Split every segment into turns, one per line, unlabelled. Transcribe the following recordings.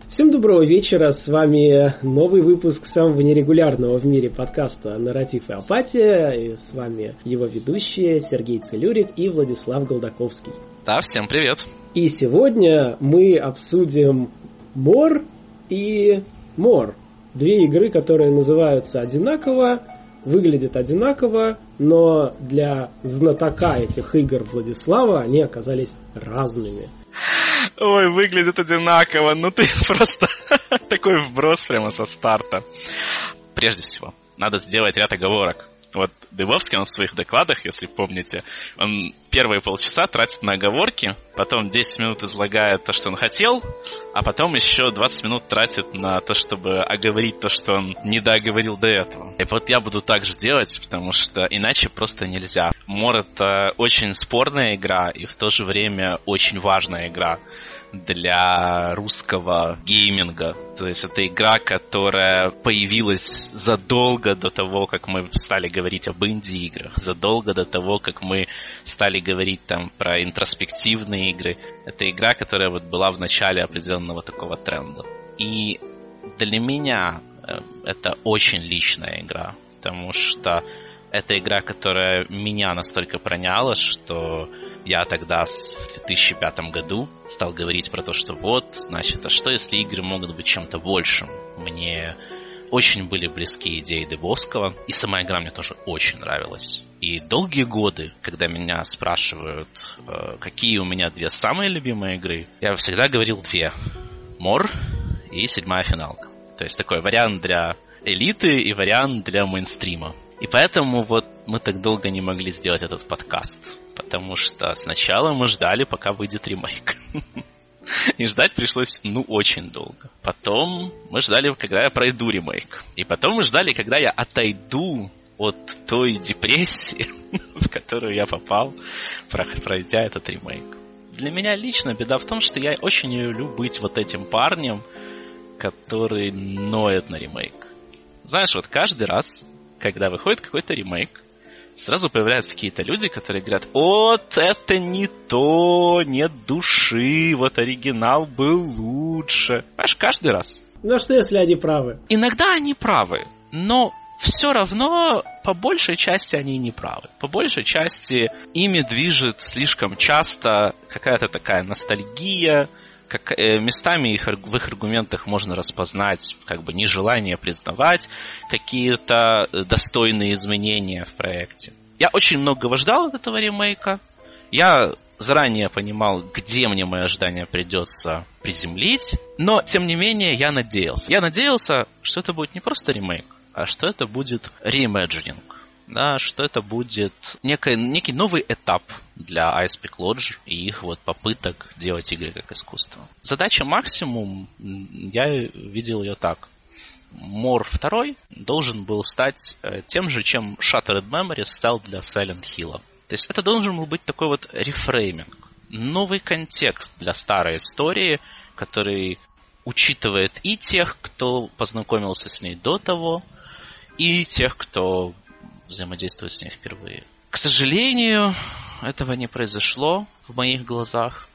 Всем доброго вечера, с вами новый выпуск самого нерегулярного в мире подкаста «Нарратив и апатия», и с вами его ведущие Сергей Целюрик и Владислав Голдаковский.
Да, всем привет!
И сегодня мы обсудим More и More. Две игры, которые называются одинаково, выглядят одинаково, но для знатока этих игр Владислава они оказались разными.
Ой, выглядит одинаково, ну ты просто такой вброс прямо со старта. Прежде всего, надо сделать ряд оговорок. Вот Дыбовский, он в своих докладах, если помните, он первые полчаса тратит на оговорки, потом 10 минут излагает то, что он хотел, а потом еще 20 минут тратит на то, чтобы оговорить то, что он не договорил до этого. И вот я буду так же делать, потому что иначе просто нельзя. More — это очень спорная игра и в то же время очень важная игра для русского гейминга. То есть это игра, которая появилась задолго до того, как мы стали говорить об инди-играх, задолго до того, как мы стали говорить там про интроспективные игры. Это игра, которая вот была в начале определенного такого тренда. И для меня это очень личная игра, потому что это игра, которая меня настолько проняла, что я тогда в 2005 году стал говорить про то, что вот, значит, а что если игры могут быть чем-то большим? Мне очень были близки идеи Дыбовского, и сама игра мне тоже очень нравилась. И долгие годы, когда меня спрашивают, какие у меня две самые любимые игры, я всегда говорил две. More и седьмая финалка. То есть такой вариант для элиты и вариант для мейнстрима. И поэтому вот мы так долго не могли сделать этот подкаст. Потому что сначала мы ждали, пока выйдет ремейк. И ждать пришлось, очень долго. Потом мы ждали, когда я пройду ремейк. И потом мы ждали, когда я отойду от той депрессии, в которую я попал, пройдя этот ремейк. Для меня лично беда в том, что я очень не люблю быть вот этим парнем, который ноет на ремейк. Знаешь, вот каждый раз, когда выходит какой-то ремейк, сразу появляются какие-то люди, которые говорят: вот это не то, нет души, вот оригинал был лучше. Понимаешь, каждый раз.
Ну а что, если они правы?
Иногда они правы, но все равно по большей части они не правы. По большей части ими движет слишком часто какая-то такая ностальгия. Местами в их аргументах можно распознать нежелание признавать какие-то достойные изменения в проекте. Я очень многого ждал от этого ремейка. Я заранее понимал, где мне мои ожидания придется приземлить. Но, тем не менее, я надеялся. Я надеялся, что это будет не просто ремейк, а что это будет реимэджининг. Да, что это будет некий новый этап для Icepeak Lodge и их попыток делать игры как искусство. Задача максимум, я видел ее так. More 2 должен был стать тем же, чем Shattered Memories стал для Silent Hill. То есть это должен был быть такой рефрейминг. Новый контекст для старой истории, который учитывает и тех, кто познакомился с ней до того, и тех, кто взаимодействовать с ней впервые. К сожалению, этого не произошло в моих глазах,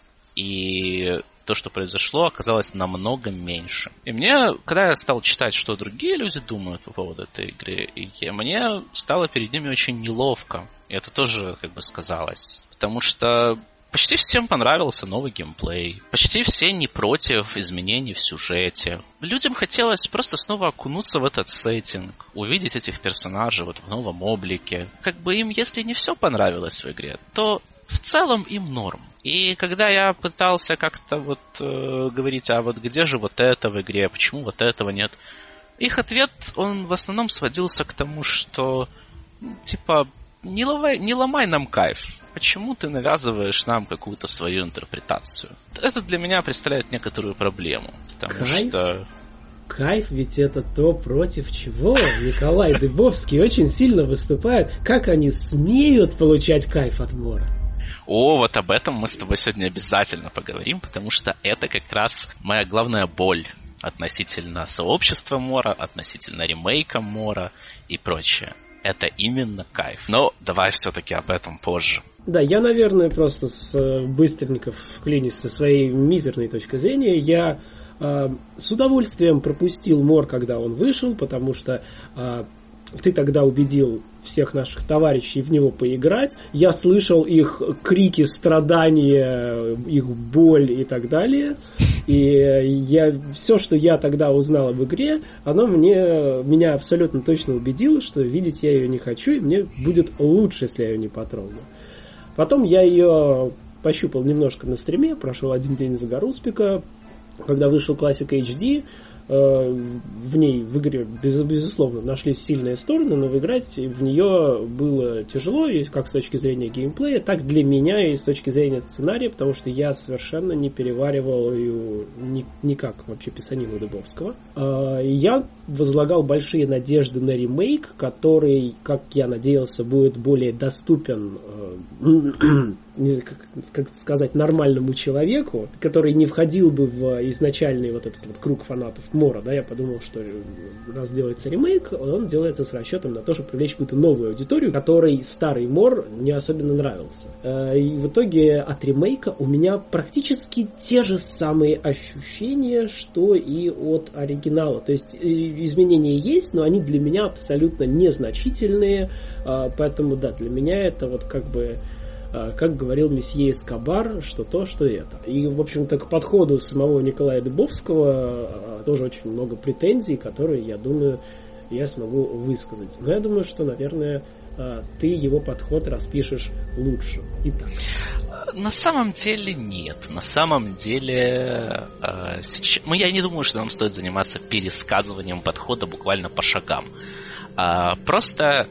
и то, что произошло, оказалось намного меньше. И мне, когда я стал читать, что другие люди думают по поводу этой игры, мне стало перед ними очень неловко. И это тоже сказалось. Потому что почти всем понравился новый геймплей. Почти все не против изменений в сюжете. Людям хотелось просто снова окунуться в этот сеттинг, увидеть этих персонажей в новом облике. Им, если не все понравилось в игре, то в целом им норм. И когда я пытался как-то говорить, а где же это в игре, почему этого нет, их ответ, он в основном сводился к тому, что не ломай нам кайф. Почему ты навязываешь нам какую-то свою интерпретацию? Это для меня представляет некоторую проблему. Потому что...
Кайф ведь это то, против чего Николай Дыбовский очень сильно выступает. Как они смеют получать кайф от Мора?
Вот об этом мы с тобой сегодня обязательно поговорим, потому что это как раз моя главная боль относительно сообщества Мора, относительно ремейка Мора и прочее. Это именно кайф. Но давай все-таки об этом позже.
Да, я, наверное, просто быстренько вклинюсь со своей мизерной точки зрения. Я С удовольствием пропустил Мор, когда он вышел, потому что ты тогда убедил всех наших товарищей в него поиграть. Я слышал их крики страдания, их боль и так далее. И все, что я тогда узнал об игре, оно меня абсолютно точно убедило, что видеть я ее не хочу, и мне будет лучше, если я ее не потрону. Потом я ее пощупал немножко на стриме, прошел один день за Гаруспика, когда вышел Classic HD. В игре, безусловно, нашлись сильные стороны, но играть в нее было тяжело, и как с точки зрения геймплея, так для меня и с точки зрения сценария, потому что я совершенно не переваривал ее никак вообще писанину Дыбовского. Я возлагал большие надежды на ремейк, который, как я надеялся, будет более доступен, как сказать, нормальному человеку, который не входил бы в изначальный вот этот вот круг фанатов Мора, да, я подумал, что раз делается ремейк, он делается с расчетом на то, чтобы привлечь какую-то новую аудиторию, которой старый Мор не особенно нравился. И в итоге от ремейка у меня практически те же самые ощущения, что и от оригинала. То есть изменения есть, но они для меня абсолютно незначительные, поэтому, да, для меня это вот как бы, как говорил месье Эскобар, что то, что это. И, в общем-то, к подходу самого Николая Дыбовского тоже очень много претензий, которые, я думаю, я смогу высказать. Но я думаю, что, наверное, ты его подход распишешь лучше. Итак.
На самом деле нет. На самом деле я не думаю, что нам стоит заниматься пересказыванием подхода буквально по шагам. Просто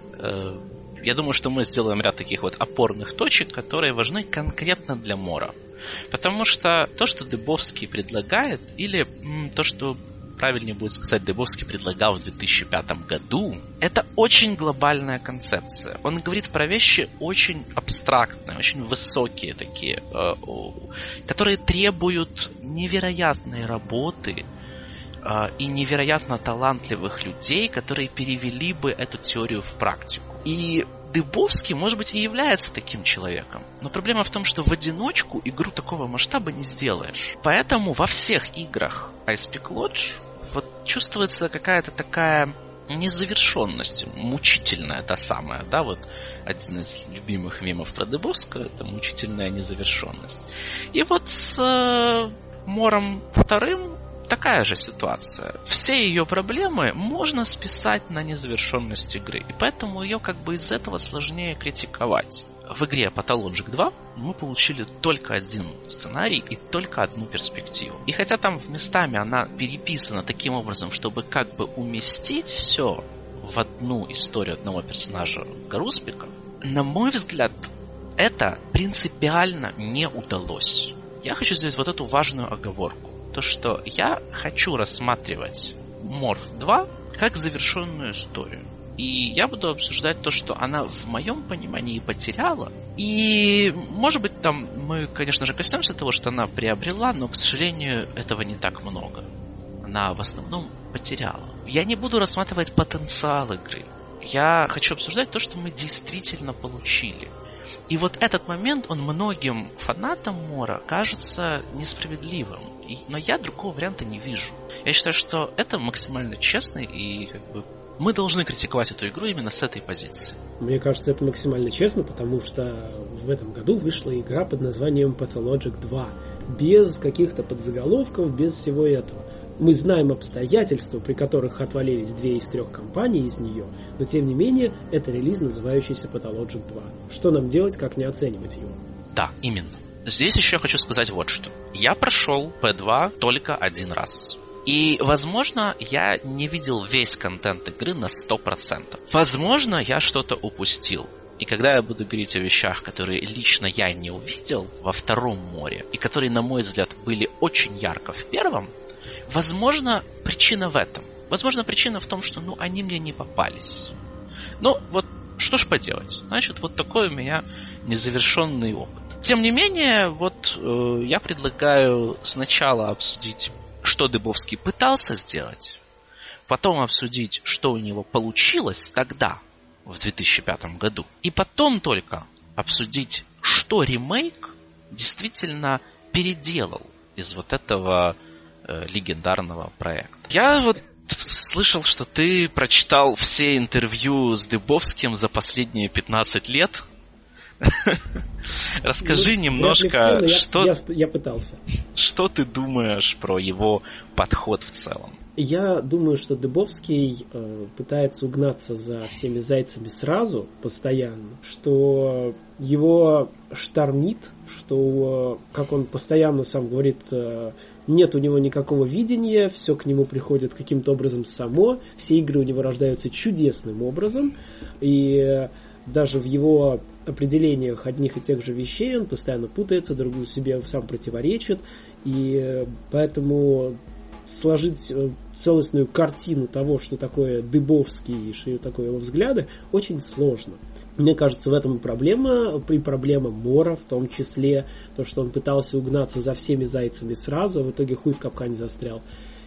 я думаю, что мы сделаем ряд таких вот опорных точек, которые важны конкретно для Мора. Потому что то, что Дыбовский предлагает, или то, что правильнее будет сказать, Дыбовский предлагал в 2005 году, это очень глобальная концепция. Он говорит про вещи очень абстрактные, очень высокие такие, которые требуют невероятной работы и невероятно талантливых людей, которые перевели бы эту теорию в практику. И Дыбовский, может быть, и является таким человеком. Но проблема в том, что в одиночку игру такого масштаба не сделаешь. Поэтому во всех играх Ice Peak Lodge вот чувствуется какая-то такая незавершенность, мучительная та самая, да, вот один из любимых мемов про Дыбовского, это мучительная незавершенность. И вот с Мором вторым такая же ситуация. Все ее проблемы можно списать на незавершенность игры. И поэтому ее как бы из этого сложнее критиковать. В игре Pathologic 2 мы получили только один сценарий и только одну перспективу. И хотя там местами она переписана таким образом, чтобы как бы уместить все в одну историю одного персонажа Гаруспика, на мой взгляд, это принципиально не удалось. Я хочу сделать вот эту важную оговорку. То, что я хочу рассматривать Морф 2 как завершенную историю. И я буду обсуждать то, что она в моем понимании потеряла. И, может быть, там мы, конечно же, коснемся того, что она приобрела, но, к сожалению, этого не так много. Она в основном потеряла. Я не буду рассматривать потенциал игры. Я хочу обсуждать то, что мы действительно получили. И вот этот момент, он многим фанатам Мора кажется несправедливым. Но я другого варианта не вижу. Я считаю, что это максимально честно, и как бы мы должны критиковать эту игру именно с этой позиции.
Мне кажется, это максимально честно, потому что в этом году вышла игра под названием Pathologic 2. Без каких-то подзаголовков, без всего этого. Мы знаем обстоятельства, при которых отвалились 2 из 3 компаний из нее, но тем не менее, это релиз, называющийся Pathologic 2. Что нам делать, как не оценивать его?
Да, именно. Здесь еще хочу сказать вот что. Я прошел P2 только один раз. И, возможно, я не видел весь контент игры на 100%. Возможно, я что-то упустил. И когда я буду говорить о вещах, которые лично я не увидел во втором Море, и которые, на мой взгляд, были очень ярко в первом, возможно, причина в этом. Возможно, причина в том, что, они мне не попались. Ну, вот, что ж поделать. Значит, вот такой у меня незавершенный опыт. Тем не менее, вот я предлагаю сначала обсудить, что Дыбовский пытался сделать, потом обсудить, что у него получилось тогда, в 2005 году, и потом только обсудить, что ремейк действительно переделал из вот этого легендарного проекта. Я вот слышал, что ты прочитал все интервью с Дыбовским за последние 15 лет. Расскажи немножко,
я пытался.
Что ты думаешь про его подход в целом?
Я думаю, что Дыбовский пытается угнаться за всеми зайцами сразу, постоянно, что его штормит, что, как он постоянно сам говорит, нет у него никакого видения, все к нему приходит каким-то образом само, все игры у него рождаются чудесным образом, и даже в его определениях одних и тех же вещей он постоянно путается, другую себе сам противоречит, и поэтому сложить целостную картину того, что такое Дыбовский и что такое его взгляды, очень сложно. Мне кажется, в этом и проблема Мора, в том числе, то, что он пытался угнаться за всеми зайцами сразу, а в итоге хуй в капкане застрял.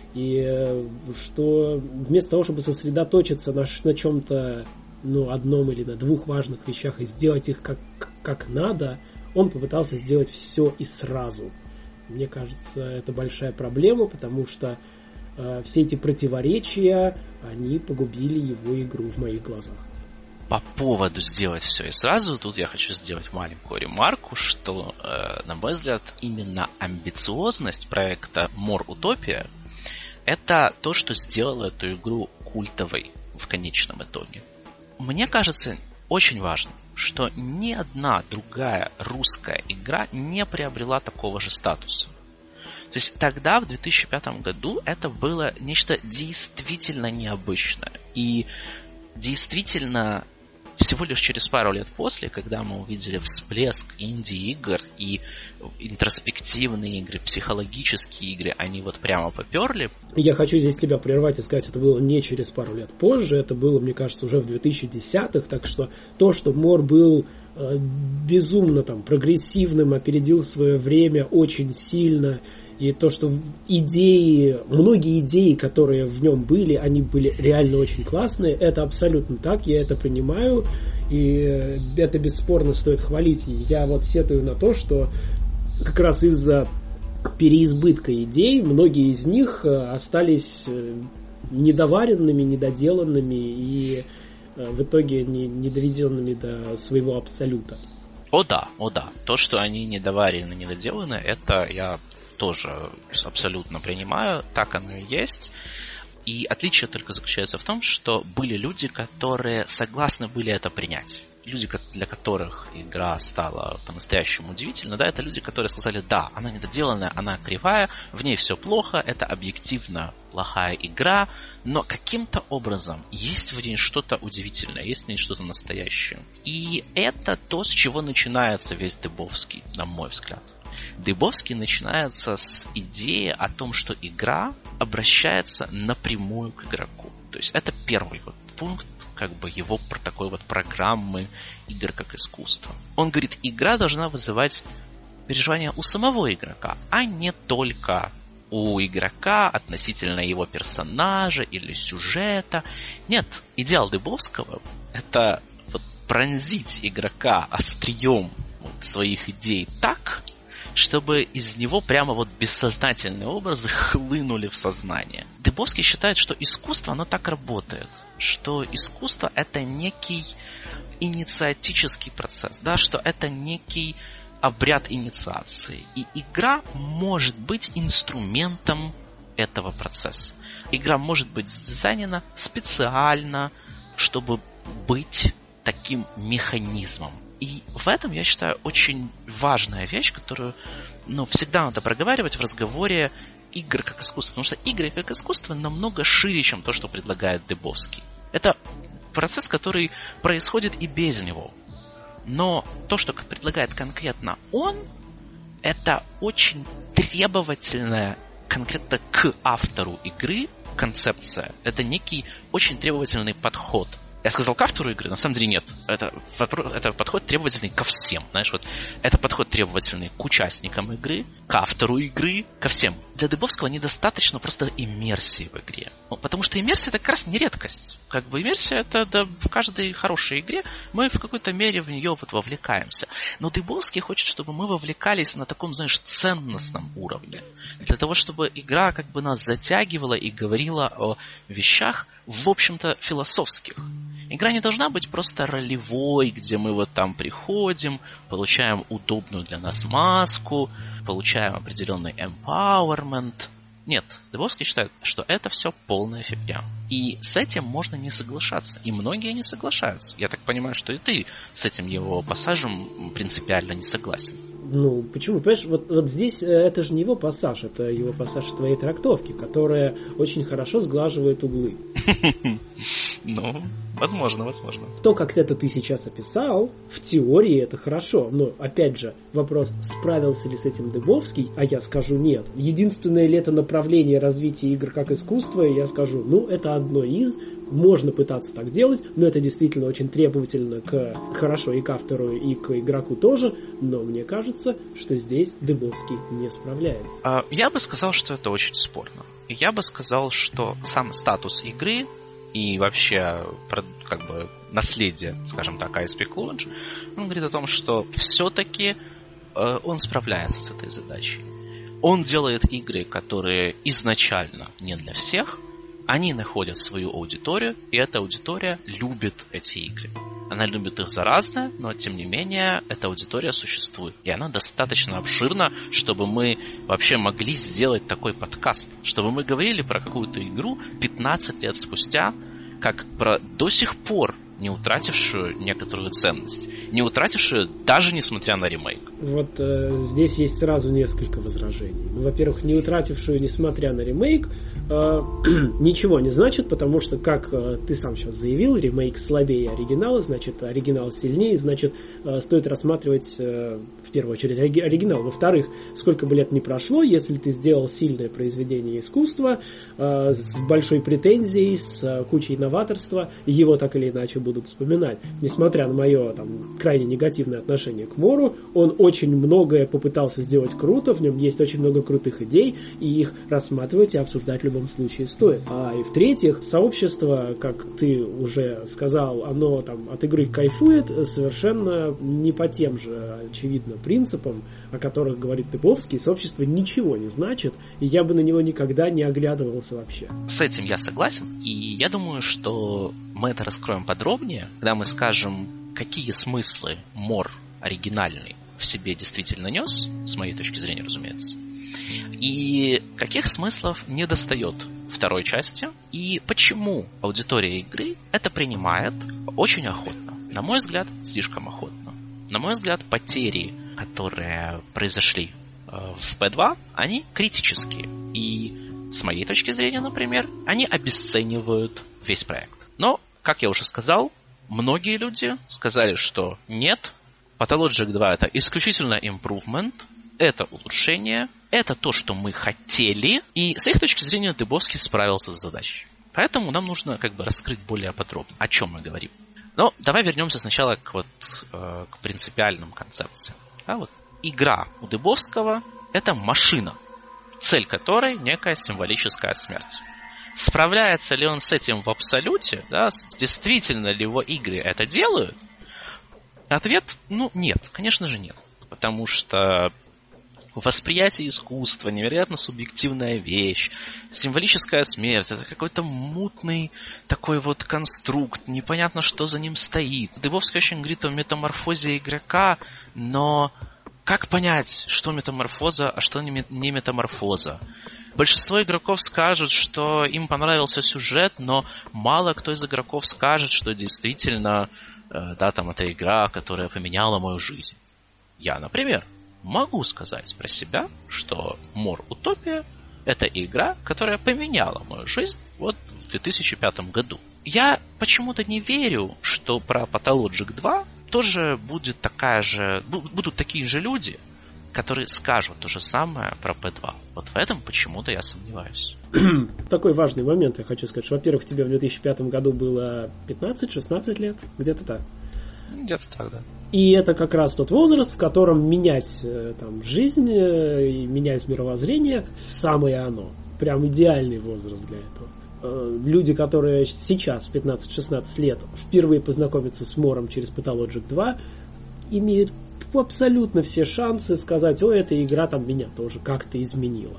И что вместо того, чтобы сосредоточиться на чем-то, одном или на двух важных вещах и сделать их как надо, он попытался сделать все и сразу. Мне кажется, это большая проблема, потому что все эти противоречия, они погубили его игру в моих глазах.
По поводу сделать все и сразу, тут я хочу сделать маленькую ремарку, что, на мой взгляд, именно амбициозность проекта More Utopia — это то, что сделало эту игру культовой в конечном итоге. Мне кажется, очень важно, что ни одна другая русская игра не приобрела такого же статуса. То есть тогда, в 2005 году, это было нечто действительно необычное. И действительно, всего лишь через пару лет после, когда мы увидели всплеск инди-игр и интроспективные игры, психологические игры, они вот прямо поперли.
Я хочу здесь тебя прервать и сказать, это было не через пару лет позже, это было, мне кажется, уже в 2010-х, так что то, что Мор был безумно прогрессивным, опередил свое время очень сильно, и то, что многие идеи, которые в нем были, они были реально очень классные, это абсолютно так, я это понимаю, и это бесспорно стоит хвалить. Я вот сетую на то, что как раз из-за переизбытка идей многие из них остались недоваренными, недоделанными и в итоге не доведенными до своего абсолюта.
О да. То, что они недоварены, недоделаны, это я тоже абсолютно принимаю, так оно и есть. И отличие только заключается в том, что были люди, которые согласны были это принять. Люди, для которых игра стала по-настоящему удивительной, это люди, которые сказали, да, она недоделанная, она кривая, в ней все плохо, это объективно плохая игра, но каким-то образом есть в ней что-то удивительное, есть в ней что-то настоящее. И это то, с чего начинается весь Дыбовский, на мой взгляд. Дыбовский начинается с идеи о том, что игра обращается напрямую к игроку. То есть это первый пункт его такой программы игр как искусство. Он говорит, игра должна вызывать переживания у самого игрока, а не только у игрока относительно его персонажа или сюжета. Нет, идеал Дыбовского — это пронзить игрока острием своих идей так, чтобы из него прямо бессознательные образы хлынули в сознание. Дыбовский считает, что искусство, оно так работает, что искусство — это некий инициатический процесс, что это некий обряд инициации. И игра может быть инструментом этого процесса. Игра может быть сдизайнена специально, чтобы быть таким механизмом. И в этом, я считаю, очень важная вещь, которую всегда надо проговаривать в разговоре игр как искусство. Потому что игры как искусство намного шире, чем то, что предлагает Дыбовский. Это процесс, который происходит и без него. Но то, что предлагает конкретно он, это очень требовательная конкретно к автору игры концепция. Это некий очень требовательный подход Я сказал к автору игры, на самом деле нет. Это подход требовательный ко всем. Знаешь, вот это подход требовательный к участникам игры, к автору игры, ко всем. Для Дыбовского недостаточно просто иммерсии в игре. Потому что иммерсия это как раз не редкость. Как бы иммерсия это да, в каждой хорошей игре мы в какой-то мере в нее вот вовлекаемся. Но Дыбовский хочет, чтобы мы вовлекались на таком, знаешь, ценностном уровне. Для того, чтобы игра как бы нас затягивала и говорила о вещах, в общем-то, философских. Игра не должна быть просто ролевой, где мы вот там приходим, получаем удобную для нас маску, получаем определенный empowerment. Нет, Дыбовский считает, что это все полная фигня. И с этим можно не соглашаться. И многие не соглашаются. Я так понимаю, что и ты с этим его пассажем принципиально не согласен.
Ну, почему? Понимаешь, вот здесь это же не его пассаж, это его пассаж твоей трактовки, которая очень хорошо сглаживает углы.
Ну, возможно.
То, как это ты сейчас описал, в теории это хорошо. Но, опять же, вопрос, справился ли с этим Дыбовский, а я скажу нет. Единственное ли это направление развития игр как искусства, я скажу, ну, это одно из... Можно пытаться так делать, но это действительно очень требовательно хорошо и к автору, и к игроку тоже, но мне кажется, что здесь Дыбовский не справляется.
Я бы сказал, что это очень спорно. Я бы сказал, что сам статус игры и вообще как бы наследие, скажем так, ISP Cluj, он говорит о том, что все-таки он справляется с этой задачей. Он делает игры, которые изначально не для всех. Они находят свою аудиторию, и эта аудитория любит эти игры. Она любит их за разное, но тем не менее эта аудитория существует. И она достаточно обширна, чтобы мы вообще могли сделать такой подкаст. Чтобы мы говорили про какую-то игру 15 лет спустя, как про до сих пор не утратившую некоторую ценность. Не утратившую даже несмотря на ремейк.
Вот здесь есть сразу несколько возражений. Во-первых, не утратившую несмотря на ремейк ничего не значит, потому что, как ты сам сейчас заявил, ремейк слабее оригинала, значит, оригинал сильнее, значит, стоит рассматривать в первую очередь оригинал. Во-вторых, сколько бы лет ни прошло, если ты сделал сильное произведение искусства с большой претензией, с кучей новаторства, его так или иначе будут вспоминать. Несмотря на мое там крайне негативное отношение к Мору, он очень многое попытался сделать круто, в нем есть очень много крутых идей, и их рассматривать и обсуждать в любом случае стоит. И в-третьих, сообщество, как ты уже сказал, оно там от игры кайфует совершенно не по тем же, очевидно, принципам, о которых говорит Дыбовский. Сообщество ничего не значит, и я бы на него никогда не оглядывался вообще.
С этим я согласен, и я думаю, что мы это раскроем подробнее, когда мы скажем, какие смыслы Мор оригинальный в себе действительно нес, с моей точки зрения, разумеется, и каких смыслов не достает второй части, и почему аудитория игры это принимает очень охотно. На мой взгляд, слишком охотно. На мой взгляд, потери, которые произошли в P2, они критические. И с моей точки зрения, например, они обесценивают весь проект. Но, как я уже сказал, многие люди сказали, что нет, Pathologic 2 это исключительно improvement, это улучшение, это то, что мы хотели, и с их точки зрения Дыбовский справился с задачей. Поэтому нам нужно как бы раскрыть более подробно, о чем мы говорим. Но давай вернемся сначала к принципиальным концепциям. Да, вот. Игра у Дыбовского – это машина, цель которой некая символическая смерть. Справляется ли он с этим в абсолюте? Да, действительно ли его игры это делают? Ответ – нет, конечно же нет. Потому что восприятие искусства, невероятно субъективная вещь, символическая смерть, это какой-то мутный такой вот конструкт, непонятно, что за ним стоит. Дыбовский очень говорит о метаморфозе игрока, но как понять, что метаморфоза, а что не метаморфоза? Большинство игроков скажут, что им понравился сюжет, но мало кто из игроков скажет, что действительно, да, там это игра, которая поменяла мою жизнь. Я, например, могу сказать про себя, что Мор Утопия – это игра, которая поменяла мою жизнь вот в 2005 году. Я почему-то не верю, что про Pathologic 2 тоже будут такие же люди, которые скажут то же самое про P2. Вот в этом почему-то я сомневаюсь.
Такой важный момент, я хочу сказать, что, во-первых, тебе в 2005 году было 15-16 лет, где-то так.
Где-то так, да.
И это как раз тот возраст, в котором менять там, жизнь и менять мировоззрение самое оно. Прям идеальный возраст для этого. Люди, которые сейчас в 15-16 лет впервые познакомятся с Мором через Pathologic 2, имеют абсолютно все шансы сказать: о, эта игра там меня тоже как-то изменила.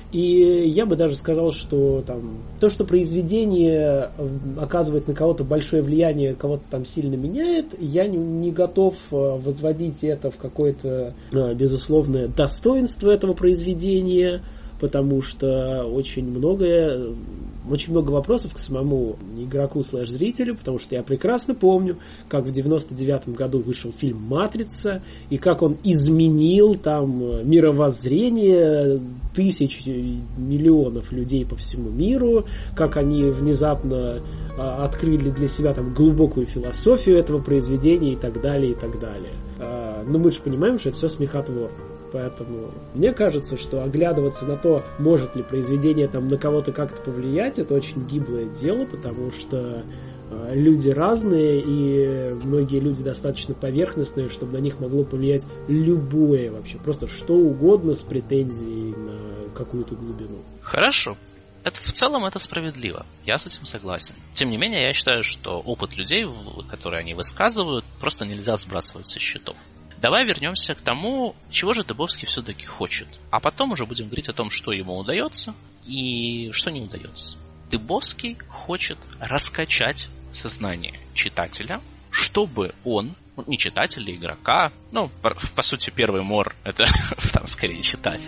И я бы даже сказал, что там, то, что произведение оказывает на кого-то большое влияние, кого-то там сильно меняет, я не готов возводить это в какое-то безусловное достоинство этого произведения, потому что очень много вопросов к самому игроку/зрителю, потому что я прекрасно помню, как в 99-м году вышел фильм «Матрица», и как он изменил там мировоззрение тысяч, миллионов людей по всему миру, как они внезапно открыли для себя там глубокую философию этого произведения и так далее, и так далее. Но мы же понимаем, что это все смехотворно. Поэтому мне кажется, что оглядываться на то, может ли произведение там на кого-то как-то повлиять, это очень гиблое дело, потому что люди разные, и многие люди достаточно поверхностные, чтобы на них могло повлиять любое вообще, просто что угодно с претензией на какую-то глубину.
Хорошо. В целом это справедливо. Я с этим согласен. Тем не менее, я считаю, что опыт людей, которые они высказывают, просто нельзя сбрасывать со счетов. Давай вернемся к тому, чего же Дыбовский все-таки хочет. А потом уже будем говорить о том, что ему удается и что не удается. Дыбовский хочет раскачать сознание читателя, чтобы он, не читателя, а игрока, по сути, первый Мор, это там скорее читатель.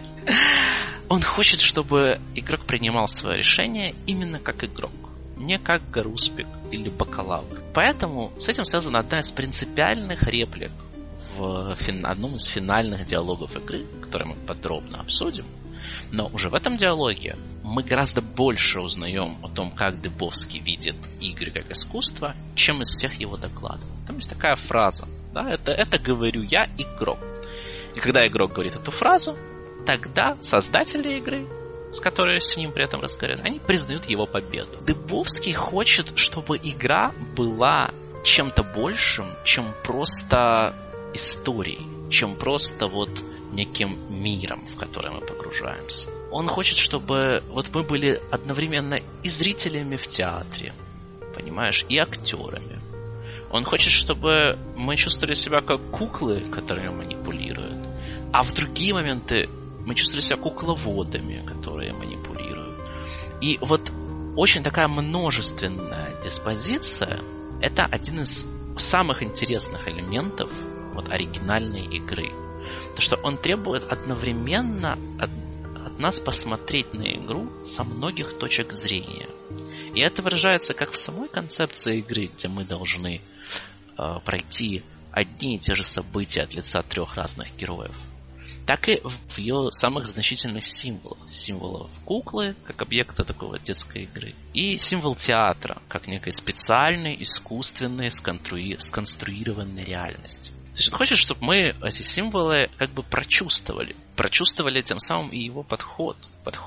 Он хочет, чтобы игрок принимал свое решение именно как игрок, не как гаруспик или бакалавр. Поэтому с этим связана одна из принципиальных реплик в одном из финальных диалогов игры, который мы подробно обсудим. Но уже в этом диалоге мы гораздо больше узнаем о том, как Дыбовский видит игры как искусство, чем из всех его докладов. Там есть такая фраза, да, это говорю я, игрок. И когда игрок говорит эту фразу, тогда создатели игры, с которой с ним при этом разговаривают, они признают его победу. Дыбовский хочет, чтобы игра была чем-то большим, чем просто историей, чем просто неким миром, в который мы погружаемся. Он хочет, чтобы мы были одновременно и зрителями в театре, понимаешь, и актерами. Он хочет, чтобы мы чувствовали себя как куклы, которыми манипулируют, а в другие моменты мы чувствовали себя кукловодами, которые манипулируют. И очень такая множественная диспозиция — это один из самых интересных элементов оригинальной игры. То, что он требует одновременно от нас посмотреть на игру со многих точек зрения. И это выражается как в самой концепции игры, где мы должны пройти одни и те же события от лица 3 разных героев, так и в ее самых значительных символах. Символов куклы, как объекта такого детской игры, и символ театра, как некой специальной, искусственной, сконструированной реальности. То есть он хочет, чтобы мы эти символы как бы прочувствовали тем самым и его подход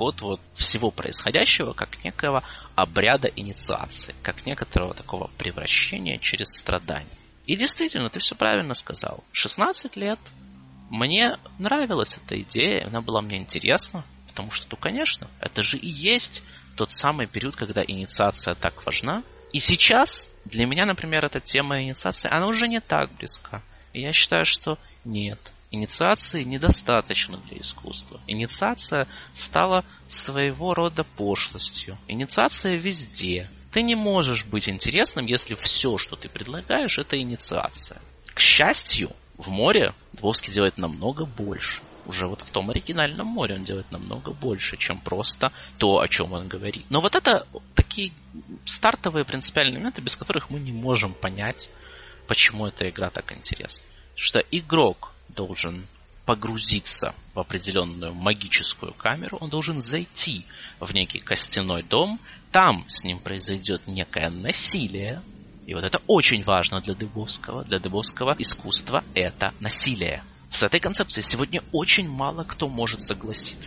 всего происходящего как некого обряда инициации, как некоторого такого превращения через страдания. И действительно, ты все правильно сказал. 16 лет мне нравилась эта идея, она была мне интересна, потому что, конечно, это же и есть тот самый период, когда инициация так важна. И сейчас для меня, например, эта тема инициации, она уже не так близка. И я считаю, что нет, инициации недостаточно для искусства. Инициация стала своего рода пошлостью. Инициация везде. Ты не можешь быть интересным, если все, что ты предлагаешь, это инициация. К счастью, в море Дыбовский делает намного больше. Уже в том оригинальном море он делает намного больше, чем просто то, о чем он говорит. Но это такие стартовые принципиальные моменты, без которых мы не можем понять, почему эта игра так интересна. Что игрок должен погрузиться в определенную магическую камеру, он должен зайти в некий костяной дом, там с ним произойдет некое насилие, и это очень важно для Дыбовского. Для Дыбовского искусство — это насилие. С этой концепцией сегодня очень мало кто может согласиться.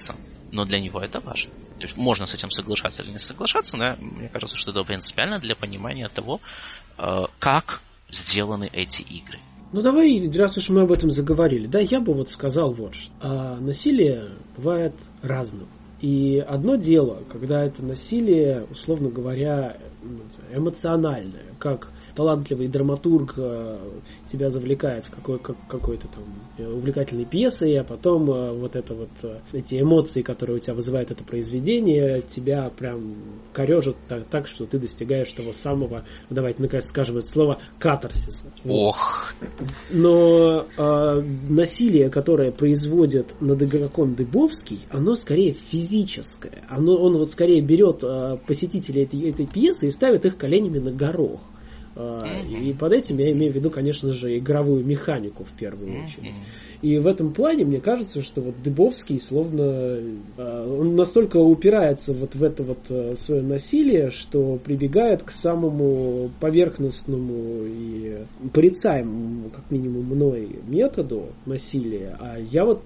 но для него это важно. То есть можно с этим соглашаться или не соглашаться, но мне кажется, что это принципиально для понимания того, как сделаны эти игры.
Ну давай, раз уж мы об этом заговорили, да, я бы вот сказал вот что. Насилие бывает разным. И одно дело, когда это насилие, условно говоря, эмоциональное, как талантливый драматург тебя завлекает в какой-то там увлекательной пьесой, а потом вот это вот эти эмоции, которые у тебя вызывает это произведение, тебя прям корежат так, что ты достигаешь того самого, давайте наконец скажем это слово, катарсиса.
Ох!
Но насилие, которое производит над игроком Дыбовский, оно скорее физическое. Он вот скорее берет посетителей этой пьесы и ставит их коленями на горох. И под этим я имею в виду, конечно же, игровую механику в первую очередь. И в этом плане мне кажется, что вот Дыбовский словно он настолько упирается вот в это вот свое насилие, что прибегает к самому поверхностному и порицаемому, как минимум, мной методу насилия. А я вот,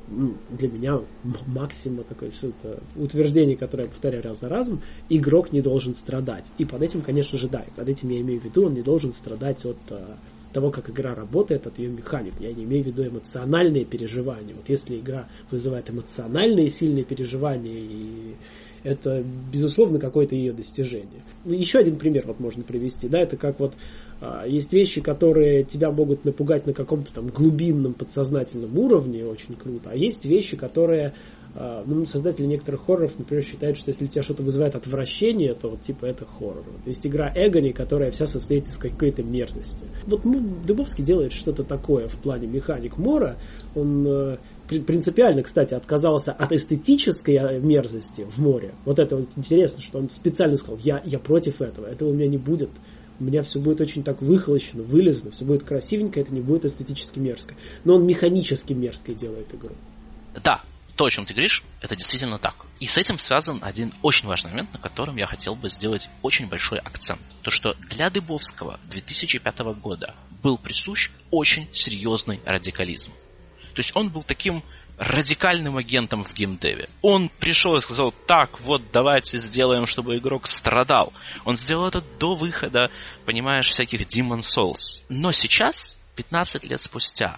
для меня максимум такое утверждение, которое я повторяю раз за разом: игрок не должен страдать. И под этим, конечно же, да, и под этим я имею в виду, он не должен страдать от того, как игра работает, от ее механик. Я не имею в виду эмоциональные переживания. Вот если игра вызывает эмоциональные сильные переживания, и это, безусловно, какое-то ее достижение. Еще один пример вот можно привести. Да, это как вот есть вещи, которые тебя могут напугать на каком-то там глубинном подсознательном уровне, очень круто, а есть вещи, которые создатели некоторых хорроров, например, считают, что если тебя что-то вызывает отвращение, то вот типа это хоррор. Вот есть игра Эгони, которая вся состоит из какой-то мерзости. Вот Дыбовский делает что-то такое в плане механик Мора. Он принципиально, кстати, отказался от эстетической мерзости в Море. Вот это вот интересно, что он специально сказал: я против этого у меня не будет. У меня все будет очень так выхолощено, вылезано, все будет красивенько, это не будет эстетически мерзко. Но он механически мерзкой делает игру.
Да. То, о чем ты говоришь, это действительно так. И с этим связан один очень важный момент, на котором я хотел бы сделать очень большой акцент. То, что для Дыбовского 2005 года был присущ очень серьезный радикализм. То есть он был таким радикальным агентом в геймдеве. Он пришел и сказал: так, вот давайте сделаем, чтобы игрок страдал. Он сделал это до выхода, понимаешь, всяких Demon's Souls. Но сейчас, 15 лет спустя,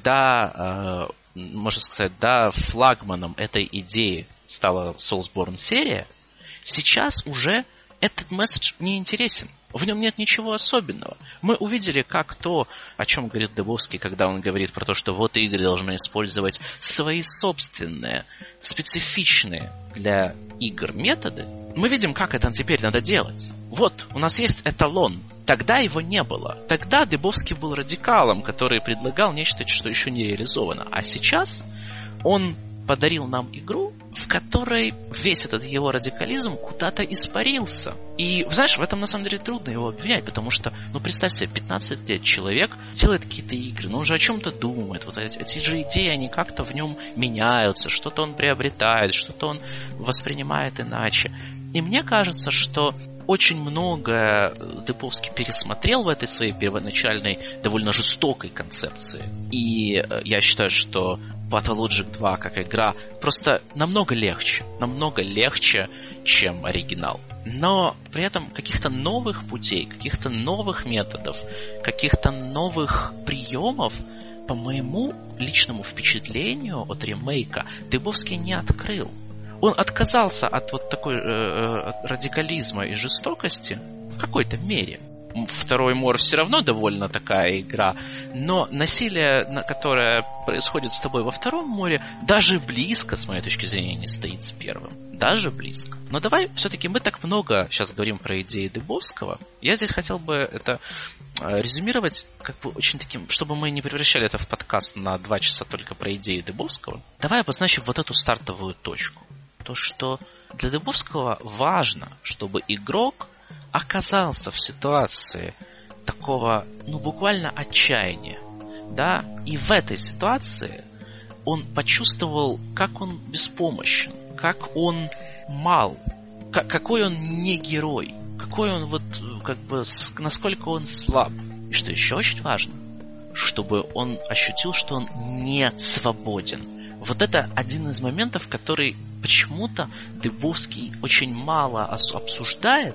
когда... можно сказать, да, флагманом этой идеи стала Soulsborne серия, сейчас уже этот месседж не интересен. В нем нет ничего особенного. Мы увидели, как то, о чем говорит Дыбовский, когда он говорит про то, что вот игры должны использовать свои собственные, специфичные для игр методы. Мы видим, как это теперь надо делать. Вот, у нас есть эталон. Тогда его не было. Тогда Дыбовский был радикалом, который предлагал нечто, что еще не реализовано. А сейчас он подарил нам игру, в которой весь этот его радикализм куда-то испарился. И, знаешь, в этом на самом деле трудно его обвинять, потому что, представь себе, 15 лет человек делает какие-то игры, но он же о чем-то думает. Вот эти же идеи, они как-то в нем меняются, что-то он приобретает, что-то он воспринимает иначе. И мне кажется, что очень многое Дыбовский пересмотрел в этой своей первоначальной, довольно жестокой концепции. И я считаю, что Pathologic 2 как игра просто намного легче, чем оригинал. Но при этом каких-то новых путей, каких-то новых методов, каких-то новых приемов, по моему личному впечатлению от ремейка, Дыбовский не открыл. Он отказался от вот такой радикализма и жестокости в какой-то мере. Второй Мор все равно довольно такая игра, но насилие, которое происходит с тобой во втором Море, даже близко, с моей точки зрения, не стоит с первым. Даже близко. Но давай, все-таки мы так много сейчас говорим про идеи Дыбовского. Я здесь хотел бы это резюмировать как бы очень таким, чтобы мы не превращали это в подкаст на 2 часа только про идеи Дыбовского. Давай обозначим вот эту стартовую точку. То, что для Дыбовского важно, чтобы игрок оказался в ситуации такого, буквально отчаяния, да, и в этой ситуации он почувствовал, как он беспомощен, как он мал, какой он не герой, какой он насколько он слаб. И что еще очень важно, чтобы он ощутил, что он не свободен. Вот это один из моментов, который почему-то Дыбовский очень мало обсуждает,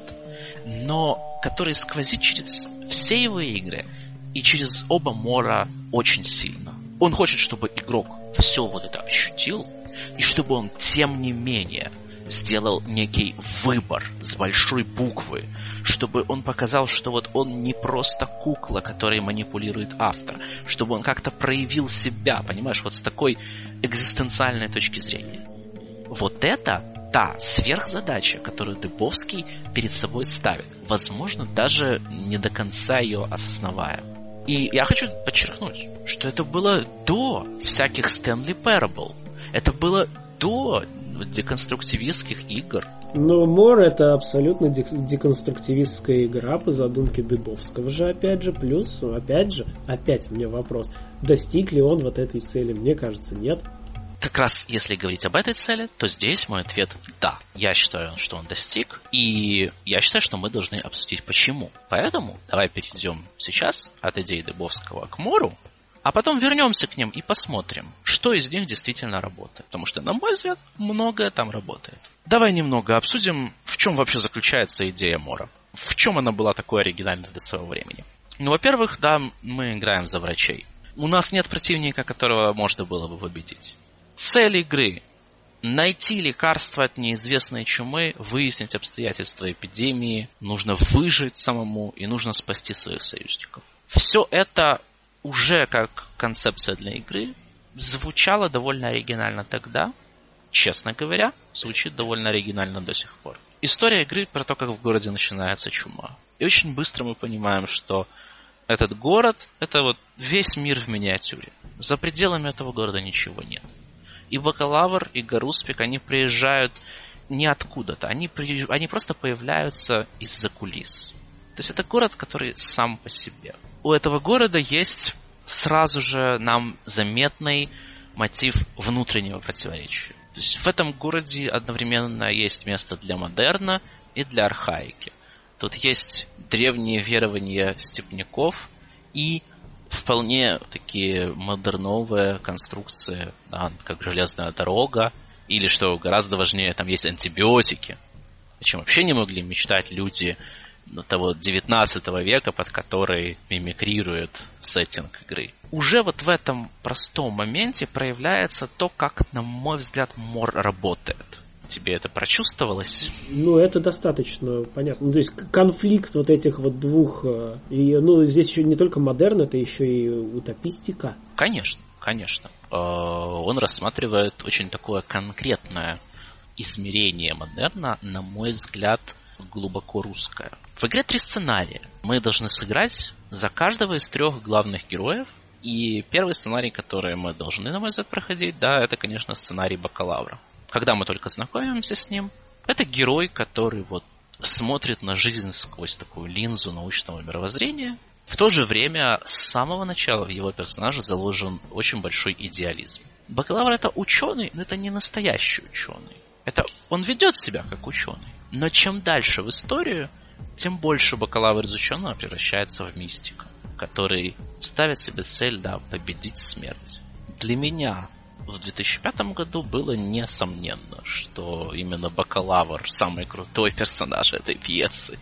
но который сквозит через все его игры и через оба Мора очень сильно. Он хочет, чтобы игрок все вот это ощутил, и чтобы он, тем не менее, сделал некий выбор с большой буквы, чтобы он показал, что вот он не просто кукла, которой манипулирует автор, чтобы он как-то проявил себя, понимаешь, вот с такой экзистенциальной точки зрения. Вот это та сверхзадача, которую Дыбовский перед собой ставит, возможно, даже не до конца ее осознавая. И я хочу подчеркнуть, что это было до всяких Stanley Parable. Это было до деконструктивистских игр.
Но Мор — это абсолютно деконструктивистская игра по задумке Дыбовского же, опять же. Плюс, опять мне вопрос, достиг ли он вот этой цели? Мне кажется, нет.
Как раз если говорить об этой цели, то здесь мой ответ – да. Я считаю, что он достиг, и я считаю, что мы должны обсудить почему. Поэтому давай перейдем сейчас от идеи Дыбовского к Мору, а потом вернемся к ним и посмотрим, что из них действительно работает. Потому что, на мой взгляд, многое там работает. Давай немного обсудим, в чем вообще заключается идея Мора. В чем она была такой оригинальной для своего времени. Ну, во-первых, да, мы играем за врачей. У нас нет противника, которого можно было бы победить. Цель игры – найти лекарство от неизвестной чумы, выяснить обстоятельства эпидемии, нужно выжить самому и нужно спасти своих союзников. Все это уже как концепция для игры звучало довольно оригинально тогда, честно говоря, звучит довольно оригинально до сих пор. История игры про то, как в городе начинается чума. И очень быстро мы понимаем, что этот город – это вот весь мир в миниатюре. За пределами этого города ничего нет. И Бакалавр, и Гаруспик, они приезжают не откуда-то, они просто появляются из-за кулис. То есть это город, который сам по себе. У этого города есть сразу же нам заметный мотив внутреннего противоречия. То есть в этом городе одновременно есть место для модерна и для архаики. Тут есть древние верования степняков и вполне такие модерновые конструкции, да, как железная дорога, или, что гораздо важнее, там есть антибиотики, о чем вообще не могли мечтать люди того 19 века, под который мимикрирует сеттинг игры. Уже вот в этом простом моменте проявляется то, как, на мой взгляд, Мор работает. Тебе это прочувствовалось?
Ну, это достаточно понятно. То есть конфликт вот этих вот двух... здесь еще не только модерн, это еще и утопистика.
Конечно. Он рассматривает очень такое конкретное измерение модерна, на мой взгляд, глубоко русское. В игре 3 сценария. Мы должны сыграть за каждого из 3 главных героев. И первый сценарий, который мы должны, на мой взгляд, проходить, да, это, конечно, сценарий Бакалавра. Когда мы только знакомимся с ним, это герой, который вот смотрит на жизнь сквозь такую линзу научного мировоззрения. В то же время с самого начала в его персонаже заложен очень большой идеализм. Бакалавр — это ученый, но это не настоящий ученый. Он ведет себя как ученый. Но чем дальше в историю, тем больше Бакалавр из ученого превращается в мистика, который ставит себе цель, да, победить смерть. Для меня в 2005 году было несомненно, что именно Бакалавр самый крутой персонаж этой пьесы.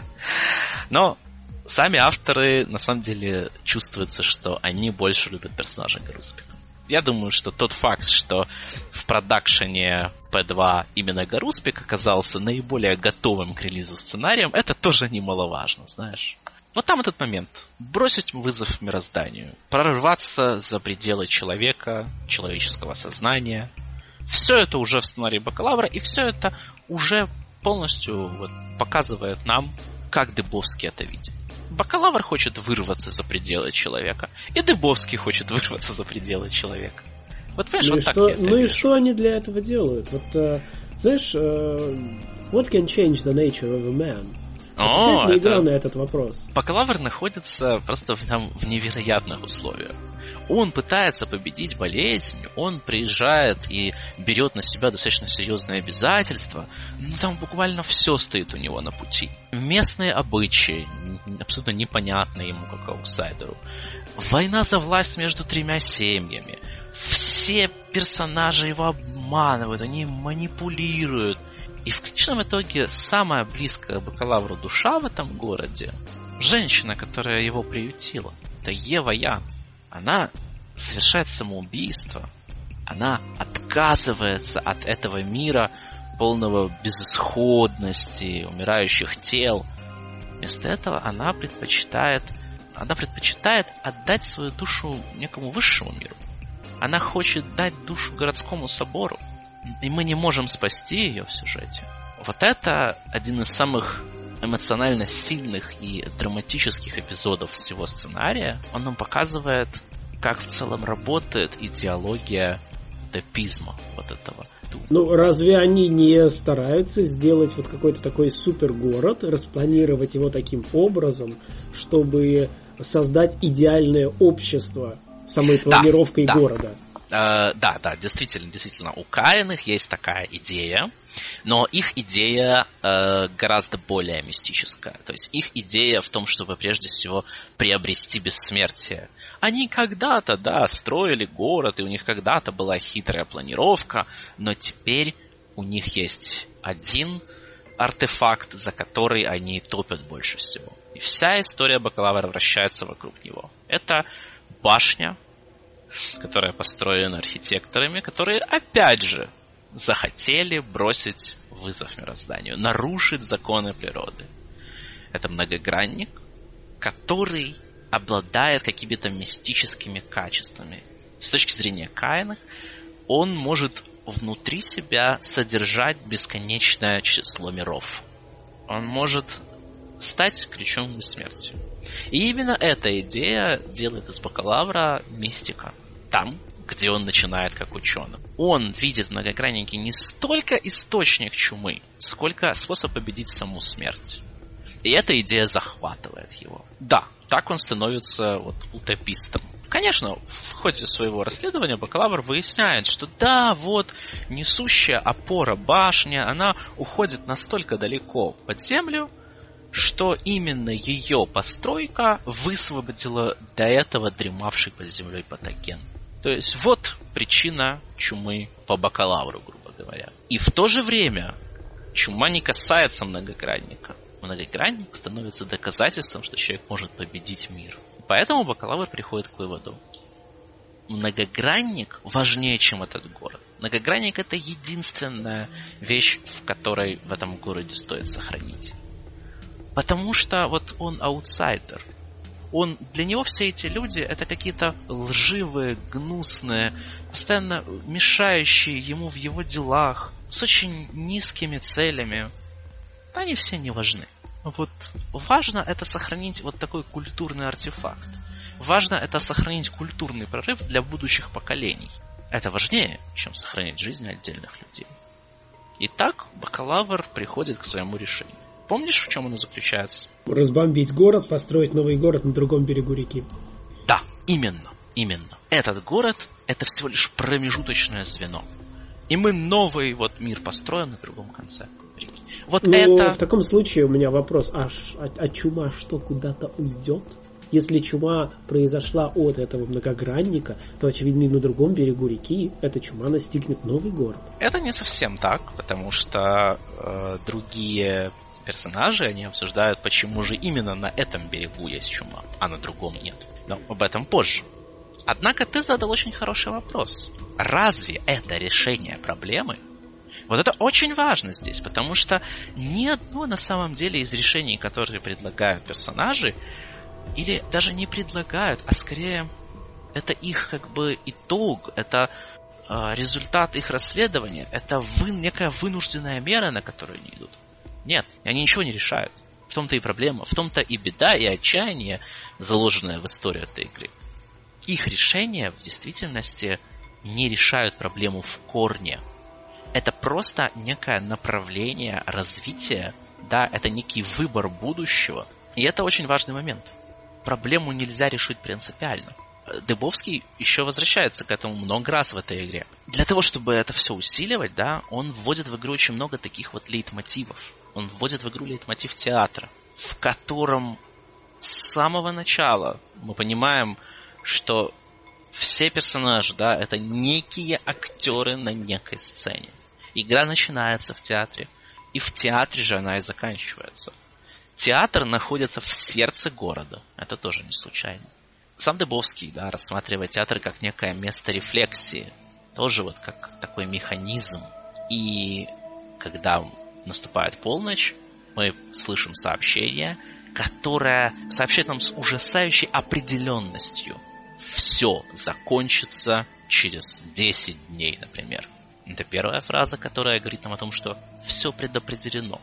Но сами авторы, на самом деле, чувствуется, что они больше любят персонажа Гаруспика. Я думаю, что тот факт, что в продакшене P2 именно Гаруспик оказался наиболее готовым к релизу сценарием, это тоже немаловажно, знаешь. Вот там этот момент. Бросить вызов мирозданию. Прорваться за пределы человека, человеческого сознания. Все это уже в сценарии Бакалавра, и все это уже полностью показывает нам, как Дыбовский это видит. Бакалавр хочет вырваться за пределы человека, и Дыбовский хочет вырваться за пределы человека. Вот, понимаешь, так я это вижу.
И что они для этого делают? Вот, знаешь, what can change the nature of a man? Я играл на этот вопрос.
Бакалавр находится просто в невероятных условиях. Он пытается победить болезнь, он приезжает и берет на себя достаточно серьезные обязательства, но там буквально все стоит у него на пути. Местные обычаи, абсолютно непонятные ему как аутсайдеру. Война за власть между 3 семьями. все персонажи его обманывают, они манипулируют. И в конечном итоге самая близкая бакалавру душа в этом городе — женщина, которая его приютила. Это Ева Ян. Она совершает самоубийство. Она отказывается от этого мира, полного безысходности, умирающих тел. Вместо этого она предпочитает отдать свою душу некому высшему миру. Она хочет дать душу городскому собору. И мы не можем спасти ее в сюжете. Вот это один из самых эмоционально сильных и драматических эпизодов всего сценария. Он нам показывает, как в целом работает идеология топизма вот этого.
Ну, разве они не стараются сделать вот какой-то такой супергород, распланировать его таким образом, чтобы создать идеальное общество самой планировкой города?
Да, действительно, у Каиных есть такая идея, но их идея гораздо более мистическая. То есть их идея в том, чтобы прежде всего приобрести бессмертие. Они когда-то, строили город, и у них когда-то была хитрая планировка, но теперь у них есть один артефакт, за который они топят больше всего. И вся история бакалавра вращается вокруг него. Это башня, которая построена архитекторами, которые, опять же, захотели бросить вызов мирозданию, нарушить законы природы. Это многогранник, который обладает какими-то мистическими качествами. С точки зрения Каиных, он может внутри себя содержать бесконечное число миров. Он может стать ключом к бессмертию. И именно эта идея делает из бакалавра мистика. Там, где он начинает как ученый. Он видит в многограннике не столько источник чумы, сколько способ победить саму смерть. И эта идея захватывает его. Да, так он становится утопистом. Конечно, в ходе своего расследования бакалавр выясняет, что несущая опора башня, она уходит настолько далеко под землю, что именно ее постройка высвободила до этого дремавший под землей патоген. То есть причина чумы по бакалавру, грубо говоря. И в то же время чума не касается многогранника. Многогранник становится доказательством, что человек может победить мир. Поэтому бакалавр приходит к выводу: многогранник важнее, чем этот город. Многогранник — это единственная вещь, в которой в этом городе стоит сохранить. Потому что он аутсайдер. Для него все эти люди — это какие-то лживые, гнусные, постоянно мешающие ему в его делах, с очень низкими целями. Они все не важны. Важно это сохранить такой культурный артефакт. Важно это сохранить культурный прорыв для будущих поколений. Это важнее, чем сохранить жизни отдельных людей. Итак, бакалавр приходит к своему решению. Помнишь, в чем оно заключается?
Разбомбить город, построить новый город на другом берегу реки.
Да, именно. Этот город — это всего лишь промежуточное звено. И мы новый мир построим на другом конце реки.
В таком случае у меня вопрос. А чума что, куда-то уйдет? Если чума произошла от этого многогранника, то, очевидно, и на другом берегу реки эта чума настигнет новый город.
Это не совсем так, потому что другие персонажи, они обсуждают, почему же именно на этом берегу есть чума, а на другом нет. Но об этом позже. Однако ты задал очень хороший вопрос. Разве это решение проблемы? Это очень важно здесь, потому что ни одно на самом деле из решений, которые предлагают персонажи, или даже не предлагают, а скорее это их итог, это результат их расследования, это некая вынужденная мера, на которую они идут. Нет, они ничего не решают. В том-то и проблема, в том-то и беда, и отчаяние, заложенное в историю этой игры. Их решения в действительности не решают проблему в корне. Это просто некое направление развития, это некий выбор будущего. И это очень важный момент. Проблему нельзя решить принципиально. Дыбовский еще возвращается к этому много раз в этой игре. Для того, чтобы это все усиливать, он вводит в игру очень много таких лейтмотивов. Он вводит в игру лейтмотив театра, в котором с самого начала мы понимаем, что все персонажи, да, это некие актеры на некой сцене. Игра начинается в театре, и в театре же она и заканчивается. Театр находится в сердце города. Это тоже не случайно. Сам Дыбовский, да, рассматривает театр как некое место рефлексии. Тоже вот как такой механизм. И когда наступает полночь, мы слышим сообщение, которое сообщает нам с ужасающей определенностью. Все закончится через 10 дней, например. Это первая фраза, которая говорит нам о том, что все предопределено.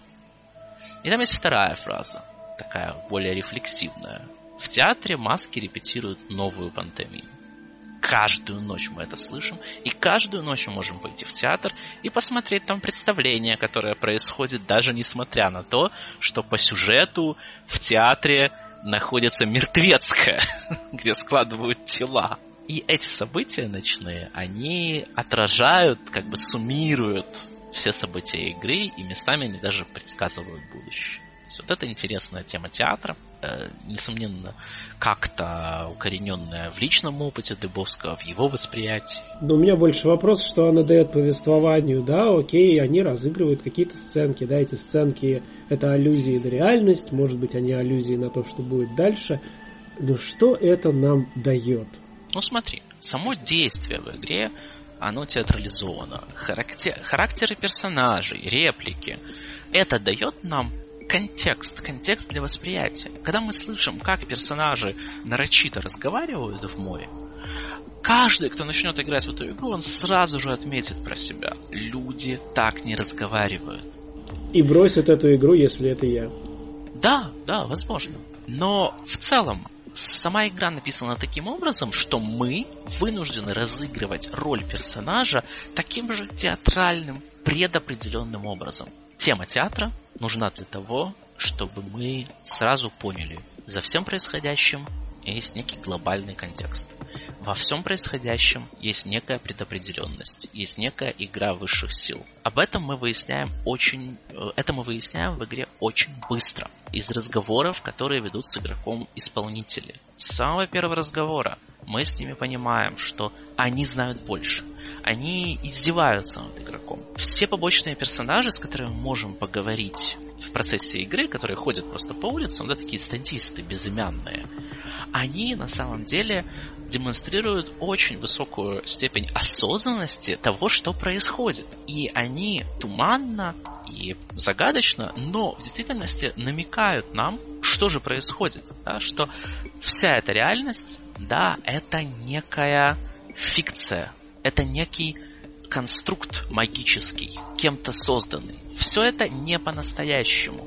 И там есть вторая фраза, такая более рефлексивная. В театре маски репетируют новую пантомиму. Каждую ночь мы это слышим, и каждую ночь мы можем пойти в театр и посмотреть там представление, которое происходит даже несмотря на то, что по сюжету в театре находится мертвецкая, где складывают тела. И эти события ночные, они отражают, как бы суммируют все события игры, и местами они даже предсказывают будущее. То есть вот это интересная тема театра, несомненно, как-то укорененная в личном опыте Дыбовского, в его восприятии.
Но у меня больше вопрос, что она дает повествованию, да, окей, они разыгрывают какие-то сценки, да, эти сценки — это аллюзии на реальность, может быть, они аллюзии на то, что будет дальше, но что это нам дает?
Ну смотри, само действие в игре, оно театрализовано. Характеры персонажей, реплики. Это дает нам контекст для восприятия. Когда мы слышим, как персонажи нарочито разговаривают в море, каждый, кто начнет играть в эту игру, он сразу же отметит про себя. Люди так не разговаривают.
И бросит эту игру, если это я.
Да, возможно. Но в целом, сама игра написана таким образом, что мы вынуждены разыгрывать роль персонажа таким же театральным, предопределенным образом. Тема театра нужна для того, чтобы мы сразу поняли, за всем происходящим есть некий глобальный контекст. Во всем происходящем есть некая предопределенность, есть некая игра высших сил. Это мы выясняем в игре очень быстро. Из разговоров, которые ведут с игроком исполнители. С самого первого разговора мы с ними понимаем, что они знают больше. Они издеваются над игроком. Все побочные персонажи, с которыми мы можем поговорить в процессе игры, которые ходят просто по улицам, да, такие статисты безымянные, они на самом деле демонстрируют очень высокую степень осознанности того, что происходит. И они туманно и загадочно, но в действительности намекают нам, что же происходит. Да, что вся эта реальность, да, это некая фикция, это некий конструкт магический, кем-то созданный. Все это не по-настоящему.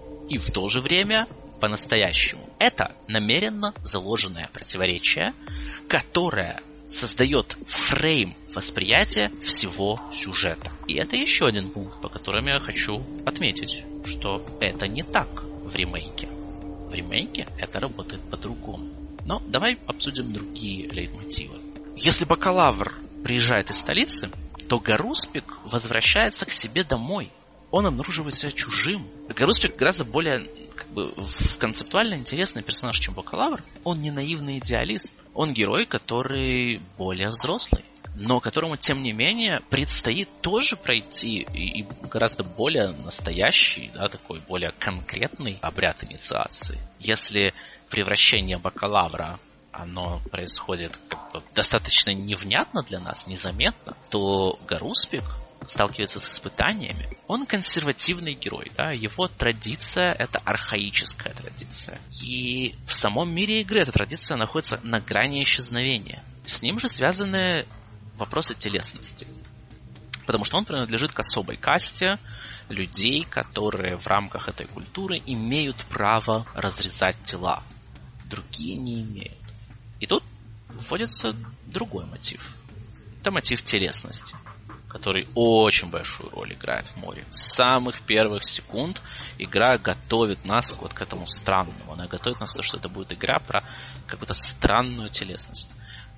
И в то же время по-настоящему. Это намеренно заложенное противоречие, которое создает фрейм восприятия всего сюжета. И это еще один пункт, по которому я хочу отметить, что это не так в ремейке. В ремейке это работает по-другому. Но давай обсудим другие лейтмотивы. Если бакалавр приезжает из столицы, то Гаруспик возвращается к себе домой. Он обнаруживает себя чужим. Гаруспик гораздо более концептуально интересный персонаж, чем бакалавр. Он не наивный идеалист. Он герой, который более взрослый, но которому, тем не менее, предстоит тоже пройти и гораздо более настоящий, да, такой более конкретный обряд инициации. Если превращение бакалавра оно происходит достаточно невнятно для нас, незаметно, то Гаруспик сталкивается с испытаниями. Он консервативный герой, да, его традиция — это архаическая традиция. И в самом мире игры эта традиция находится на грани исчезновения. С ним же связаны вопросы телесности. Потому что он принадлежит к особой касте людей, которые в рамках этой культуры имеют право разрезать тела. Другие не имеют. И тут вводится другой мотив. Это мотив телесности, который очень большую роль играет в море. С самых первых секунд игра готовит нас вот к этому странному. Она готовит нас к тому, что это будет игра про какую-то странную телесность.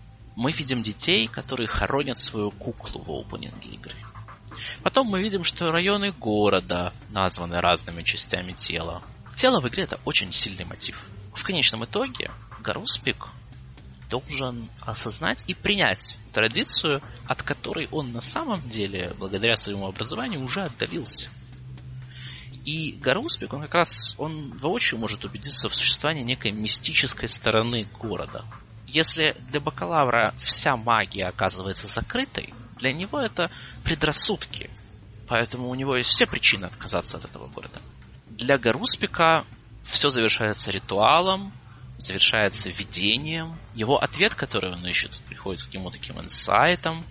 Мы видим детей, которые хоронят свою куклу в опенинге игры. Потом мы видим, что районы города названы разными частями тела. Тело в игре — это очень сильный мотив. В конечном итоге Гаруспик должен осознать и принять традицию, от которой он на самом деле, благодаря своему образованию, уже отдалился. И Гаруспик, он воочию может убедиться в существовании некой мистической стороны города. Если для бакалавра вся магия оказывается закрытой, для него это предрассудки. Поэтому у него есть все причины отказаться от этого города. Для Гаруспика все завершается ритуалом, завершается видением. Его ответ, который он ищет, приходит к нему таким инсайтом.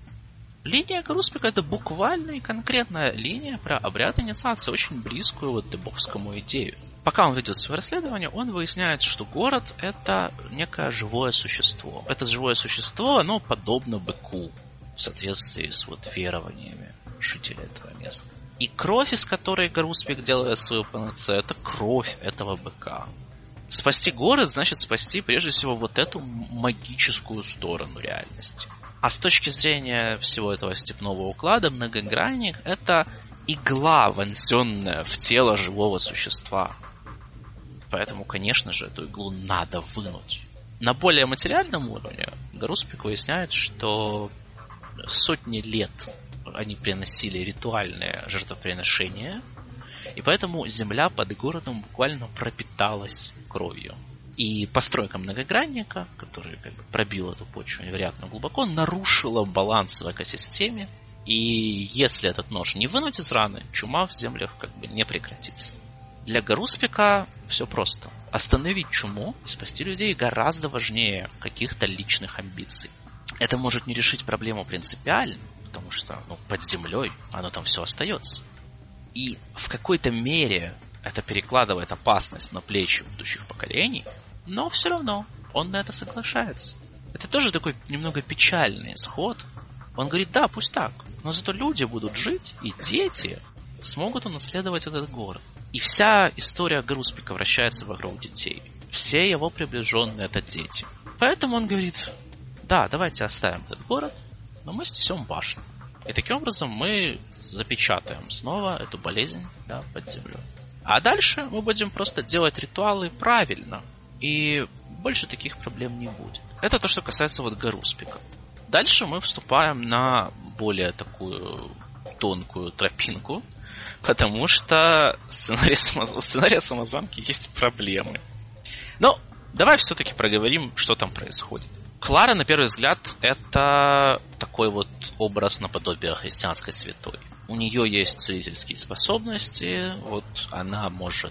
Линия Гаруспика — это буквально и конкретная линия про обряд инициации, очень близкую вот дебовскому идею. Пока он ведет свое расследование, он выясняет, что город — это некое живое существо. Это живое существо, оно подобно быку в соответствии с вот верованиями жителей этого места. И кровь, из которой Гаруспик делает свою панацею, это кровь этого быка. Спасти город значит спасти прежде всего вот эту магическую сторону реальности. А с точки зрения всего этого степного уклада, многогранник — это игла, вонзенная в тело живого существа. Поэтому, конечно же, эту иглу надо вынуть. На более материальном уровне Гаруспик выясняет, что сотни лет они приносили ритуальные жертвоприношения, и поэтому земля под городом буквально пропиталась кровью. И постройка многогранника, который пробил эту почву невероятно глубоко, нарушила баланс в экосистеме. И если этот нож не вынуть из раны, чума в землях не прекратится. Для Гаруспика все просто. Остановить чуму и спасти людей гораздо важнее каких-то личных амбиций. Это может не решить проблему принципиально, потому что под землей оно там все остается. И в какой-то мере это перекладывает опасность на плечи будущих поколений, но все равно он на это соглашается. Это тоже такой немного печальный исход. Он говорит, да, пусть так, но зато люди будут жить, и дети смогут унаследовать этот город. И вся история Гаруспика вращается вокруг детей. Все его приближенные — это дети. Поэтому он говорит, да, давайте оставим этот город, но мы снесем башню. И таким образом мы запечатаем снова эту болезнь, под землей. А дальше мы будем просто делать ритуалы правильно, и больше таких проблем не будет. Это то, что касается Гаруспика. Дальше мы вступаем на более такую тонкую тропинку, потому что у сценария самозванки есть проблемы. Но давай все-таки проговорим, что там происходит. Клара, на первый взгляд, это такой вот образ наподобие христианской святой. У нее есть целительские способности, она может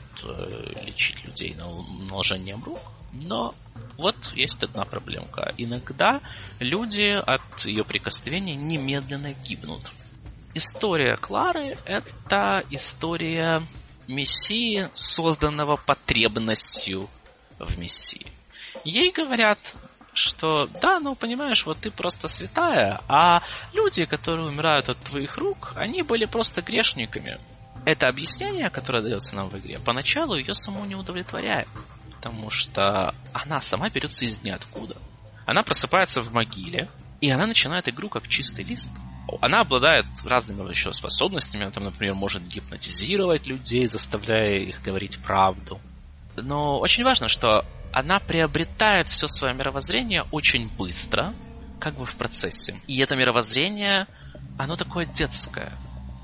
лечить людей наложением рук, но есть одна проблемка. Иногда люди от ее прикосновения немедленно гибнут. История Клары — это история мессии, созданного потребностью в мессии. Ей говорят, что да, понимаешь, ты просто святая, а люди, которые умирают от твоих рук, они были просто грешниками. Это объяснение, которое дается нам в игре, поначалу ее саму не удовлетворяет, потому что она сама берется из ниоткуда. Она просыпается в могиле, и она начинает игру как чистый лист. Она обладает разными еще способностями, она, например, может гипнотизировать людей, заставляя их говорить правду. Но очень важно, что она приобретает все свое мировоззрение очень быстро, в процессе. И это мировоззрение, оно такое детское.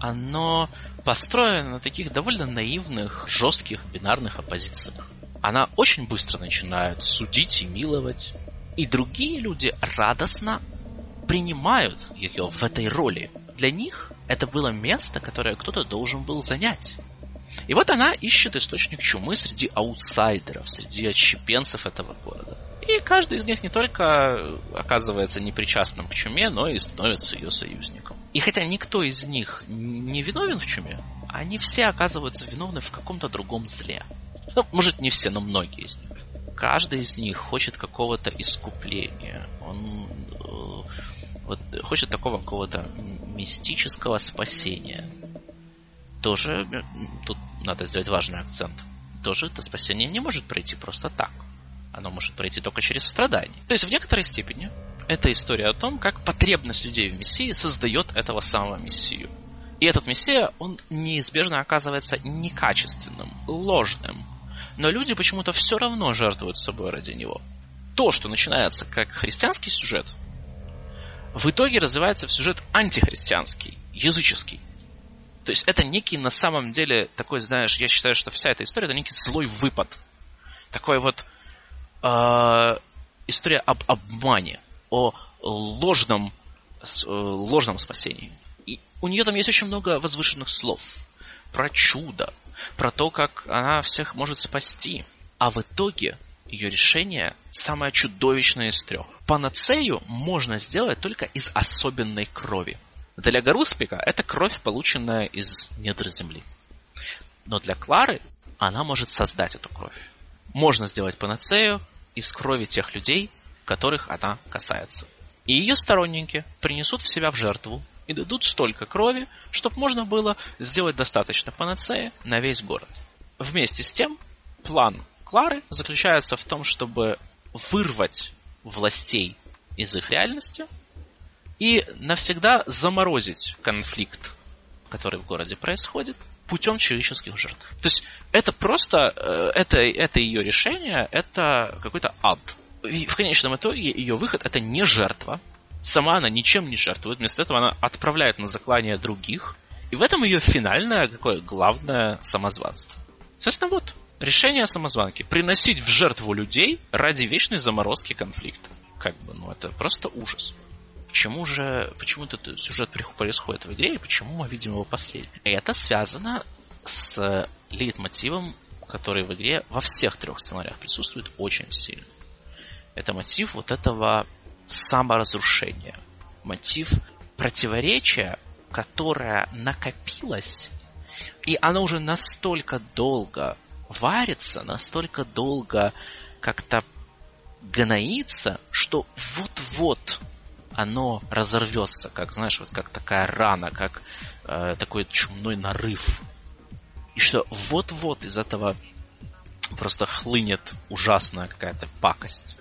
Оно построено на таких довольно наивных, жестких, бинарных оппозициях. Она очень быстро начинает судить и миловать. И другие люди радостно принимают ее в этой роли. Для них это было место, которое кто-то должен был занять. И она ищет источник чумы среди аутсайдеров, среди отщепенцев этого города. И каждый из них не только оказывается непричастным к чуме, но и становится ее союзником. И хотя никто из них не виновен в чуме, они все оказываются виновны в каком-то другом зле. Может, не все, но многие из них. Каждый из них хочет какого-то искупления. Он хочет такого какого-то мистического спасения. Тоже, тут надо сделать важный акцент, тоже это спасение не может пройти просто так. Оно может пройти только через страдания. То есть в некоторой степени это история о том, как потребность людей в Мессии создает этого самого Мессию. И этот Мессия, он неизбежно оказывается некачественным, ложным. Но люди почему-то все равно жертвуют собой ради него. то, что начинается как христианский сюжет, в итоге развивается в сюжет антихристианский, языческий. То есть это некий, на самом деле, такой, знаешь, я считаю, что вся эта история, это некий злой выпад. Такой вот история об обмане, о ложном спасении. И у нее там есть очень много возвышенных слов про чудо, про то, как она всех может спасти. А в итоге ее решение самое чудовищное из трех. Панацею можно сделать только из особенной крови. Для Гаруспика это кровь, полученная из недр земли. Но для Клары она может создать эту кровь. Можно сделать панацею из крови тех людей, которых она касается. И ее сторонники принесут себя в жертву и дадут столько крови, чтобы можно было сделать достаточно панацеи на весь город. Вместе с тем, план Клары заключается в том, чтобы вырвать властей из их реальности и навсегда заморозить конфликт, который в городе происходит, путем человеческих жертв. То есть это просто, это ее решение, это какой-то ад. И в конечном итоге ее выход это не жертва. Сама она ничем не жертвует, вместо этого она отправляет на заклание других. И в этом ее финальное, какое главное самозванство. Соответственно, вот решение самозванки. Приносить в жертву людей ради вечной заморозки конфликта. Это просто ужас. Почему этот сюжет происходит в игре, и почему мы видим его последним? И это связано с лейтмотивом, который в игре во всех трех сценариях присутствует очень сильно. Это мотив вот этого саморазрушения. Мотив противоречия, которое накопилось, и оно уже настолько долго варится, настолько долго как-то гноится, что вот-вот оно разорвется, как, знаешь, вот как такая рана, как такой чумной нарыв. И что вот-вот из этого просто хлынет ужасная какая-то пакость.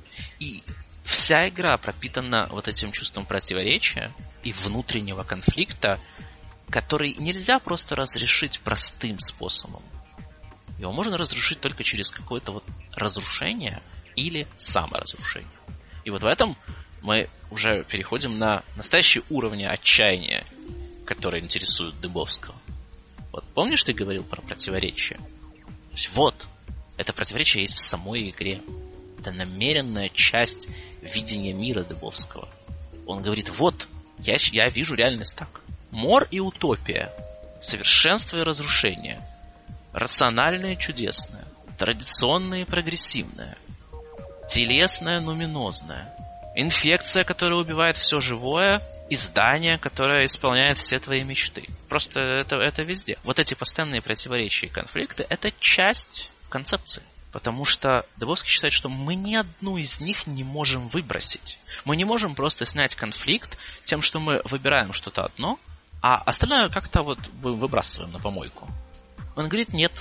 И вся игра пропитана вот этим чувством противоречия и внутреннего конфликта, который нельзя просто разрешить простым способом. Его можно разрушить только через какое-то вот разрушение или саморазрушение. И вот в этом мы уже переходим на настоящие уровни отчаяния, которые интересуют Дыбовского. Вот помнишь, ты говорил про противоречие? То есть вот, это противоречие есть в самой игре. Это намеренная часть видения мира Дыбовского. Он говорит, вот, я вижу реальность так. Мор и утопия, совершенство и разрушение, рациональное и чудесное, традиционное и прогрессивное, телесное, нуминозное, инфекция, которая убивает все живое, и здание, которое исполняет все твои мечты. Просто это везде. Вот эти постоянные противоречия и конфликты – это часть концепции. Потому что Дыбовский считает, что мы ни одну из них не можем выбросить. Мы не можем просто снять конфликт тем, что мы выбираем что-то одно, а остальное как-то вот выбрасываем на помойку. Он говорит, нет.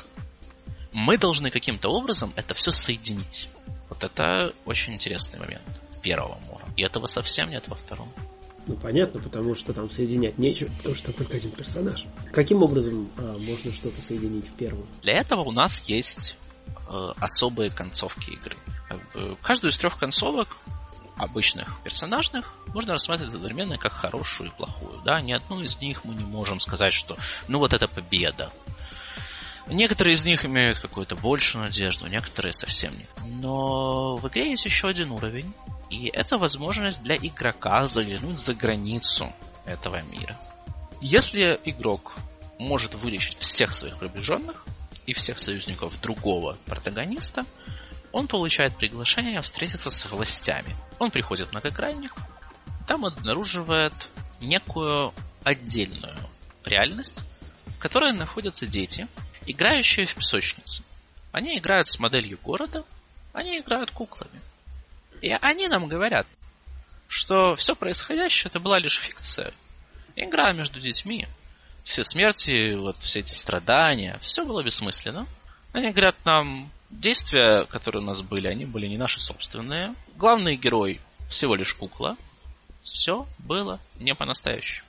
Мы должны каким-то образом это все соединить. Вот это очень интересный момент первого Мора. И этого совсем нет во втором.
Понятно, потому что там соединять нечего, потому что там только один персонаж. Каким образом можно что-то соединить в первом?
Для этого у нас есть особые концовки игры. Каждую из трех концовок, обычных персонажных, можно рассматривать одновременно как хорошую и плохую. Да? Ни одну из них мы не можем сказать, что вот это победа. Некоторые из них имеют какую-то большую надежду, некоторые совсем нет. Но в игре есть еще один уровень, и это возможность для игрока заглянуть за границу этого мира. Если игрок может вылечить всех своих приближенных и всех союзников другого протагониста, он получает приглашение встретиться с властями. Он приходит в многогранник, там обнаруживает некую отдельную реальность, в которой находятся дети, играющие в песочнице. Они играют с моделью города, они играют куклами. И они нам говорят, что все происходящее это была лишь фикция. Игра между детьми. Все смерти, все эти страдания, все было бессмысленно. Они говорят нам, действия, которые у нас были, они были не наши собственные. Главный герой всего лишь кукла. Все было не по-настоящему.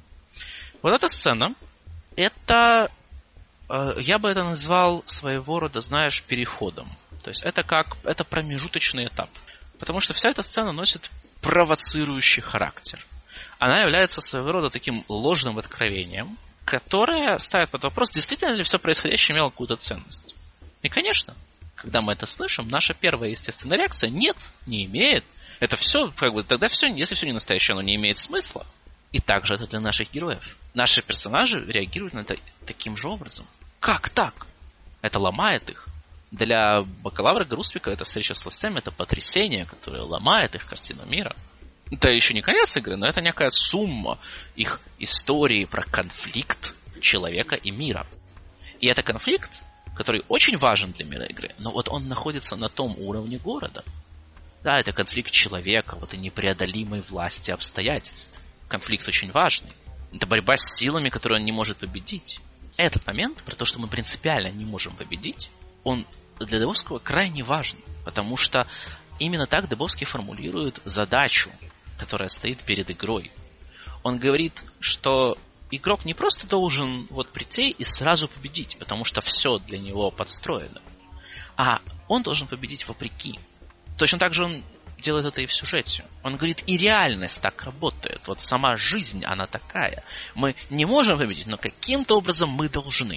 Вот эта сцена, это, я бы это назвал своего рода, знаешь, переходом. То есть это промежуточный этап. Потому что вся эта сцена носит провоцирующий характер. Она является своего рода таким ложным откровением, которое ставит под вопрос, действительно ли все происходящее имело какую-то ценность. И, конечно, когда мы это слышим, наша первая естественная реакция – нет, не имеет. Это все, тогда все, если все не настоящее, оно не имеет смысла. И также это для наших героев. Наши персонажи реагируют на это таким же образом. Как так? Это ломает их. Для бакалавра Груствика эта встреча с властями – это потрясение, которое ломает их картину мира. Это еще не конец игры, но это некая сумма их истории про конфликт человека и мира. И это конфликт, который очень важен для мира игры, но вот он находится на том уровне города. Да, это конфликт человека, вот и непреодолимой власти обстоятельств. Конфликт очень важный. Это борьба с силами, которые он не может победить. Этот момент, про то, что мы принципиально не можем победить, он для Дыбовского крайне важен, потому что именно так Дыбовский формулирует задачу, которая стоит перед игрой. Он говорит, что игрок не просто должен прийти и сразу победить, потому что все для него подстроено, а он должен победить вопреки. Точно так же он делает это и в сюжете. Он говорит, и реальность так работает. Вот сама жизнь, она такая. Мы не можем победить, но каким-то образом мы должны.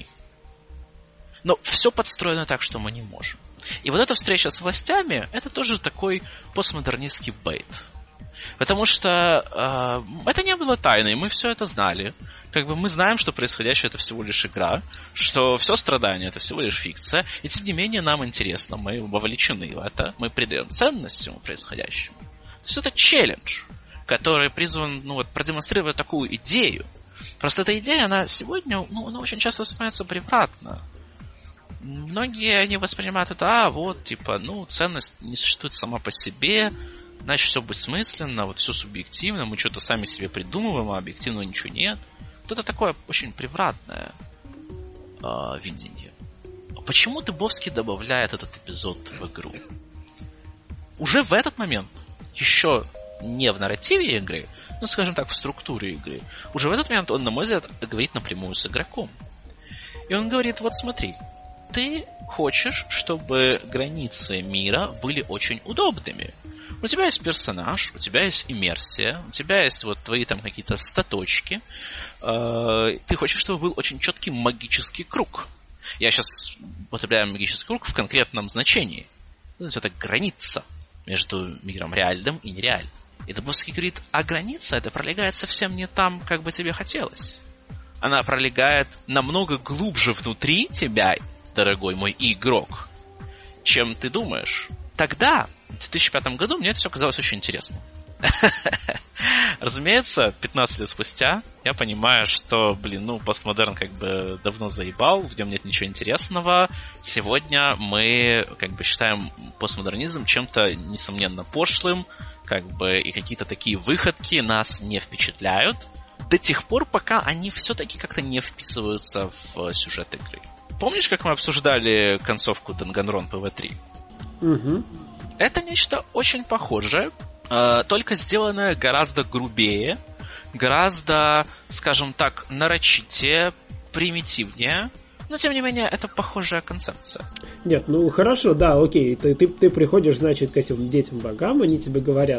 Но все подстроено так, что мы не можем. И вот эта встреча с властями, это тоже такой постмодернистский бейт. Потому что это не было тайной, мы все это знали. Мы знаем, что происходящее это всего лишь игра, что все страдание это всего лишь фикция, и тем не менее нам интересно, мы вовлечены в это, мы придаем ценность всему происходящему. То есть это челлендж, который призван продемонстрировать такую идею. Просто эта идея, она сегодня она очень часто воспринимается превратно. Многие они воспринимают это, ценность не существует сама по себе, значит, все бессмысленно, все субъективно, мы что-то сами себе придумываем, а объективного ничего нет. Вот это такое очень превратное видение. Почему Дыбовский добавляет этот эпизод в игру? Уже в этот момент, еще не в нарративе игры, скажем так, в структуре игры, уже в этот момент он, на мой взгляд, говорит напрямую с игроком. И он говорит, смотри, ты хочешь, чтобы границы мира были очень удобными. У тебя есть персонаж, у тебя есть иммерсия, у тебя есть твои там какие-то статочки. Ты хочешь, чтобы был очень четкий магический круг. Я сейчас употребляю магический круг в конкретном значении. То есть это граница между миром реальным и нереальным. И Дыбовский говорит, а граница эта пролегает совсем не там, как бы тебе хотелось. Она пролегает намного глубже внутри тебя, дорогой мой игрок, чем ты думаешь. Тогда, в 2005 году, мне это все казалось очень интересным. Разумеется, 15 лет спустя я понимаю, что, постмодерн давно заебал, в нем нет ничего интересного. Сегодня мы считаем постмодернизм чем-то несомненно пошлым, и какие-то такие выходки нас не впечатляют до тех пор, пока они все-таки как-то не вписываются в сюжет игры. Помнишь, как мы обсуждали концовку Danganronpa PV3?
Угу.
Это нечто очень похожее, только сделанное гораздо грубее, гораздо, скажем так, нарочитее, примитивнее. Но, тем не менее, это похожая концепция.
Нет, хорошо, да, окей. Ты приходишь, значит, к этим детям-богам, они тебе говорят,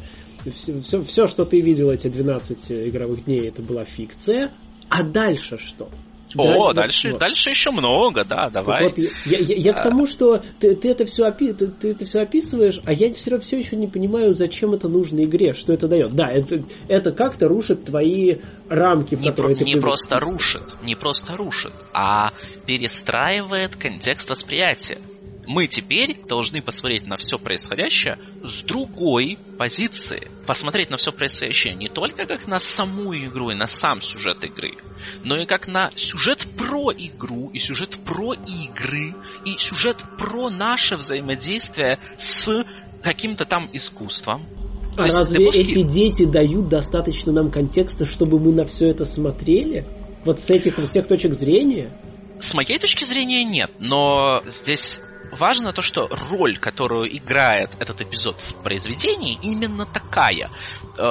все, что ты видел эти 12 игровых дней, это была фикция, а дальше что?
Дальше еще много, да, давай.
Я к тому, что ты это все описываешь, а я все еще не понимаю, зачем это нужно игре, что это дает. Да, это как-то рушит твои рамки, в которые ты
не просто рушит, а перестраивает контекст восприятия. Мы теперь должны посмотреть на все происходящее с другой позиции. Посмотреть на все происходящее не только как на саму игру и на сам сюжет игры, но и как на сюжет про игру, и сюжет про игры, и сюжет про наше взаимодействие с каким-то там искусством.
А разве эти дети дают достаточно нам контекста, чтобы мы на все это смотрели? С этих всех точек зрения?
С моей точки зрения нет, но здесь важно то, что роль, которую играет этот эпизод в произведении, именно такая.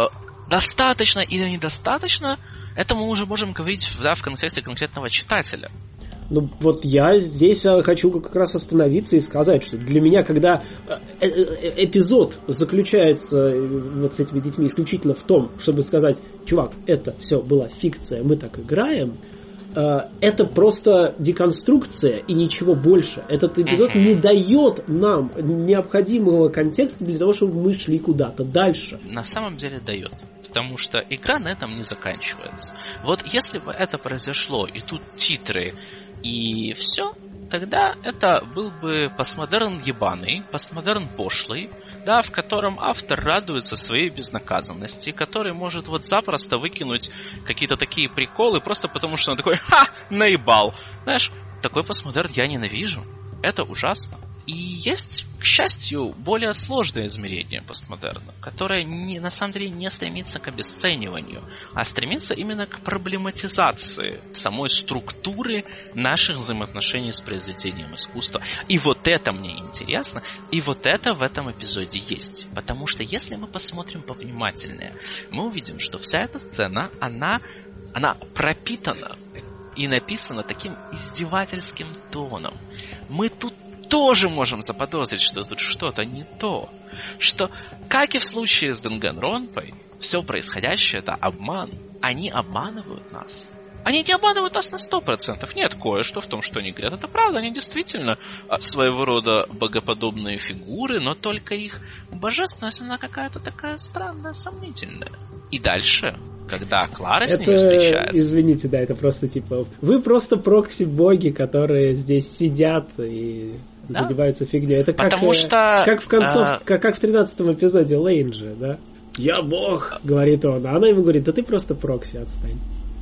Достаточно или недостаточно, это мы уже можем говорить в контексте конкретного читателя.
Ну, вот я здесь хочу как раз остановиться и сказать, что для меня, когда эпизод заключается вот с этими детьми исключительно в том, чтобы сказать, чувак, это все была фикция, мы так играем, это просто деконструкция и ничего больше. Этот эпизод не дает нам необходимого контекста для того, чтобы мы шли куда-то дальше.
На самом деле дает. Потому что игра на этом не заканчивается. Вот если бы это произошло, и тут титры, и все, тогда это был бы постмодерн ебаный, постмодерн пошлый, да, в котором автор радуется своей безнаказанности, который может вот запросто выкинуть какие-то такие приколы, просто потому что он такой, наебал. Знаешь, такой постмодерн я ненавижу. Это ужасно. И есть, к счастью, более сложное измерение постмодерна, которое на самом деле не стремится к обесцениванию, а стремится именно к проблематизации самой структуры наших взаимоотношений с произведением искусства. И вот это мне интересно, и вот это в этом эпизоде есть. Потому что если мы посмотрим повнимательнее, мы увидим, что вся эта сцена, она пропитана и написана таким издевательским тоном. Мы тут тоже можем заподозрить, что тут что-то не то. Что, как и в случае с Данганронпой, все происходящее — это обман. Они обманывают нас. Они не обманывают нас на 100%. Нет, кое-что в том, что они говорят, это правда. Они действительно своего рода богоподобные фигуры, но только их божественность, она какая-то такая странная, сомнительная. И дальше, когда Клара с ними встречается...
Извините, да, это просто типа... Вы просто прокси-боги, которые здесь сидят и занимаются фигней. Это как,
потому что...
как в концовке, как в 13-м эпизоде Лейнджа, да? «Я бог», говорит он, а она ему говорит, да ты просто прокси, отстань.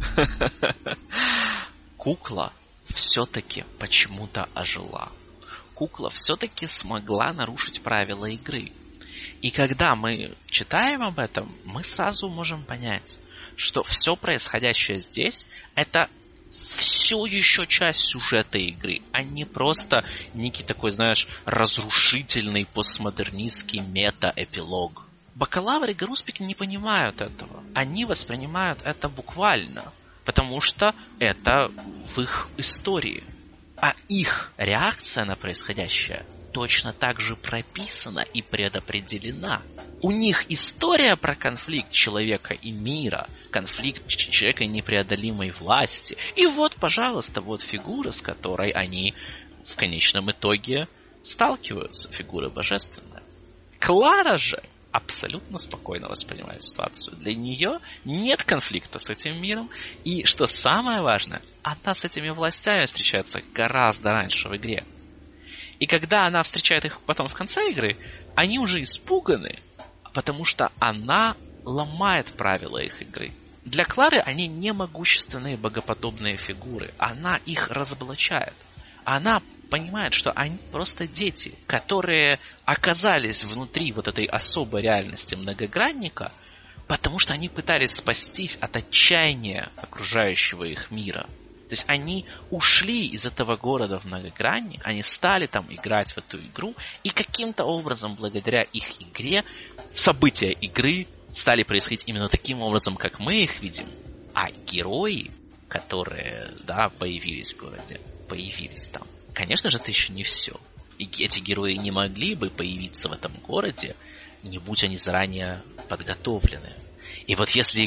Кукла все-таки почему-то ожила. Кукла все-таки смогла нарушить правила игры. И когда мы читаем об этом, мы сразу можем понять, что все происходящее здесь — это все еще часть сюжета игры, а не просто некий такой, знаешь, разрушительный постмодернистский мета-эпилог. Бакалавр и Груспик не понимают этого. Они воспринимают это буквально, потому что это в их истории. А их реакция на происходящее точно так же прописана и предопределена. У них история про конфликт человека и мира, конфликт человека и непреодолимой власти. И вот, пожалуйста, вот фигура, с которой они в конечном итоге сталкиваются, фигура божественная. Клара же абсолютно спокойно воспринимает ситуацию. Для нее нет конфликта с этим миром. И, что самое важное, она с этими властями встречается гораздо раньше в игре. И когда она встречает их потом в конце игры, они уже испуганы, потому что она ломает правила их игры. Для Клары они не могущественные богоподобные фигуры. Она их разоблачает. Она понимает, что они просто дети, которые оказались внутри вот этой особой реальности многогранника, потому что они пытались спастись от отчаяния окружающего их мира. То есть они ушли из этого города в многогранник, они стали там играть в эту игру, и каким-то образом, благодаря их игре, события игры стали происходить именно таким образом, как мы их видим. А герои, которые, появились в городе, появились там. Конечно же, это еще не все. И эти герои не могли бы появиться в этом городе, не будь они заранее подготовлены. И вот если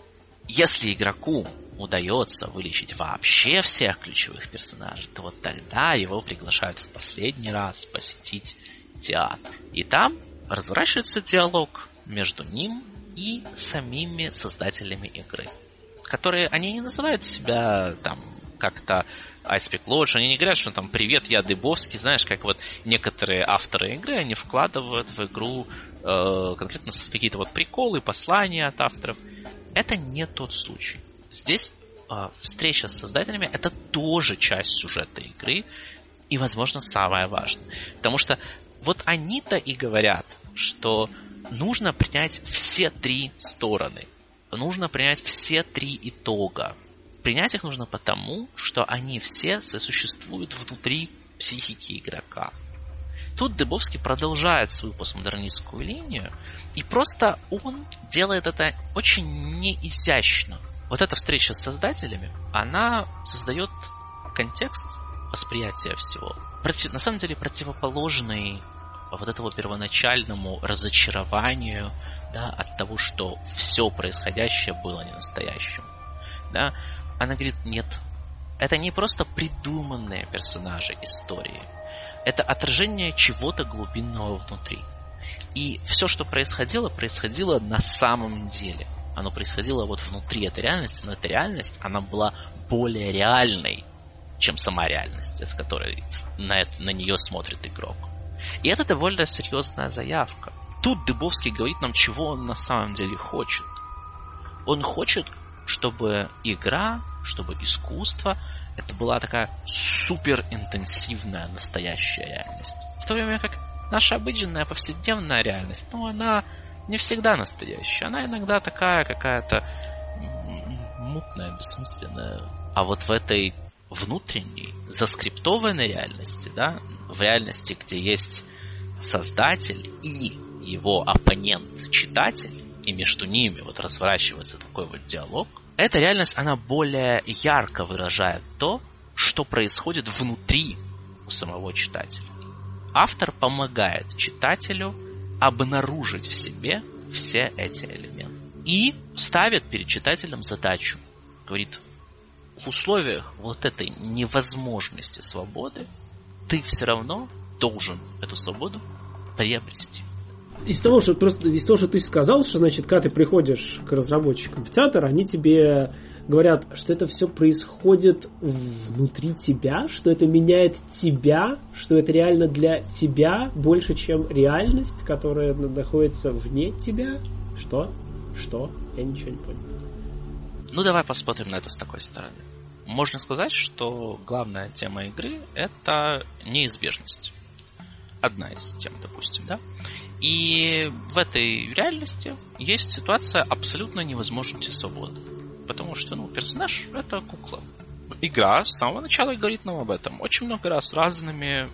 игроку удается вылечить вообще всех ключевых персонажей, то вот тогда его приглашают в последний раз посетить театр. И там разворачивается диалог между ним и самими создателями игры, которые, они не называют себя там как-то Icepeak Lodge, они не говорят, что там «Привет, я Дыбовский», знаешь, как вот некоторые авторы игры, они вкладывают в игру конкретно какие-то вот приколы, послания от авторов. Это не тот случай. Здесь встреча с создателями — это тоже часть сюжета игры, и, возможно, самое важное. Потому что вот они-то и говорят, что нужно принять все три стороны, нужно принять все три итога. Принять их нужно потому, что они все сосуществуют внутри психики игрока. Тут Дыбовский продолжает свою постмодернистскую линию, и просто он делает это очень неизящно. Вот эта встреча с создателями, она создает контекст восприятия всего на самом деле противоположный вот этому первоначальному разочарованию, да, от того, что все происходящее было не настоящим. Да? Она говорит, нет, это не просто придуманные персонажи истории, это отражение чего-то глубинного внутри. И все, что происходило на самом деле. Оно происходило вот внутри этой реальности, но эта реальность, она была более реальной, чем сама реальность, с которой на нее смотрит игрок. И это довольно серьезная заявка. Тут Дыбовский говорит нам, чего он на самом деле хочет. Он хочет, чтобы игра, чтобы искусство, это была такая суперинтенсивная настоящая реальность. В то время как наша обыденная повседневная реальность, она не всегда настоящая. Она иногда такая какая-то мутная, бессмысленная. А вот в этой внутренней, заскриптованной реальности, да, в реальности, где есть создатель и его оппонент, читатель, и между ними вот разворачивается такой вот диалог, эта реальность, она более ярко выражает то, что происходит внутри у самого читателя. Автор помогает читателю обнаружить в себе все эти элементы. И ставит перед читателем задачу. Говорит, в условиях вот этой невозможности свободы ты все равно должен эту свободу приобрести.
Из того, что ты сказал, что, значит, когда ты приходишь к разработчикам в театр, они тебе говорят, что это все происходит внутри тебя, что это меняет тебя, что это реально для тебя больше, чем реальность, которая находится вне тебя. Что? Я ничего не понял.
Давай посмотрим на это с такой стороны. Можно сказать, что главная тема игры — это неизбежность. Одна из тем, допустим, да? И в этой реальности есть ситуация абсолютной невозможности свободы. Потому что, персонаж — это кукла. Игра с самого начала говорит нам об этом. Очень много раз разными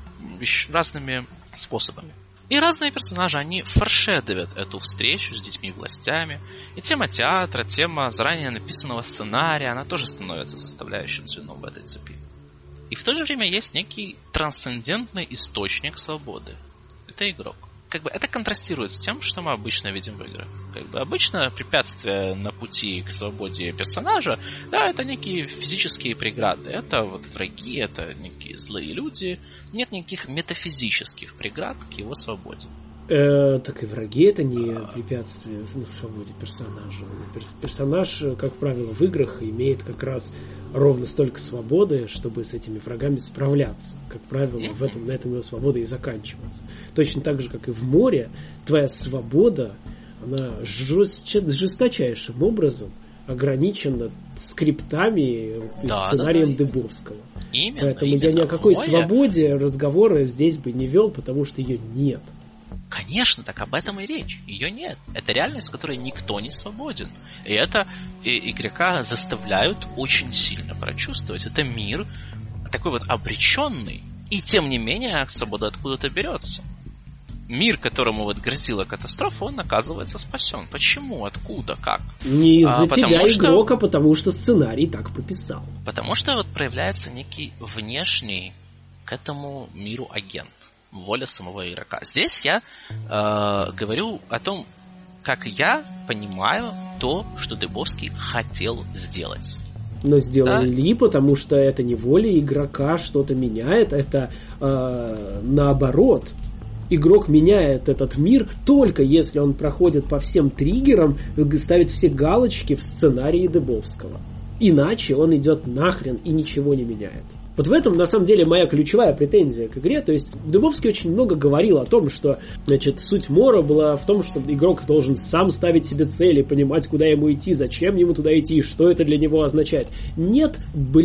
способами. И разные персонажи, они форшедовят эту встречу с детьми-властями. И тема театра, тема заранее написанного сценария, она тоже становится составляющим звеном в этой цепи. И в то же время есть некий трансцендентный источник свободы. Это игрок. Это контрастирует с тем, что мы обычно видим в играх. Обычно препятствия на пути к свободе персонажа, да, это некие физические преграды. Это вот враги, это некие злые люди. Нет никаких метафизических преград к его свободе.
Так и враги — это не препятствие на свободе персонажа. Персонаж, как правило, в играх имеет как раз ровно столько свободы, чтобы с этими врагами справляться. Как правило, на этом его свобода и заканчивается. Точно так же, как и в море, твоя свобода, она жесточайшим образом ограничена скриптами и сценарием Дыбовского. Поэтому я ни о какой свободе разговора здесь бы не вел, потому что ее нет.
Конечно, так об этом и речь. Ее нет. Это реальность, в которой никто не свободен. И это игрока заставляют очень сильно прочувствовать. Это мир такой вот обреченный. И тем не менее свобода откуда-то берется. Мир, которому вот грозила катастрофа, он оказывается спасен. Почему? Откуда? Как?
Не из-за тебя, игрок, а потому что сценарий так прописал.
Потому что вот проявляется некий внешний к этому миру агент. Воля самого игрока. Здесь я говорю о том, как я понимаю то, что Дыбовский хотел сделать.
Но сделал ли, потому что это не воля игрока что-то меняет, это наоборот. Игрок меняет этот мир только если он проходит по всем триггерам, ставит все галочки в сценарии Дыбовского. Иначе он идет нахрен и ничего не меняет. Вот в этом, на самом деле, моя ключевая претензия к игре. То есть Дыбовский очень много говорил о том, что, значит, суть Мора была в том, что игрок должен сам ставить себе цели, понимать, куда ему идти, зачем ему туда идти, что это для него означает. Нет,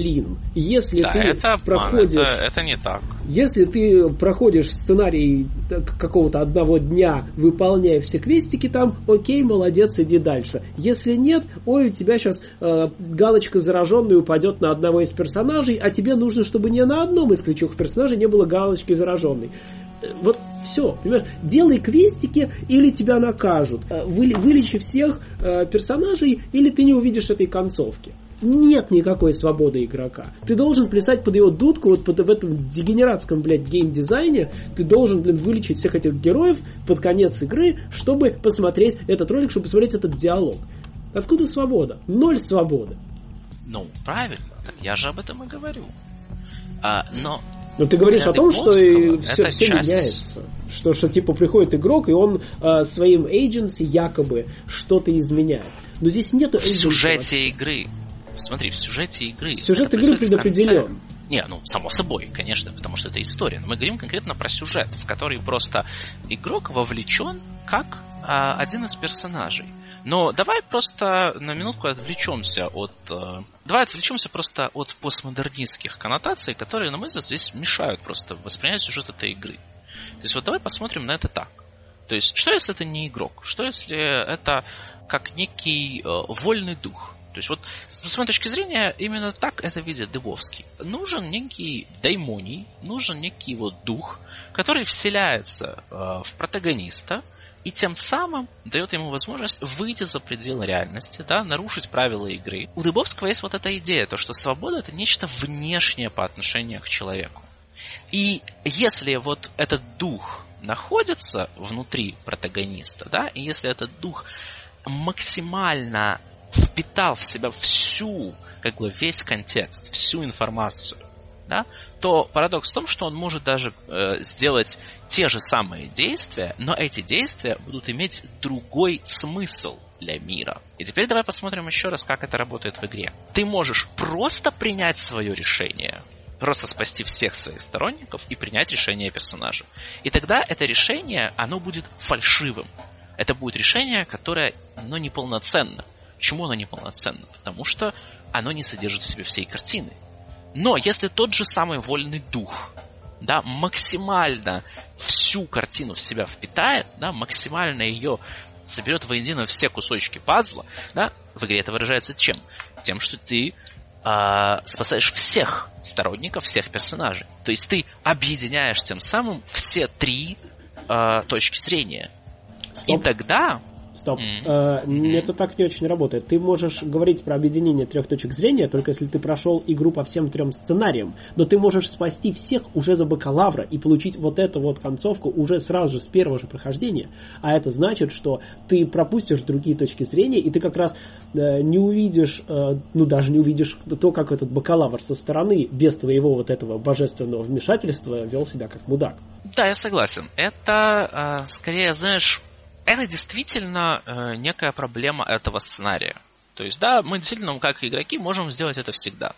если ты проходишь...
Это не так.
Если ты проходишь сценарий какого-то одного дня, выполняя все квестики там, окей, молодец, иди дальше. Если нет, у тебя сейчас галочка зараженный упадет на одного из персонажей, а тебе нужно, чтобы ни на одном из ключевых персонажей не было галочки зараженной. Вот все, понимаешь? Делай квестики, или тебя накажут. Вылечи всех персонажей, или ты не увидишь этой концовки. нет никакой свободы игрока. Ты должен плясать под его дудку, вот в этом дегенератском, геймдизайне. Ты должен, вылечить всех этих героев под конец игры, чтобы посмотреть этот ролик, чтобы посмотреть этот диалог. Откуда свобода? 0 свободы.
Ну, правильно. Так я же об этом и говорю. Но
ты говоришь о том, что все меняется. Что типа приходит игрок, и он своим agency якобы что-то изменяет. Но здесь нету agency.
В сюжете игры. Смотри, в сюжете игры.
Сюжет игры предопределен.
Не, само собой, конечно, потому что это история. Но мы говорим конкретно про сюжет, в который просто игрок вовлечен как один из персонажей. Но давай просто на минутку отвлечемся просто от постмодернистских коннотаций, которые, на мой взгляд, здесь мешают просто воспринять сюжет этой игры. То есть вот давай посмотрим на это так. То есть, что если это не игрок? Что если это как некий вольный дух? То есть вот с моей точки зрения именно так это видит Дыбовский. Нужен некий даймоний, нужен некий вот дух, который вселяется в протагониста, и тем самым дает ему возможность выйти за пределы реальности, да, нарушить правила игры. У Дыбовского есть вот эта идея, то, что свобода — это нечто внешнее по отношению к человеку. И если вот этот дух находится внутри протагониста, да, и если этот дух максимально впитал в себя весь контекст, всю информацию, да, то парадокс в том, что он может даже сделать те же самые действия, но эти действия будут иметь другой смысл для мира. И теперь давай посмотрим еще раз, как это работает в игре. Ты можешь просто принять свое решение, просто спасти всех своих сторонников и принять решение персонажа. И тогда это решение, оно будет фальшивым. Это будет решение, которое, оно неполноценно. Почему оно неполноценно? Потому что оно не содержит в себе всей картины. Но если тот же самый вольный дух, да, максимально всю картину в себя впитает, да, максимально ее соберет воедино все кусочки пазла, да, в игре это выражается чем? Тем, что ты спасаешь всех сторонников, всех персонажей. То есть ты объединяешь тем самым все 3 точки зрения.
Стоп.
И тогда...
Стоп. Это так не очень работает. Ты можешь говорить про объединение 3 точек зрения, только если ты прошел игру по всем 3 сценариям. Но ты можешь спасти всех уже за бакалавра и получить вот эту вот концовку уже сразу же с первого же прохождения. А это значит, что ты пропустишь другие точки зрения, и ты как раз не увидишь, даже не увидишь то, как этот бакалавр со стороны, без твоего вот этого божественного вмешательства, вел себя как мудак.
Да, я согласен. Это скорее, знаешь... Это действительно некая проблема этого сценария. То есть, да, мы действительно, как игроки, можем сделать это всегда.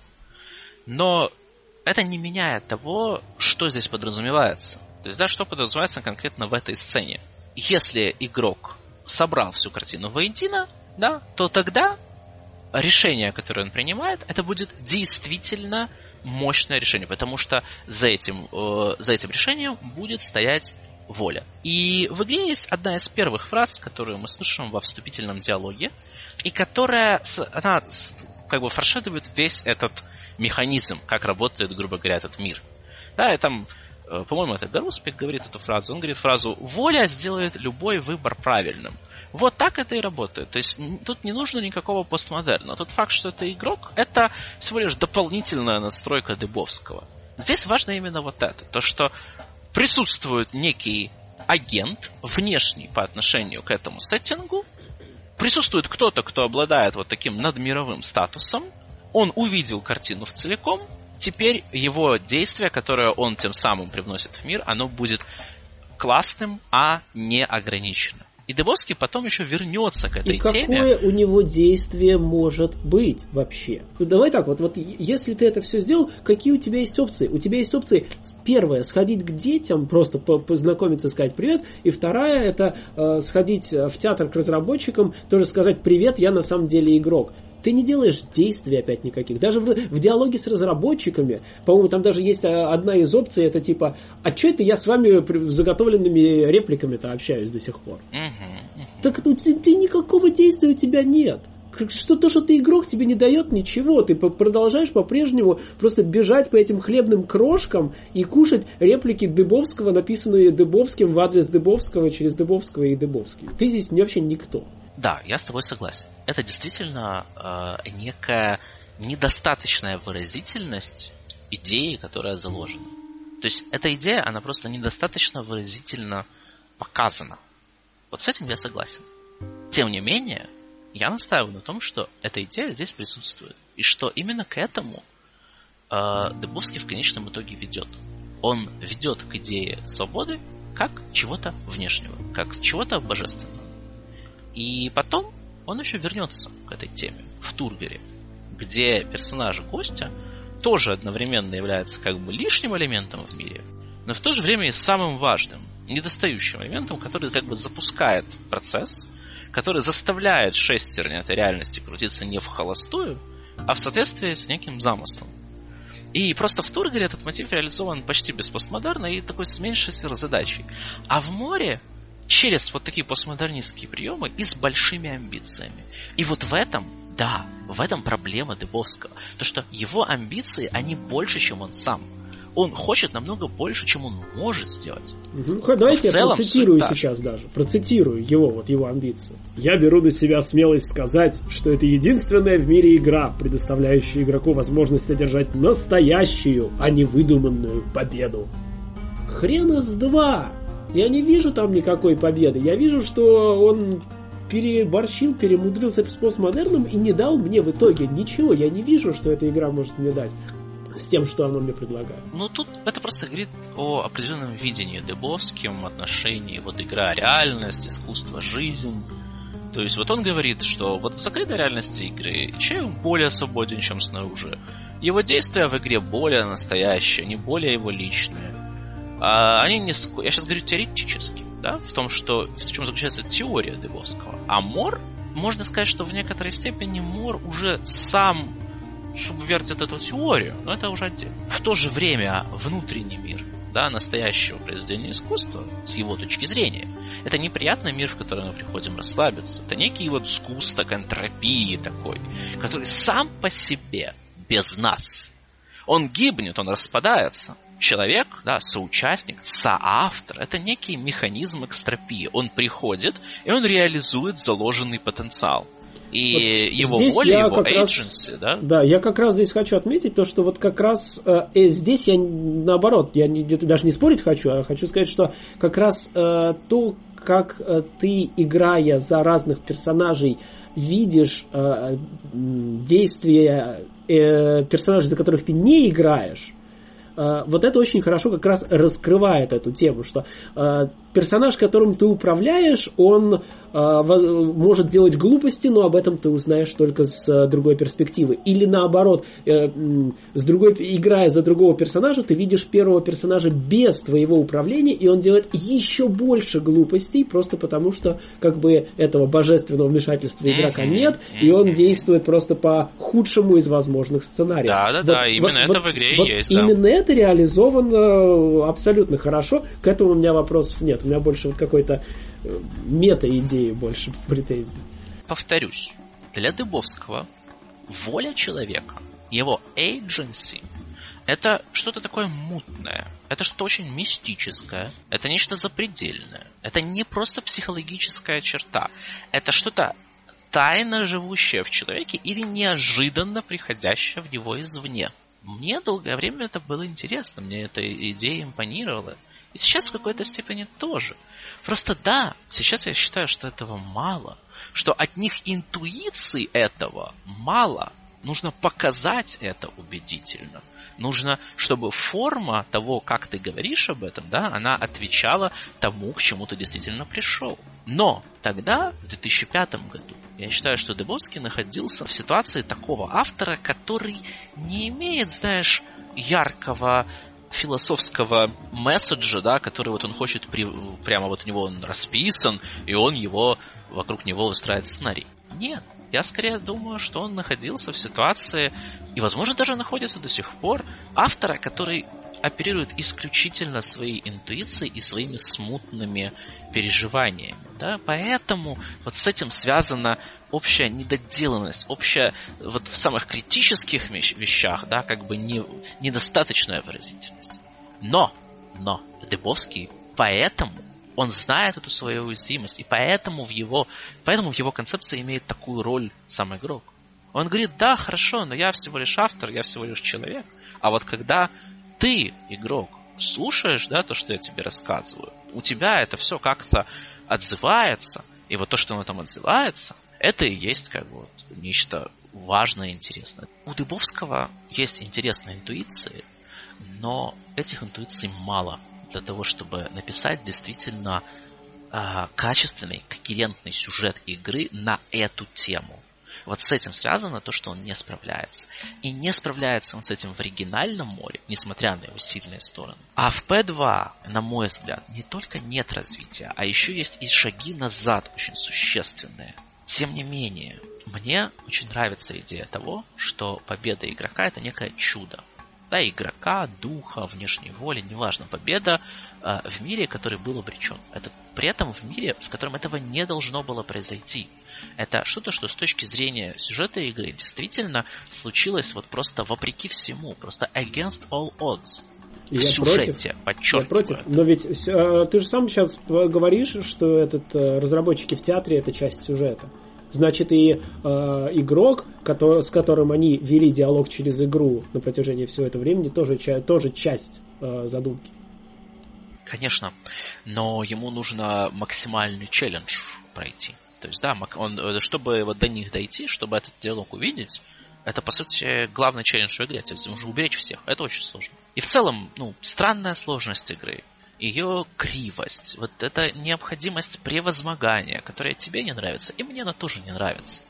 Но это не меняет того, что здесь подразумевается. То есть, да, что подразумевается конкретно в этой сцене. Если игрок собрал всю картину воедино, да, то тогда решение, которое он принимает, это будет действительно мощное решение. Потому что за этим решением будет стоять воля. И в игре есть одна из первых фраз, которую мы слышим во вступительном диалоге, и которая, она как бы форшедует весь этот механизм, как работает, грубо говоря, этот мир. Да, и там, по-моему, это Гаруспик говорит эту фразу. Он говорит фразу: «Воля сделает любой выбор правильным». Вот так это и работает. То есть тут не нужно никакого постмодерна. Тот факт, что это игрок, это всего лишь дополнительная настройка Дыбовского. Здесь важно именно вот это. То, что присутствует некий агент, внешний по отношению к этому сеттингу, присутствует кто-то, кто обладает вот таким надмировым статусом, он увидел картину в целиком, теперь его действие, которое он тем самым привносит в мир, оно будет классным, а не ограниченным. И Дыбовский потом еще вернется к этой теме.
И какое у него действие может быть вообще? Ну, давай так, вот если ты это все сделал, какие у тебя есть опции? У тебя есть опции: первая — сходить к детям, просто познакомиться, сказать привет. И вторая — это сходить в театр к разработчикам, тоже сказать привет, я на самом деле игрок. Ты не делаешь действий опять никаких. Даже в диалоге с разработчиками, по-моему, там даже есть одна из опций, это типа: а что это я с вами заготовленными репликами-то общаюсь до сих пор? Так ты никакого действия у тебя нет. То, что ты игрок, тебе не дает ничего. Ты продолжаешь по-прежнему просто бежать по этим хлебным крошкам и кушать реплики Дыбовского, написанные Дыбовским в адрес Дыбовского через Дыбовского и Дыбовский. Ты здесь вообще никто.
Да, я с тобой согласен. Это действительно некая недостаточная выразительность идеи, которая заложена. То есть эта идея, она просто недостаточно выразительно показана. Вот с этим я согласен. Тем не менее, я настаиваю на том, что эта идея здесь присутствует. И что именно к этому Дыбовский в конечном итоге ведет. Он ведет к идее свободы как чего-то внешнего, как чего-то божественного. И потом он еще вернется к этой теме в Тургаре, где персонаж гостя тоже одновременно является как бы лишним элементом в мире, но в то же время и самым важным, недостающим элементом, который как бы запускает процесс, который заставляет шестерни этой реальности крутиться не в холостую, а в соответствии с неким замыслом. И просто в Тургаре этот мотив реализован почти без постмодерна и такой с меньшей сверхзадачей. А в море через вот такие постмодернистские приемы и с большими амбициями. И вот в этом, да, в этом проблема Дыбовского. То, что его амбиции, они больше, чем он сам. Он хочет намного больше, чем он может сделать.
Давайте я процитирую сейчас даже. Процитирую его амбиции. «Я беру на себя смелость сказать, что это единственная в мире игра, предоставляющая игроку возможность одержать настоящую, а не выдуманную победу». Хрена с два! Я не вижу там никакой победы. Я вижу, что он переборщил, перемудрился с постмодерном и не дал мне в итоге ничего. Я не вижу, что эта игра может мне дать с тем, что оно мне предлагает.
Ну, тут это просто говорит о определенном видении Дыбовским отношении вот игра, реальность, искусство, жизнь. То есть вот он говорит, что вот в закрытой реальности игры человек более свободен, чем снаружи. Его действия в игре более настоящие, не более его личные. Они не... Я сейчас говорю теоретически, да, в том, что в чем заключается теория Дыбовского. А Мор, можно сказать, что в некоторой степени Мор уже сам субвертит эту теорию, но это уже отдельно. В то же время внутренний мир, да, настоящего произведения искусства, с его точки зрения, это неприятный мир, в который мы приходим расслабиться. Это некий вот сгусток энтропии такой, который сам по себе, без нас. Он гибнет, он распадается. Человек, да, соучастник, соавтор, это некий механизм экстропии. Он приходит, и он реализует заложенный потенциал. И вот его воля, его agency, да?
Да, я как раз здесь хочу отметить то, что вот как раз здесь я наоборот, я даже не спорить хочу, а хочу сказать, что как раз то, как ты, играя за разных персонажей, видишь действия персонажей, за которых ты не играешь, вот это очень хорошо как раз раскрывает эту тему, что персонаж, которым ты управляешь, он может делать глупости, но об этом ты узнаешь только с другой перспективы. Или наоборот, играя за другого персонажа, ты видишь первого персонажа без твоего управления, и он делает еще больше глупостей, просто потому что как бы этого божественного вмешательства игрока нет, и он действует просто по худшему из возможных сценариев.
Да, именно это в игре и есть.
Именно это реализовано абсолютно хорошо. К этому у меня вопросов нет. У меня больше вот какой-то мета-идеи, больше претензий.
Повторюсь, для Дыбовского воля человека, его agency, это что-то такое мутное, это что-то очень мистическое, это нечто запредельное, это не просто психологическая черта, это что-то тайно живущее в человеке или неожиданно приходящее в него извне. Мне долгое время это было интересно, мне эта идея импонировала. И сейчас в какой-то степени тоже. Просто да, сейчас я считаю, что этого мало. Что от них интуиции этого мало. Нужно показать это убедительно. Нужно, чтобы форма того, как ты говоришь об этом, да, она отвечала тому, к чему ты действительно пришел. Но тогда, в 2005 году, я считаю, что Дыбовский находился в ситуации такого автора, который не имеет, знаешь, яркого философского месседжа, да, который вот он хочет, прямо вот у него он расписан, и он его, вокруг него выстраивает сценарий. Нет, я скорее думаю, что он находился в ситуации, и, возможно, даже находится до сих пор, автора, который оперирует исключительно своей интуицией и своими смутными переживаниями. Да? Поэтому вот с этим связана общая недоделанность, общая вот в самых критических вещах, да, как бы недостаточная выразительность. Но Дыбовский поэтому он знает эту свою уязвимость, и поэтому в его концепции имеет такую роль сам игрок. Он говорит, да, хорошо, но я всего лишь автор, я всего лишь человек. А вот когда ты, игрок, слушаешь, да, то, что я тебе рассказываю, у тебя это все как-то отзывается, и вот то, что оно там отзывается, это и есть как бы вот нечто важное и интересное. У Дыбовского есть интересные интуиции, но этих интуиций мало для того, чтобы написать действительно качественный, когерентный сюжет игры на эту тему. Вот с этим связано то, что он не справляется. И не справляется он с этим в оригинальном море, несмотря на его сильные стороны. А в P2, на мой взгляд, не только нет развития, а еще есть и шаги назад очень существенные. Тем не менее, мне очень нравится идея того, что победа игрока — это некое чудо. Да, игрока, духа, внешней воли, неважно, победа в мире, который был обречен. Это при этом в мире, в котором этого не должно было произойти. Это что-то, что с точки зрения сюжета игры действительно случилось вот просто вопреки всему, просто against all odds. В сюжете, подчеркиваю. Я против.
Но ведь ты же сам сейчас говоришь, что разработчики в театре — это часть сюжета. Значит, и игрок, с которым они вели диалог через игру на протяжении всего этого времени, тоже часть задумки.
Конечно, но ему нужно максимальный челлендж пройти. То есть, да, чтобы вот до них дойти, чтобы этот диалог увидеть, это, по сути, главный челлендж в игре. То есть, нужно уберечь всех. Это очень сложно. И в целом, странная сложность игры, ее кривость, вот эта необходимость превозмогания, которая тебе не нравится, и мне она тоже не нравится.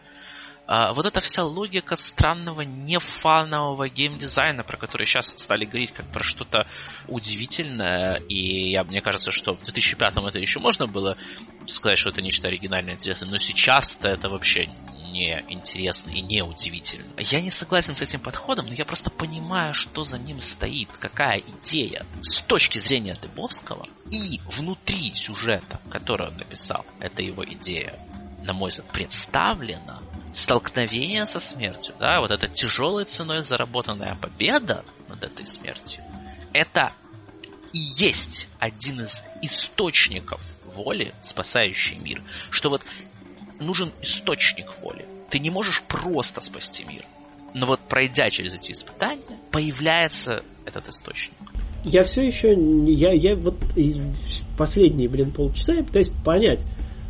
Вот эта вся логика странного нефанового геймдизайна, про который сейчас стали говорить как про что-то удивительное, и мне кажется, что в 2005-м это еще можно было сказать, что это нечто оригинальное, интересное, но сейчас-то это вообще не интересно и не удивительно. Я не согласен с этим подходом, но я просто понимаю, что за ним стоит, какая идея с точки зрения Дыбовского и внутри сюжета, который он написал, эта его идея, на мой взгляд, представлена. Столкновение со смертью, да, вот эта тяжелой ценой заработанная победа над этой смертью, это и есть один из источников воли, спасающий мир. Что вот нужен источник воли. Ты не можешь просто спасти мир. Но вот пройдя через эти испытания, появляется этот источник.
Я все еще, я вот последние, полчаса я пытаюсь понять,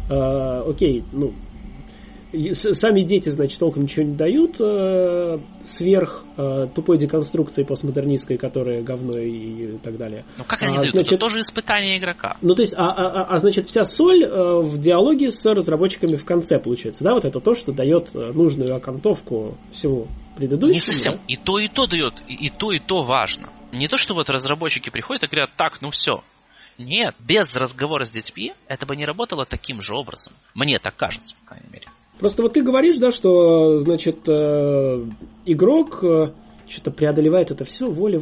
окей, сами дети, значит, толком ничего не дают сверх тупой деконструкции постмодернистской, которая говно и так далее.
Ну как они дают? Это тоже испытание игрока.
Ну то есть, значит, вся соль в диалоге с разработчиками в конце получается, да? Вот это то, что дает нужную окантовку всему предыдущему.
Не совсем. И то дает, и то важно. Не то, что вот разработчики приходят и говорят, так, все. Нет, без разговора с детьми это бы не работало таким же образом. Мне так кажется, по крайней мере.
Просто вот ты говоришь, да, что, значит, игрок что-то преодолевает это все, воля.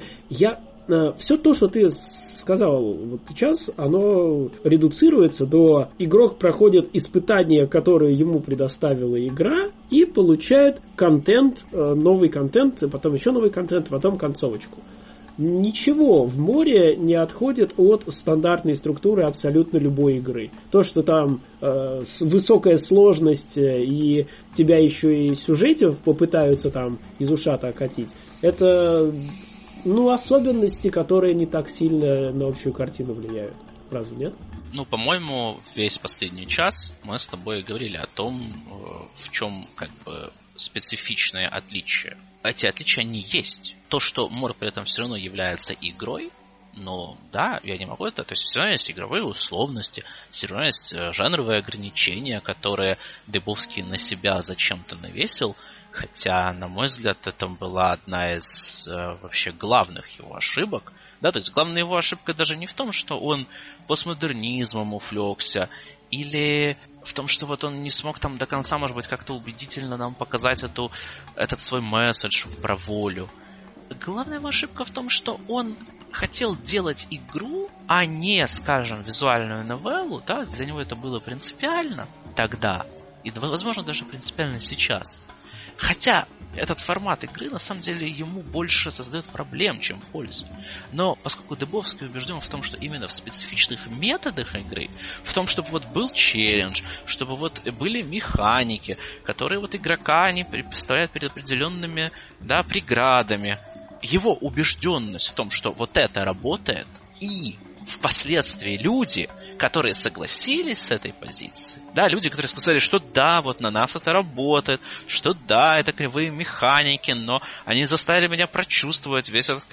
Все то, что ты сказал вот сейчас, оно редуцируется до игрок проходит испытания, которые ему предоставила игра, и получает контент, новый контент, потом еще новый контент, потом концовочку. Ничего в море не отходит от стандартной структуры абсолютно любой игры. То, что там высокая сложность и тебя еще и сюжете попытаются там из ушата окатить, это особенности, которые не так сильно на общую картину влияют. Разве нет?
По-моему, весь последний час мы с тобой говорили о том, в чем специфичные отличия. Эти отличия, они есть. То, что Мор при этом все равно является игрой, да, я не могу это. То есть все равно есть игровые условности, все равно есть жанровые ограничения, которые Дыбовский на себя зачем-то навесил. Хотя, на мой взгляд, это была одна из вообще главных его ошибок. Да, то есть главная его ошибка даже не в том, что он постмодернизмом увлекся, или в том, что вот он не смог там до конца, может быть, как-то убедительно нам показать этот свой месседж про волю. Главная его ошибка в том, что он хотел делать игру, а не, скажем, визуальную новеллу, да, для него это было принципиально тогда, и, возможно, даже принципиально сейчас. Хотя этот формат игры, на самом деле, ему больше создает проблем, чем пользу. Но поскольку Дыбовский убежден в том, что именно в специфичных методах игры, в том, чтобы вот был челлендж, чтобы вот были механики, которые вот игрока они поставляют перед определенными, да, преградами, его убежденность в том, что вот это работает, и впоследствии люди, которые согласились с этой позицией, да, люди, которые сказали, что да, вот на нас это работает, что да, это кривые механики, но они заставили меня прочувствовать весь этот,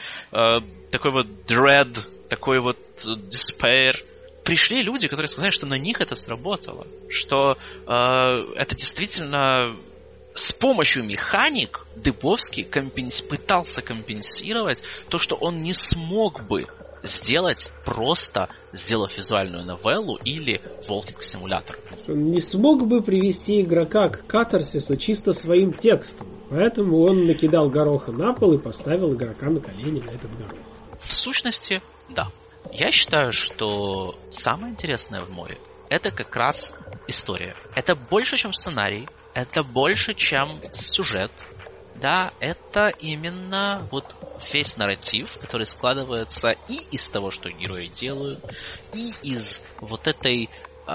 такой вот dread, такой вот despair. Пришли люди, которые сказали, что на них это сработало, что это действительно с помощью механик Дыбовский пытался компенсировать то, что он не смог бы сделать, просто сделав визуальную новеллу или волкинг-симулятор.
Он не смог бы привести игрока к катарсису чисто своим текстом. Поэтому он накидал гороха на пол и поставил игрока на колени на этот горох.
В сущности, да. Я считаю, что самое интересное в море — это как раз история. Это больше, чем сценарий. Это больше, чем сюжет. Да, это именно вот весь нарратив, который складывается и из того, что герои делают, и из вот этой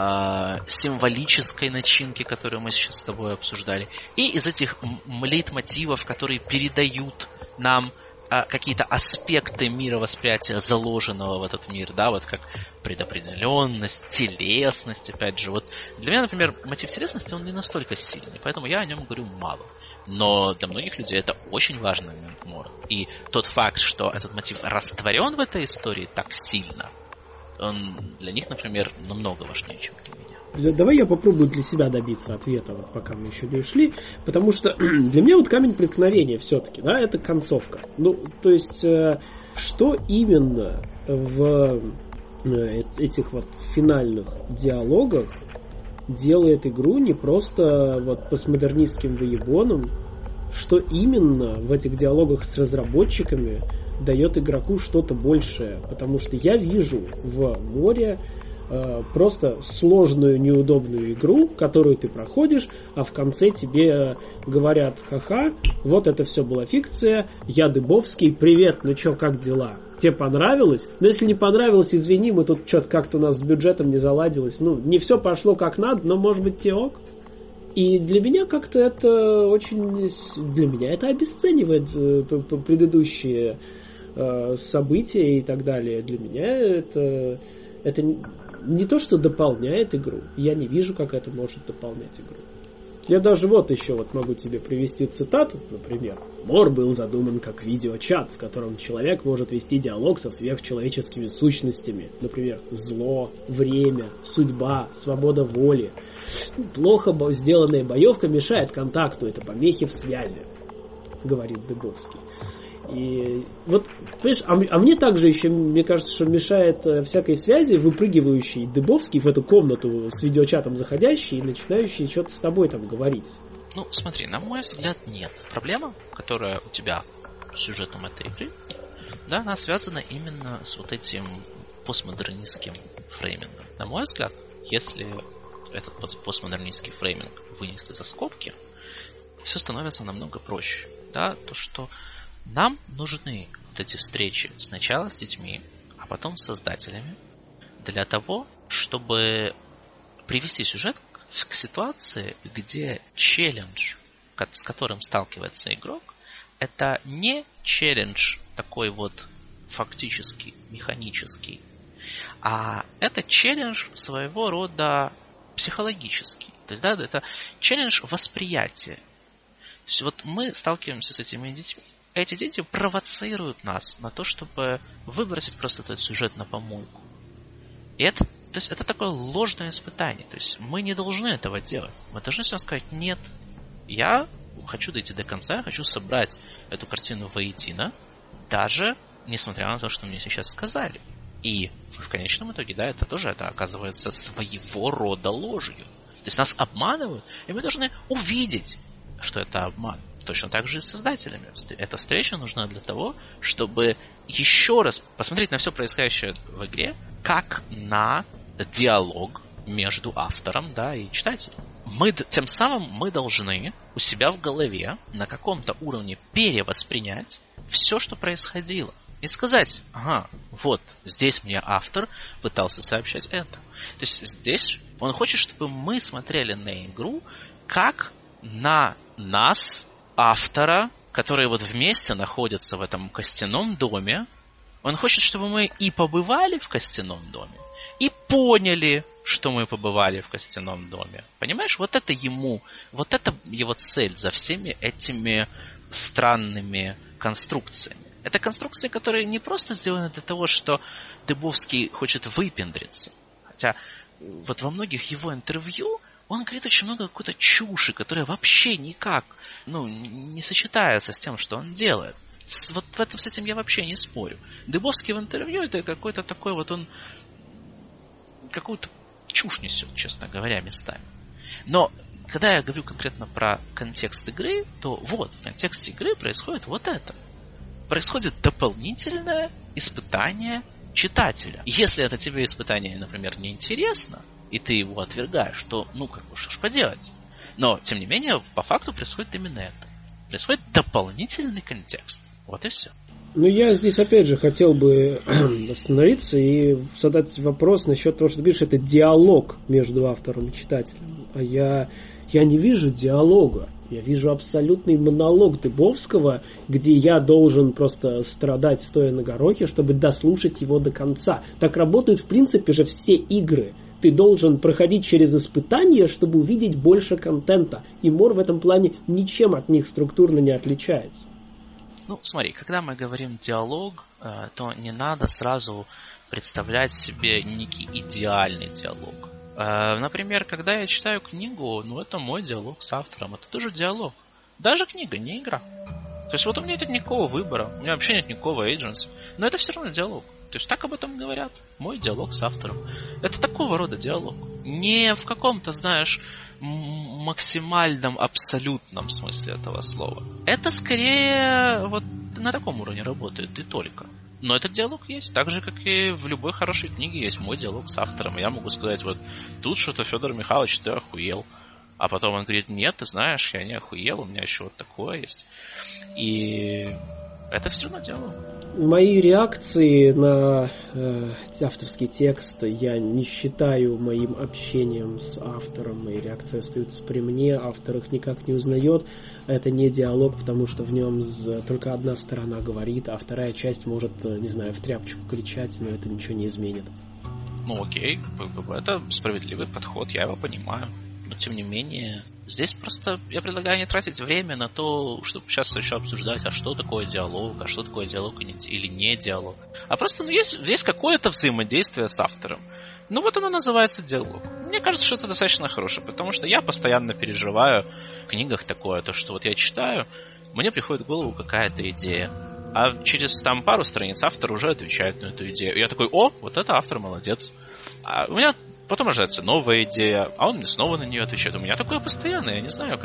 символической начинки, которую мы сейчас с тобой обсуждали, и из этих лейтмотивов, которые передают нам какие-то аспекты мировосприятия, заложенного в этот мир, да, вот как предопределенность, телесность, опять же. Вот для меня, например, мотив телесности, он не настолько сильный, поэтому я о нем говорю мало. Но для многих людей это очень важный момент мора. И тот факт, что этот мотив растворен в этой истории так сильно, он для них, например, намного важнее, чем для меня.
Давай я попробую для себя добиться ответа, вот пока мы еще не ушли, потому что для меня вот камень преткновения все-таки, да, это концовка. Ну, то есть, что именно в этих вот финальных диалогах делает игру не просто вот постмодернистским выебоном, что именно в этих диалогах с разработчиками дает игроку что-то большее, потому что я вижу в море просто сложную, неудобную игру, которую ты проходишь, а в конце тебе говорят: ха-ха, вот это все была фикция, я Дыбовский, привет, ну чё, как дела? Тебе понравилось? Ну если не понравилось, извини, мы тут что-то как-то у нас с бюджетом не заладилось, ну не все пошло как надо, но может быть тебе ок? И для меня как-то это очень... Для меня это обесценивает предыдущие события и так далее. Для меня это не то, что дополняет игру. Я не вижу, как это может дополнять игру. Я даже вот еще вот могу тебе привести цитату, например. «Мор был задуман как видеочат, в котором человек может вести диалог со сверхчеловеческими сущностями. Например, зло, время, судьба, свобода воли. Плохо сделанная боевка мешает контакту, это помехи в связи», говорит Дыбовский. И вот, понимаешь, а мне также еще, мне кажется, что мешает всякой связи выпрыгивающий Дыбовский в эту комнату с видеочатом заходящий и начинающий что-то с тобой там говорить.
Ну, смотри, на мой взгляд, нет. Проблема, которая у тебя с сюжетом этой игры, да, она связана именно с вот этим постмодернистским фреймингом. На мой взгляд, если этот постмодернистский фрейминг вынести за скобки, все становится намного проще. Да, то, что нам нужны вот эти встречи сначала с детьми, а потом с создателями, для того, чтобы привести сюжет к ситуации, где челлендж, с которым сталкивается игрок, это не челлендж такой вот фактический, механический, а это челлендж своего рода психологический. То есть, да, это челлендж восприятия. То есть, вот мы сталкиваемся с этими детьми. Эти дети провоцируют нас на то, чтобы выбросить просто этот сюжет на помойку. И это, то есть, это такое ложное испытание. То есть мы не должны этого делать. Мы должны всем сказать: нет, я хочу дойти до конца, я хочу собрать эту картину воедино, даже несмотря на то, что мне сейчас сказали. И в конечном итоге, да, это тоже оказывается своего рода ложью. То есть нас обманывают, и мы должны увидеть, что это обман. Точно так же и с создателями. Эта встреча нужна для того, чтобы еще раз посмотреть на все происходящее в игре как на диалог между автором, да, и читателем. Тем самым мы должны у себя в голове на каком-то уровне перевоспринять все, что происходило. И сказать, ага, вот, здесь мне автор пытался сообщать это. То есть здесь он хочет, чтобы мы смотрели на игру как на нас, автора, которые вот вместе находятся в этом костяном доме. Он хочет, чтобы мы и побывали в костяном доме, и поняли, что мы побывали в костяном доме. Понимаешь, вот это его цель за всеми этими странными конструкциями. Это конструкции, которые не просто сделаны для того, что Дыбовский хочет выпендриться. Хотя вот во многих его интервью он говорит очень много какой-то чуши, которая вообще никак не сочетается с тем, что он делает. Вот с этим я вообще не спорю. Дыбовский в интервью это какой-то такой вот он какую-то чушь несет, честно говоря, местами. Но когда я говорю конкретно про контекст игры, то вот в контексте игры происходит вот это. Происходит дополнительное испытание читателя. Если это тебе испытание, например, не интересно, и ты его отвергаешь, то, что ж поделать. Но, тем не менее, по факту происходит именно это. Происходит дополнительный контекст. Вот и все.
Я здесь, опять же, хотел бы остановиться и задать вопрос насчет того, что ты говоришь, это диалог между автором и читателем. А я не вижу диалога. Я вижу абсолютный монолог Дыбовского, где я должен просто страдать, стоя на горохе, чтобы дослушать его до конца. Так работают, в принципе, же все игры. Ты должен проходить через испытания, чтобы увидеть больше контента. И Мор в этом плане ничем от них структурно не отличается.
Смотри, когда мы говорим диалог, то не надо сразу представлять себе некий идеальный диалог. Например, когда я читаю книгу, это мой диалог с автором. Это тоже диалог. Даже книга, не игра. То есть вот у меня нет никакого выбора, у меня вообще нет никакого agency. Но это все равно диалог. То есть так об этом говорят. Мой диалог с автором. Это такого рода диалог. Не в каком-то, максимальном, абсолютном смысле этого слова. Это скорее вот на таком уровне работает и только. Но этот диалог есть. Так же, как и в любой хорошей книге есть мой диалог с автором. Я могу сказать, вот тут что-то, Федор Михайлович, ты охуел. А потом он говорит, нет, ты знаешь, я не охуел, у меня еще вот такое есть. И это все равно диалог.
Мои реакции на авторский текст я не считаю моим общением с автором. Мои реакции остаются при мне, автор их никак не узнает. Это не диалог, потому что в нем только одна сторона говорит, а вторая часть может, в тряпочку кричать, но это ничего не изменит.
Окей, это справедливый подход, я его понимаю. Но, тем не менее, здесь просто я предлагаю не тратить время на то, чтобы сейчас еще обсуждать, а что такое диалог или не диалог. А просто есть какое-то взаимодействие с автором. Вот оно называется диалог. Мне кажется, что это достаточно хорошее, потому что я постоянно переживаю в книгах такое, то что вот я читаю, мне приходит в голову какая-то идея, а через пару страниц автор уже отвечает на эту идею. И я такой, вот это автор молодец. А у меня потом рождается новая идея, а он мне снова на нее отвечает. У меня такое постоянно, я не знаю,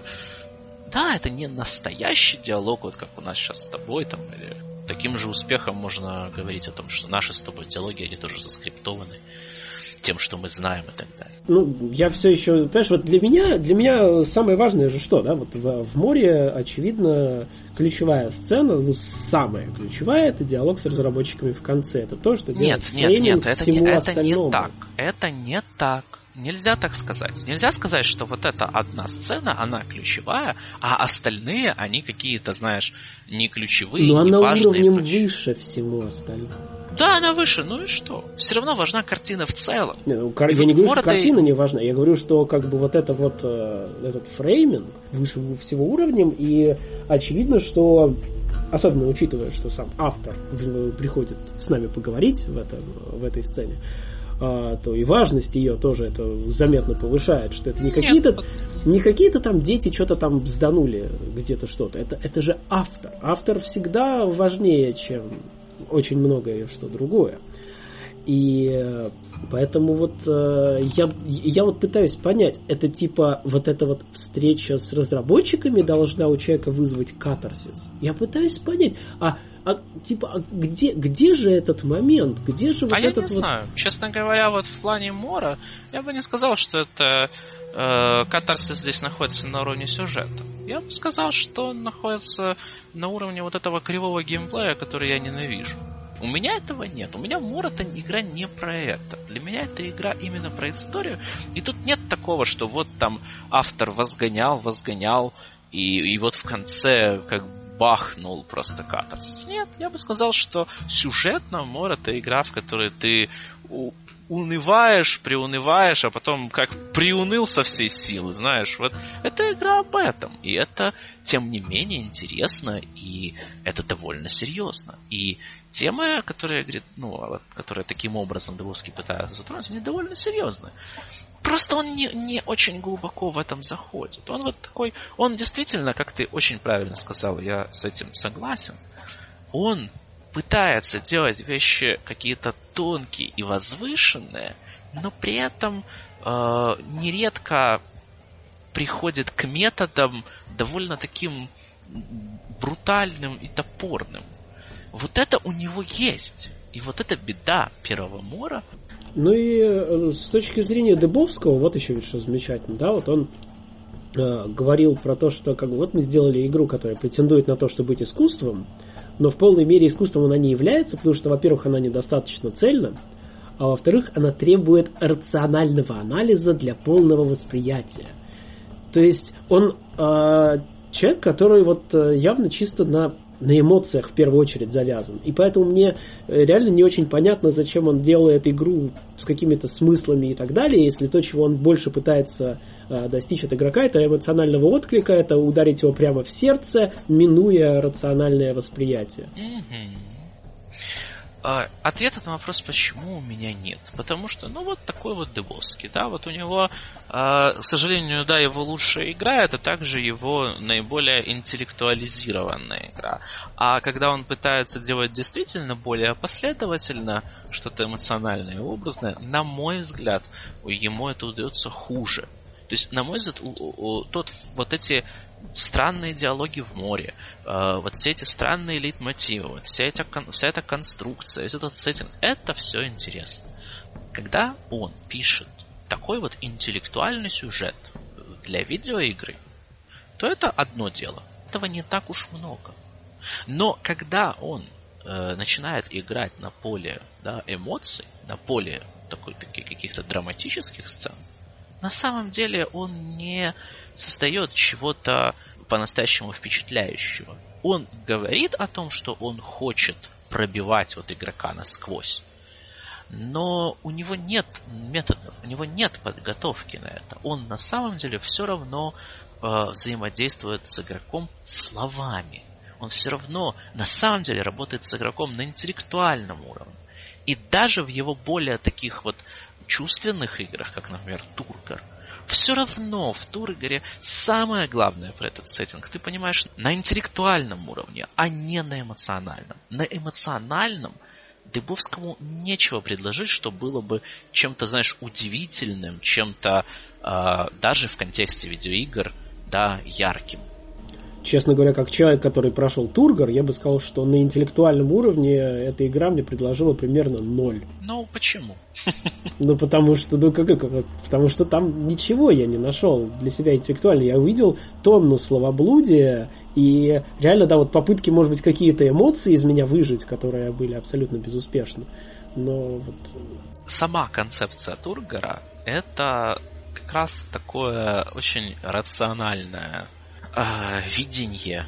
Да, это не настоящий диалог, вот как у нас сейчас с тобой, или таким же успехом можно говорить о том, что наши с тобой диалоги, они тоже заскриптованы тем, что мы знаем и так далее.
Я все еще, понимаешь, вот для меня самое важное же что, да, вот в Море, очевидно, ключевая сцена, самая ключевая, это диалог с разработчиками в конце. Это то, что делает фрейминг всему остальному.
Это не так. Нельзя так сказать. Нельзя сказать, что вот эта одна сцена, она ключевая, а остальные, они какие-то, не ключевые, не важные.
Но она уровнем выше всему остальному.
Да, она выше, и что? Все равно важна картина в целом.
Я не говорю, что картина не важна. Я говорю, что этот фрейминг выше всего уровнем, и очевидно, особенно учитывая, что сам автор приходит с нами поговорить в этой сцене, то и важность ее тоже это заметно повышает, что это не какие-то там дети что-то там сданули где-то что-то. Это же автор. Автор всегда важнее, чем очень многое что другое. И поэтому вот я вот пытаюсь понять, это типа вот эта вот встреча с разработчиками должна у человека вызвать катарсис. Я пытаюсь понять, где же этот момент? Где же вот
я
этот
не знаю. Честно говоря, вот в плане Мора, я бы не сказал, что это катарсис здесь находится на уровне сюжета. Я бы сказал, что он находится на уровне вот этого кривого геймплея, который я ненавижу. У меня этого нет. У меня Мор — это игра не про это. Для меня это игра именно про историю. И тут нет такого, что вот там автор возгонял, и вот в конце как бахнул просто катарсис. Нет, я бы сказал, что сюжетно Мор — это игра, в которой ты приунываешь, а потом как приуныл со всей силы, знаешь. Вот это игра об этом. И это, тем не менее, интересно, и это довольно серьезно. И темы, которые таким образом Дыбовский пытается затронуть, они довольно серьезные. Просто он не очень глубоко в этом заходит. Он вот такой, он действительно, как ты очень правильно сказал, я с этим согласен, он пытается делать вещи какие-то тонкие и возвышенные, но при этом нередко приходит к методам довольно таким брутальным и топорным. Вот это у него есть. И вот это беда первого Мора.
Ну и с точки зрения Дыбовского, вот еще ведь что замечательно, да, вот он говорил про то, что как бы вот мы сделали игру, которая претендует на то, чтобы быть искусством, но в полной мере искусством она не является, потому что, во-первых, она недостаточно цельна, а во-вторых, она требует рационального анализа для полного восприятия. То есть он человек, который вот явно чисто на эмоциях в первую очередь завязан. И поэтому мне реально не очень понятно, зачем он делает игру с какими-то смыслами и так далее, если то, чего он больше пытается достичь от игрока, это эмоционального отклика, это ударить его прямо в сердце, минуя рациональное восприятие.
Ответа на вопрос, почему у меня нет. Потому что, вот такой вот Дыбовский, да, вот у него, к сожалению, да, его лучшая игра, это также его наиболее интеллектуализированная игра. А когда он пытается делать действительно более последовательно, что-то эмоциональное и образное, на мой взгляд, ему это удается хуже. То есть, на мой взгляд, вот эти странные диалоги в море, вот все эти странные лейтмотивы, вот вся эта конструкция, весь этот сеттинг, это все интересно. Когда он пишет такой вот интеллектуальный сюжет для видеоигры, то это одно дело. Этого не так уж много. Но когда он начинает играть на поле, да, эмоций, на поле таких каких-то драматических сцен, на самом деле он не создает чего-то по-настоящему впечатляющего. Он говорит о том, что он хочет пробивать вот игрока насквозь. Но у него нет методов, у него нет подготовки на это. Он на самом деле все равно взаимодействует с игроком словами. Он все равно на самом деле работает с игроком на интеллектуальном уровне. И даже в его более таких вот чувственных играх, как, например, Тургор, все равно в Тургоре самое главное про этот сеттинг, ты понимаешь, на интеллектуальном уровне, а не на эмоциональном. На эмоциональном Дыбовскому нечего предложить, что было бы чем-то, знаешь, удивительным, чем-то даже в контексте видеоигр, да, ярким.
Честно говоря, как человек, который прошел Тургор, я бы сказал, что на интеллектуальном уровне эта игра мне предложила примерно 0.
Ну, почему?
Потому что там ничего я не нашел для себя интеллектуально. Я увидел тонну словоблудия и реально, да, вот попытки, может быть, какие-то эмоции из меня выжить, которые были абсолютно безуспешны. Но вот...
Сама концепция Тургора — это как раз такое очень рациональное видение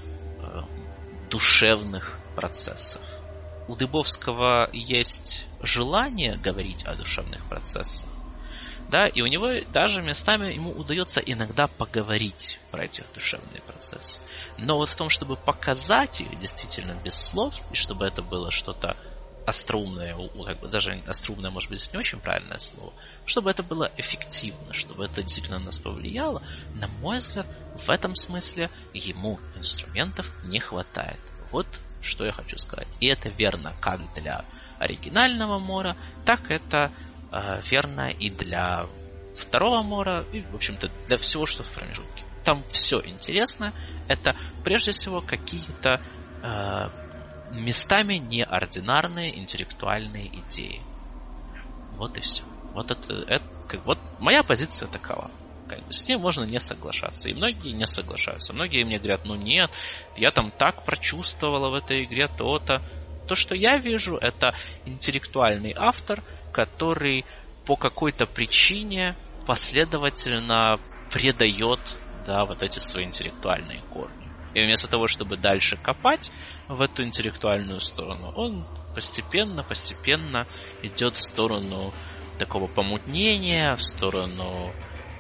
душевных процессов. У Дыбовского есть желание говорить о душевных процессах, да, и у него даже местами ему удается иногда поговорить про эти душевные процессы. Но вот в том, чтобы показать их действительно без слов, и чтобы это было что-то остроумное, как бы даже остроумное, может быть, не очень правильное слово, чтобы это было эффективно, чтобы это действительно на нас повлияло, на мой взгляд, в этом смысле ему инструментов не хватает. Вот что я хочу сказать. И это верно как для оригинального Мора, так это верно и для второго Мора, и, в общем-то, для всего, что в промежутке. Там все интересно. Это, прежде всего, какие-то местами неординарные интеллектуальные идеи. Вот и все. Вот вот моя позиция такова. С ней можно не соглашаться. И многие не соглашаются. Многие мне говорят, нет, я там так прочувствовала в этой игре то-то. То, что я вижу, это интеллектуальный автор, который по какой-то причине последовательно предает, вот эти свои интеллектуальные корни. И вместо того, чтобы дальше копать в эту интеллектуальную сторону, он постепенно идет в сторону такого помутнения, в сторону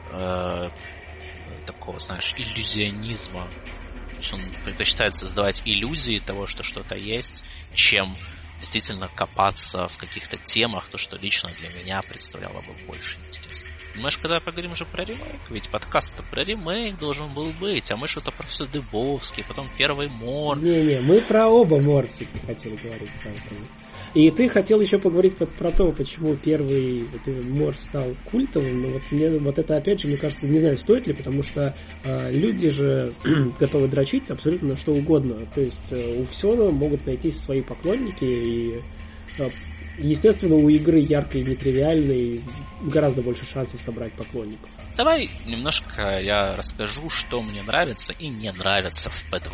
такого, иллюзионизма. То есть он предпочитает создавать иллюзии того, что что-то есть, чем действительно копаться в каких-то темах, то, что лично для меня представляло бы больше интереса. Мы же когда поговорим уже про ремейк, ведь подкаст-то про ремейк должен был быть, а мы что-то про все Дыбовский, потом первый Мор.
Не-не, мы про оба Мор хотели говорить. Поэтому. И ты хотел еще поговорить про то, почему первый Мор стал культовым, но вот мне вот это опять же, мне кажется, не знаю, стоит ли, потому что люди же готовы дрочить абсолютно на что угодно. То есть у всего могут найтись свои поклонники, и естественно, у игры яркой и нетривиальной гораздо больше шансов собрать поклонников.
Давай немножко я расскажу, что мне нравится и не нравится в P2.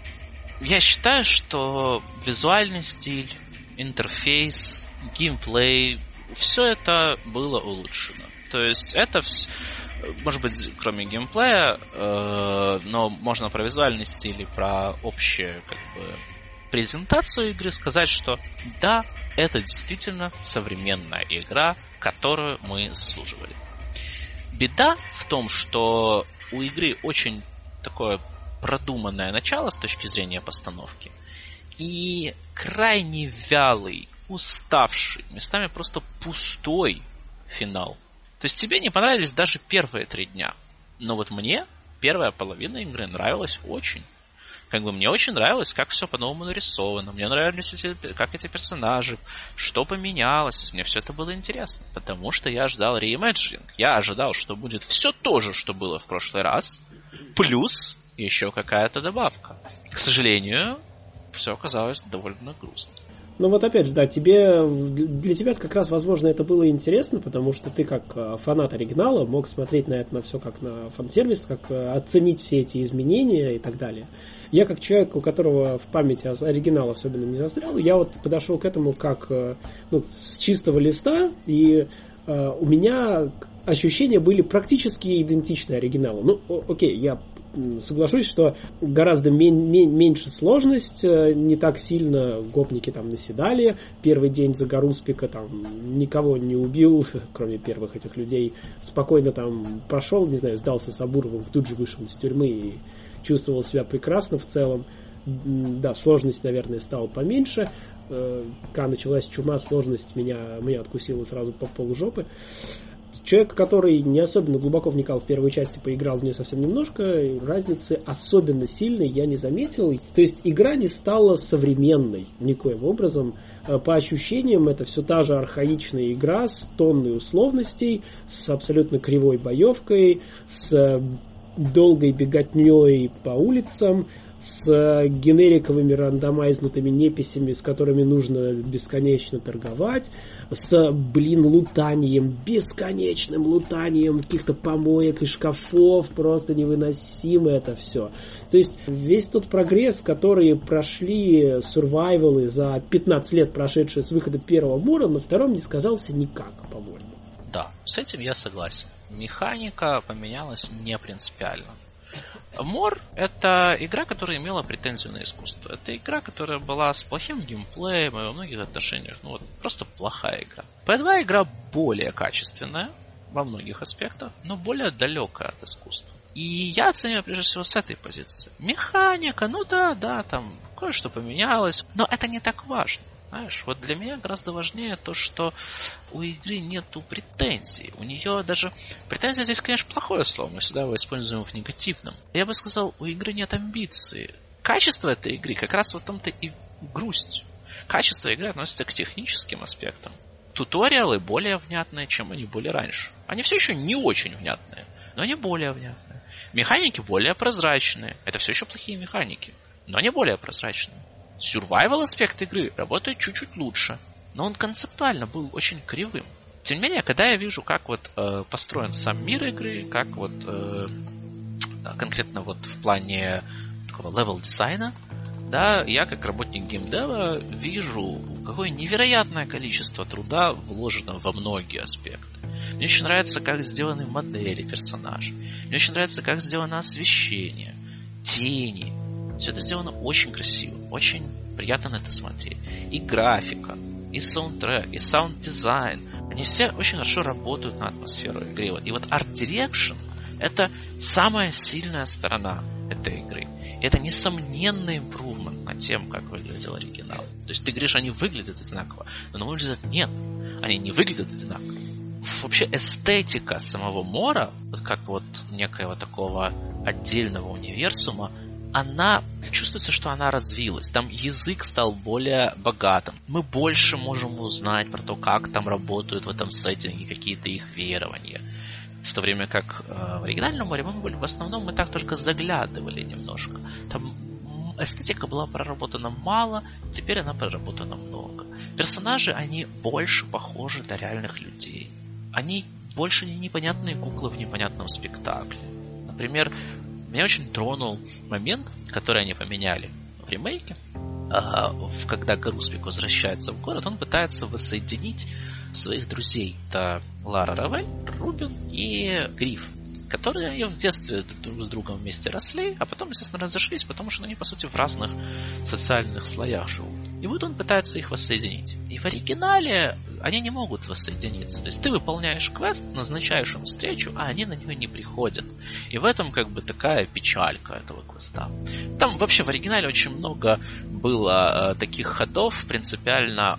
Я считаю, что визуальный стиль, интерфейс, геймплей, все это было улучшено. То есть это, может быть, кроме геймплея, но можно про визуальный стиль и про общее, презентацию игры сказать, что да, это действительно современная игра, которую мы заслуживали. Беда в том, что у игры очень такое продуманное начало с точки зрения постановки и крайне вялый, уставший, местами просто пустой финал. То есть тебе не понравились даже первые 3 дня. Но вот мне первая половина игры нравилась очень. Мне очень нравилось, как все по-новому нарисовано. Мне нравились как эти персонажи, что поменялось. Мне все это было интересно, потому что я ждал реимэджинг. Я ожидал, что будет все то же, что было в прошлый раз, плюс еще какая-то добавка. К сожалению, все оказалось довольно грустно.
Ну вот опять же, да, для тебя как раз, возможно, это было интересно, потому что ты как фанат оригинала мог смотреть на это на все как на фан-сервис, как оценить все эти изменения и так далее. Я как человек, у которого в памяти оригинал особенно не застрял, я вот подошел к этому как с чистого листа, и у меня ощущения были практически идентичны оригиналу. Ну, окей, я соглашусь, что гораздо меньше сложность, не так сильно гопники там наседали. Первый день Загоруспика там никого не убил, кроме первых этих людей. Спокойно там прошел, не знаю, сдался Сабуровым, тут же вышел из тюрьмы и чувствовал себя прекрасно в целом. Да, сложность, наверное, стала поменьше. Когда началась чума, сложность меня откусила сразу по полужопы. Человек, который не особенно глубоко вникал в первой части, поиграл в нее совсем немножко, разницы особенно сильной я не заметил. То есть игра не стала современной никоим образом. По ощущениям это все та же архаичная игра с тонной условностей, с абсолютно кривой боевкой, с долгой беготней по улицам, с генериковыми рандомайзнутыми неписями, с которыми нужно бесконечно торговать, с, лутанием, бесконечным лутанием каких-то помоек и шкафов, просто невыносимо это все. То есть весь тот прогресс, который прошли сурвайвалы за 15 лет, прошедшие с выхода первого Мора, на втором не сказался никак, по-моему.
Да, с этим я согласен. Механика поменялась не принципиально. Мор — это игра, которая имела претензию на искусство. Это игра, которая была с плохим геймплеем и во многих отношениях. Просто плохая игра. P2 игра более качественная во многих аспектах, но более далекая от искусства. И я оцениваю прежде всего с этой позиции. Механика, там кое-что поменялось, но это не так важно. Знаешь, вот для меня гораздо важнее то, что у игры нету претензий. У нее даже... Претензия здесь, конечно, плохое слово, мы всегда его используем в негативном. Я бы сказал, у игры нет амбиций. Качество этой игры как раз в том-то и грусть. Качество игры относится к техническим аспектам. Туториалы более внятные, чем они были раньше. Они все еще не очень внятные, но они более внятные. Механики более прозрачные. Это все еще плохие механики, но они более прозрачные. Survival аспект игры работает чуть-чуть лучше, но он концептуально был очень кривым. Тем не менее, когда я вижу, как построен сам мир игры, как конкретно в плане такого левел-дизайна, да, я как работник геймдева вижу, какое невероятное количество труда вложено во многие аспекты. Мне очень нравится, как сделаны модели персонажей. Мне очень нравится, как сделано освещение, тени. Все это сделано очень красиво, очень приятно на это смотреть. И графика, и саундтрек, и саунд-дизайн. Они все очень хорошо работают на атмосферу игры. И Art Direction — это самая сильная сторона этой игры. Это несомненный импрувмент над тем, как выглядел оригинал. То есть ты говоришь, они выглядят одинаково, но на мой взгляд нет. Они не выглядят одинаково. Вообще эстетика самого Мора, как некоего такого отдельного универсума, она чувствуется, что она развилась. Там язык стал более богатым. Мы больше можем узнать про то, как там работают в этом сеттинге какие-то их верования. В то время как в оригинальном Море в основном мы так только заглядывали немножко. Там эстетика была проработана мало, теперь она проработана много. Персонажи, они больше похожи на реальных людей. Они больше не непонятные куклы в непонятном спектакле. Например, меня очень тронул момент, который они поменяли в ремейке. Когда Гаруспик возвращается в город, он пытается воссоединить своих друзей. Это Лара Равель, Рубин и Гриф, которые в детстве друг с другом вместе росли, а потом, естественно, разошлись, потому что они, по сути, в разных социальных слоях живут. И он пытается их воссоединить. И в оригинале они не могут воссоединиться. То есть ты выполняешь квест, назначаешь им встречу, а они на нее не приходят. И в этом такая печалька этого квеста. Там вообще в оригинале очень много было таких ходов принципиально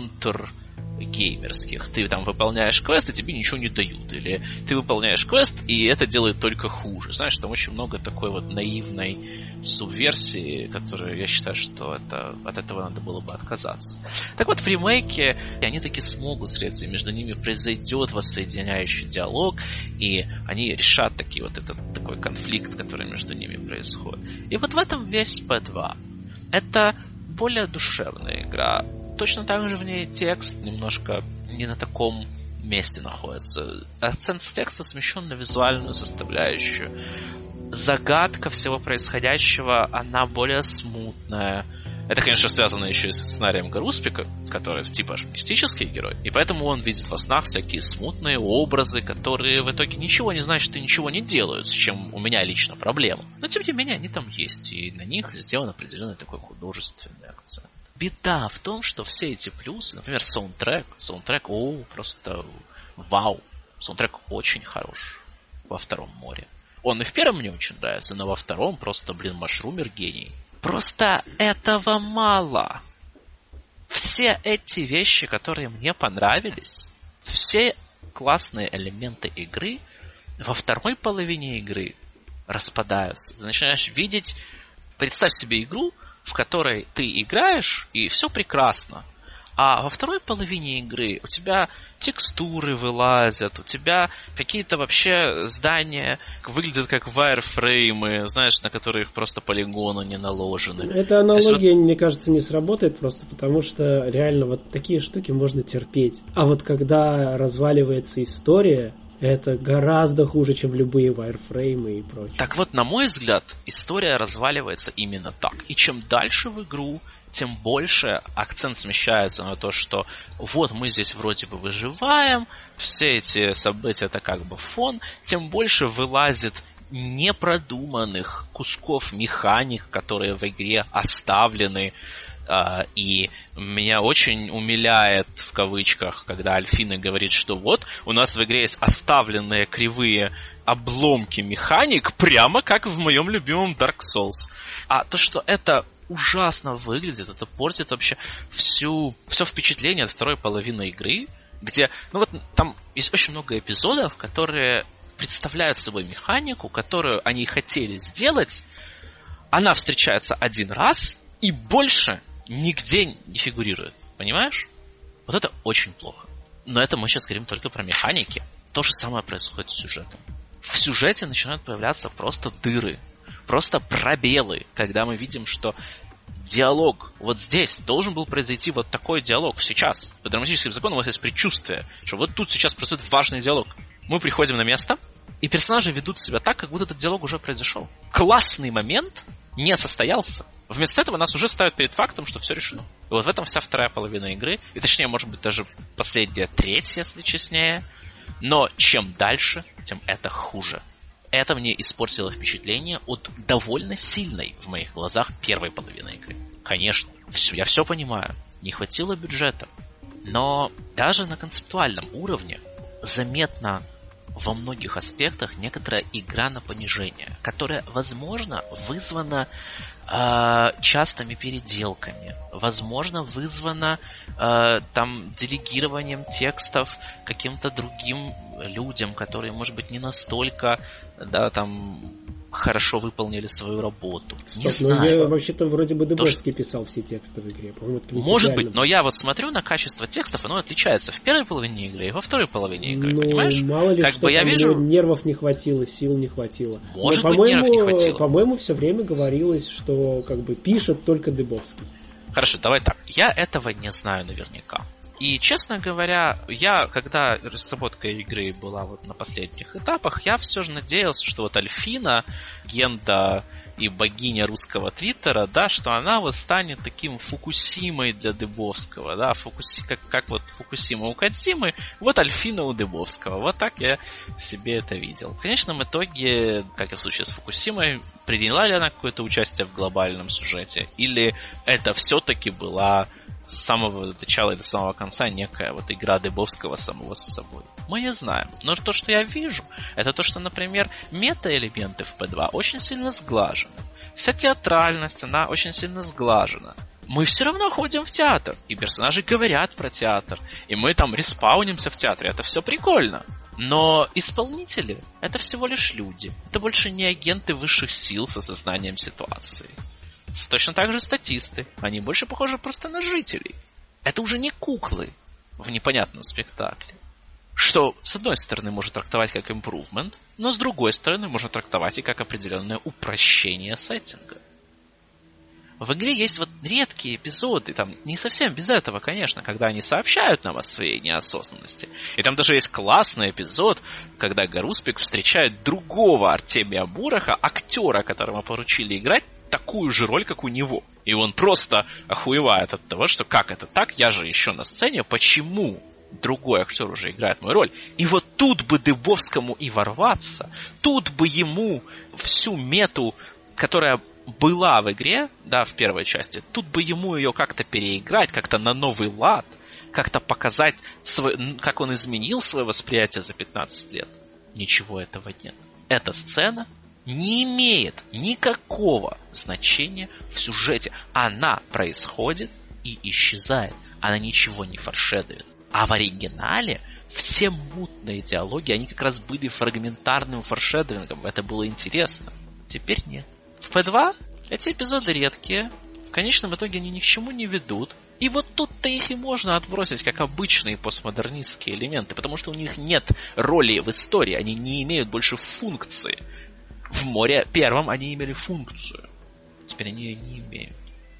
геймерских. Ты там выполняешь квест, и тебе ничего не дают. Или ты выполняешь квест, и это делает только хуже. Знаешь, там очень много такой наивной субверсии, которую я считаю, что от этого надо было бы отказаться. Так в ремейке они таки смогут встретиться, и между ними произойдет воссоединяющий диалог, и они решат такой конфликт, который между ними происходит. И в этом весь P2. Это более душевная игра. Точно так же в ней текст немножко не на таком месте находится. Акцент с текста смещен на визуальную составляющую. Загадка всего происходящего, она более смутная. Это, конечно, связано еще и с сценарием Гаруспика, который типа мистический герой. И поэтому он видит во снах всякие смутные образы, которые в итоге ничего не значат и ничего не делают, с чем у меня лично проблема. Но, тем не менее, они там есть, и на них сделан определенный такой художественный акцент. Беда в том, что все эти плюсы, например, саундтрек, просто вау. Саундтрек очень хорош во втором Море. Он и в первом мне очень нравится, но во втором просто, Машрумер гений. Просто этого мало. Все эти вещи, которые мне понравились, все классные элементы игры во второй половине игры распадаются. Ты начинаешь видеть, представь себе игру, в которой ты играешь, и все прекрасно. А во второй половине игры у тебя текстуры вылазят, у тебя какие-то вообще здания выглядят как вайрфреймы, знаешь, на которых просто полигоны не наложены.
Эта аналогия, мне кажется, не сработает просто потому, что реально такие штуки можно терпеть. А когда разваливается история, это гораздо хуже, чем любые вайрфреймы и прочее.
Так на мой взгляд, история разваливается именно так. И чем дальше в игру, тем больше акцент смещается на то, что мы здесь вроде бы выживаем, все эти события это фон, тем больше вылазит непродуманных кусков механик, которые в игре оставлены. И меня очень умиляет, в кавычках, когда Альфина говорит, что у нас в игре есть оставленные кривые обломки механик, прямо как в моем любимом Dark Souls. А то, что это ужасно выглядит, это портит вообще все впечатление от второй половины игры, где, там есть очень много эпизодов, которые представляют собой механику, которую они хотели сделать, она встречается один раз, и больше нигде не фигурирует. Понимаешь? Вот это очень плохо. Но это мы сейчас говорим только про механики. То же самое происходит с сюжетом. В сюжете начинают появляться просто дыры, просто пробелы, когда мы видим, что диалог вот здесь должен был произойти вот такой диалог сейчас. По драматическим законам у вас есть предчувствие, что вот тут сейчас происходит важный диалог. Мы приходим на место, и персонажи ведут себя так, как будто этот диалог уже произошел. Классный момент не состоялся. Вместо этого нас уже ставят перед фактом, что все решено. И вот в этом вся вторая половина игры. И точнее, может быть, даже последняя треть, если честнее. Но чем дальше, тем это хуже. Это мне испортило впечатление от довольно сильной в моих глазах первой половины игры. Конечно, я все понимаю. Не хватило бюджета. Но даже на концептуальном уровне заметно во многих аспектах некоторая игра на понижение, которая, возможно, вызвана частыми переделками, возможно, вызвана делегированием текстов каким-то другим людям, которые, может быть, не настолько хорошо выполнили свою работу.
Стоп, не знаю. Я вообще-то вроде бы Дыбовский писал все тексты в игре.
Может быть, но я вот смотрю на качество текстов, оно отличается в первой половине игры и во второй половине игры, понимаешь?
Мало ли,
как
что
бы я вижу...
нервов не хватило, сил не хватило.
Может быть, нервов не хватило.
По-моему, все время говорилось, что как бы пишет только Дыбовский.
Хорошо, давай так. Я этого не знаю наверняка. И, честно говоря, когда разработка игры была вот на последних этапах, я все же надеялся, что вот Альфина, легенда и богиня русского твиттера, да, что она вот станет таким Фукусимой для Дыбовского, да, как вот Фукусима у Кодзимы, вот Альфина у Дыбовского. Вот так я себе это видел. В конечном итоге, как и в случае с Фукусимой, приняла ли она какое-то участие в глобальном сюжете, или это все-таки была с самого начала и до самого конца некая вот игра Дыбовского самого с собой. Мы не знаем. Но то, что я вижу, это то, что, например, мета-элементы в P2 очень сильно сглажены. Вся театральность, она очень сильно сглажена. Мы все равно ходим в театр, и персонажи говорят про театр, и мы там респаунимся в театре, это все прикольно. Но исполнители — это всего лишь люди. Это больше не агенты высших сил с осознанием ситуации. Точно так же статисты. Они больше похожи просто на жителей. Это уже не куклы в непонятном спектакле. Что, с одной стороны, можно трактовать как improvement, но с другой стороны, можно трактовать и как определенное упрощение сеттинга. В игре есть вот редкие эпизоды, там не совсем без этого, конечно, когда они сообщают нам о своей неосознанности. И там даже есть классный эпизод, когда Гаруспик встречает другого Артемия Бураха, актера, которому поручили играть такую же роль, как у него. И он просто охуевает от того, что как это так, я же еще на сцене, почему другой актер уже играет мою роль? И вот тут бы Дыбовскому и ворваться, тут бы ему всю мету, которая была в игре, да, в первой части, тут бы ему ее как-то переиграть, как-то на новый лад, как-то показать, как он изменил свое восприятие за 15 лет. Ничего этого нет. Эта сцена не имеет никакого значения в сюжете. Она происходит и исчезает. Она ничего не форшедует. А в оригинале все мутные диалоги, они как раз были фрагментарным форшедовингом. Это было интересно. Теперь нет. В P2 эти эпизоды редкие. В конечном итоге они ни к чему не ведут. И вот тут-то их и можно отбросить как обычные постмодернистские элементы, потому что у них нет роли в истории. Они не имеют больше функции. В море первом они имели функцию. Теперь они ее не имеют.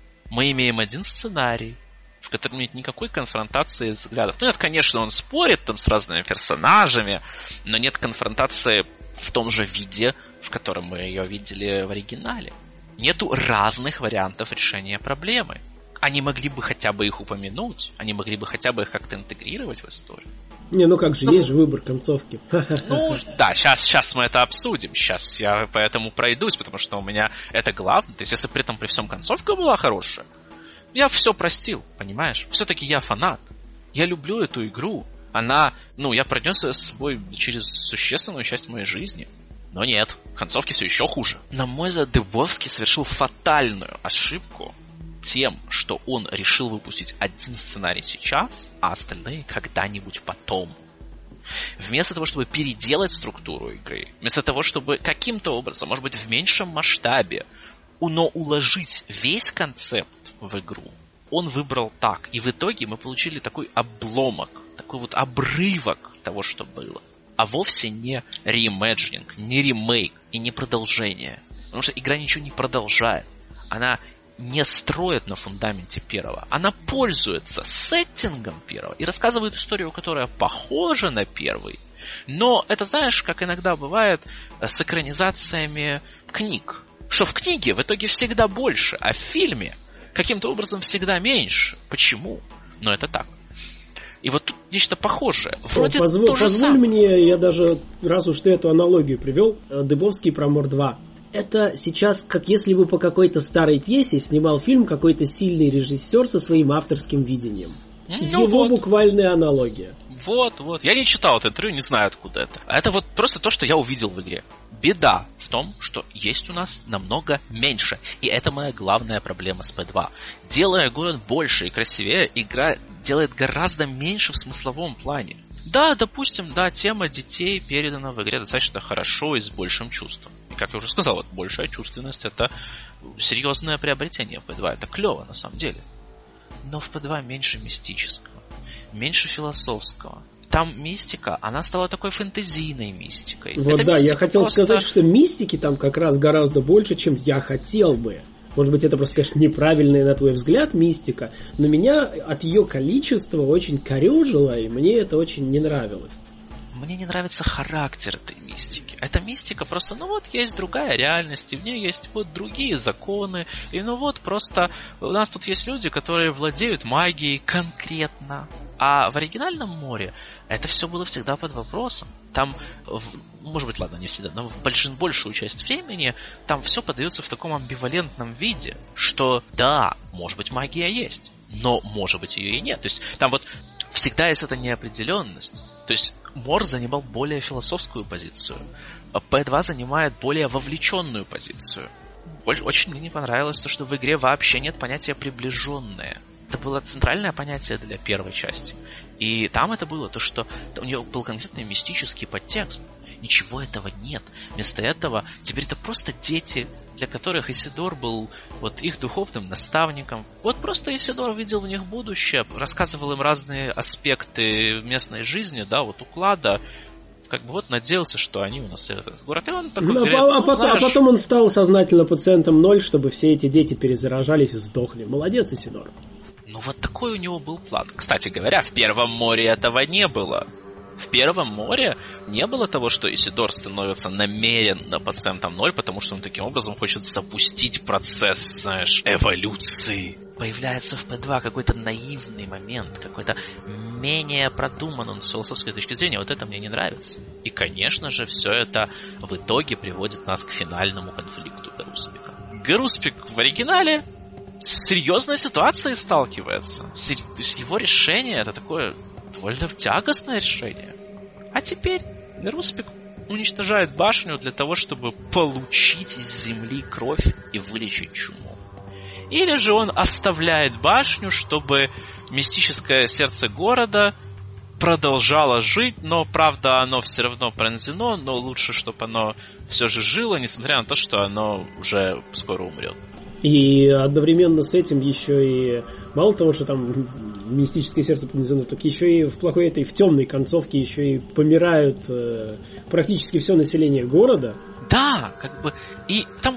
Мы имеем один сценарий, в котором нет никакой конфронтации взглядов. Ну нет, конечно, он спорит там с разными персонажами, но нет конфронтации в том же виде, в котором мы ее видели в оригинале. Нету разных вариантов решения проблемы. Они могли бы хотя бы их упомянуть, они могли бы хотя бы их как-то интегрировать в историю.
Не, ну как же, есть же выбор концовки.
Ну, да, сейчас мы это обсудим. Сейчас я поэтому пройдусь, потому что у меня это главное. То есть, если при всем концовка была хорошая, я все простил, понимаешь? Все-таки я фанат. Я люблю эту игру. Она, я пронес ее с собой через существенную часть моей жизни. Но нет, концовки все еще хуже. На мой взгляд, Дыбовский совершил фатальную ошибку тем, что он решил выпустить один сценарий сейчас, а остальные когда-нибудь потом. Вместо того, чтобы переделать структуру игры, вместо того, чтобы каким-то образом, может быть, в меньшем масштабе, но уложить весь концепт в игру, он выбрал так. И в итоге мы получили такой обломок, такой вот обрывок того, что было. А вовсе не реимэджининг, не ремейк и не продолжение. Потому что игра ничего не продолжает. Она не строит на фундаменте первого. Она пользуется сеттингом первого и рассказывает историю, которая похожа на первый. Но это, знаешь, как иногда бывает с экранизациями книг. Что в книге в итоге всегда больше, а в фильме каким-то образом всегда меньше. Почему? Но это так. И вот тут нечто похожее. Вроде
позволь мне, я даже, раз уж ты эту аналогию привел, Дыбовский про Мор 2. Это сейчас, как если бы по какой-то старой пьесе снимал фильм какой-то сильный режиссер со своим авторским видением. Его буквальная аналогия.
Вот. Я не читал это интервью, не знаю, откуда это. Это вот просто то, что я увидел в игре. Беда в том, что есть у нас намного меньше. И это моя главная проблема с P2. Делая город больше и красивее, игра делает гораздо меньше в смысловом плане. Да, допустим, тема детей передана в игре достаточно хорошо и с большим чувством. И, как я уже сказал, вот большая чувственность — это серьезное приобретение P2. Это клево, на самом деле. Но в P2 меньше мистического, меньше философского. Там мистика, она стала такой фэнтезийной мистикой.
Вот да, я хотел сказать, что мистики там как раз гораздо больше, чем я хотел бы. Может быть, это просто, конечно, неправильная, на твой взгляд, мистика, но меня от ее количества очень корёжило, и мне это очень не нравилось.
Мне не нравится характер этой мистики. Эта мистика просто, есть другая реальность, и в ней есть вот другие законы, и просто у нас тут есть люди, которые владеют магией конкретно. А в оригинальном море это все было всегда под вопросом. Там, может быть, ладно, не всегда, но в большую часть времени там все подается в таком амбивалентном виде, что да, может быть, магия есть, но может быть ее и нет. То есть там вот всегда есть эта неопределенность. То есть Мор занимал более философскую позицию, а P2 занимает более вовлеченную позицию. Очень мне не понравилось то, что в игре вообще нет понятия «приближенное». Это было центральное понятие для первой части. И там это было то, что у нее был конкретный мистический подтекст. Ничего этого нет. Вместо этого теперь это просто дети, для которых Исидор был вот их духовным наставником. Вот просто Исидор видел в них будущее, рассказывал им разные аспекты местной жизни, уклада. Надеялся, что они у нас этот город. И он такой говорит,
потом он стал сознательно пациентом 0, чтобы все эти дети перезаражались и сдохли. Молодец, Исидор.
Такой у него был план. Кстати говоря, в Первом море этого не было. В Первом море не было того, что Исидор становится намеренно пациентом 0, потому что он таким образом хочет запустить процесс, эволюции. Появляется в P2 какой-то наивный момент, какой-то менее продуманный он с философской точки зрения. Вот это мне не нравится. И, конечно же, все это в итоге приводит нас к финальному конфликту Гаруспика. Гаруспик в оригинале с серьезной ситуацией сталкивается. То есть его решение — это такое довольно тягостное решение. А теперь Гаруспик уничтожает башню для того, чтобы получить из земли кровь и вылечить чуму. Или же он оставляет башню, чтобы мистическое сердце города продолжало жить, но, правда, оно все равно пронзено, но лучше, чтобы оно все же жило, несмотря на то, что оно уже скоро умрет.
И одновременно с этим еще и мало того, что там мистическое сердце пронзено, так еще и в плохой этой, в темной концовке еще и помирают практически все население города.
Да, и там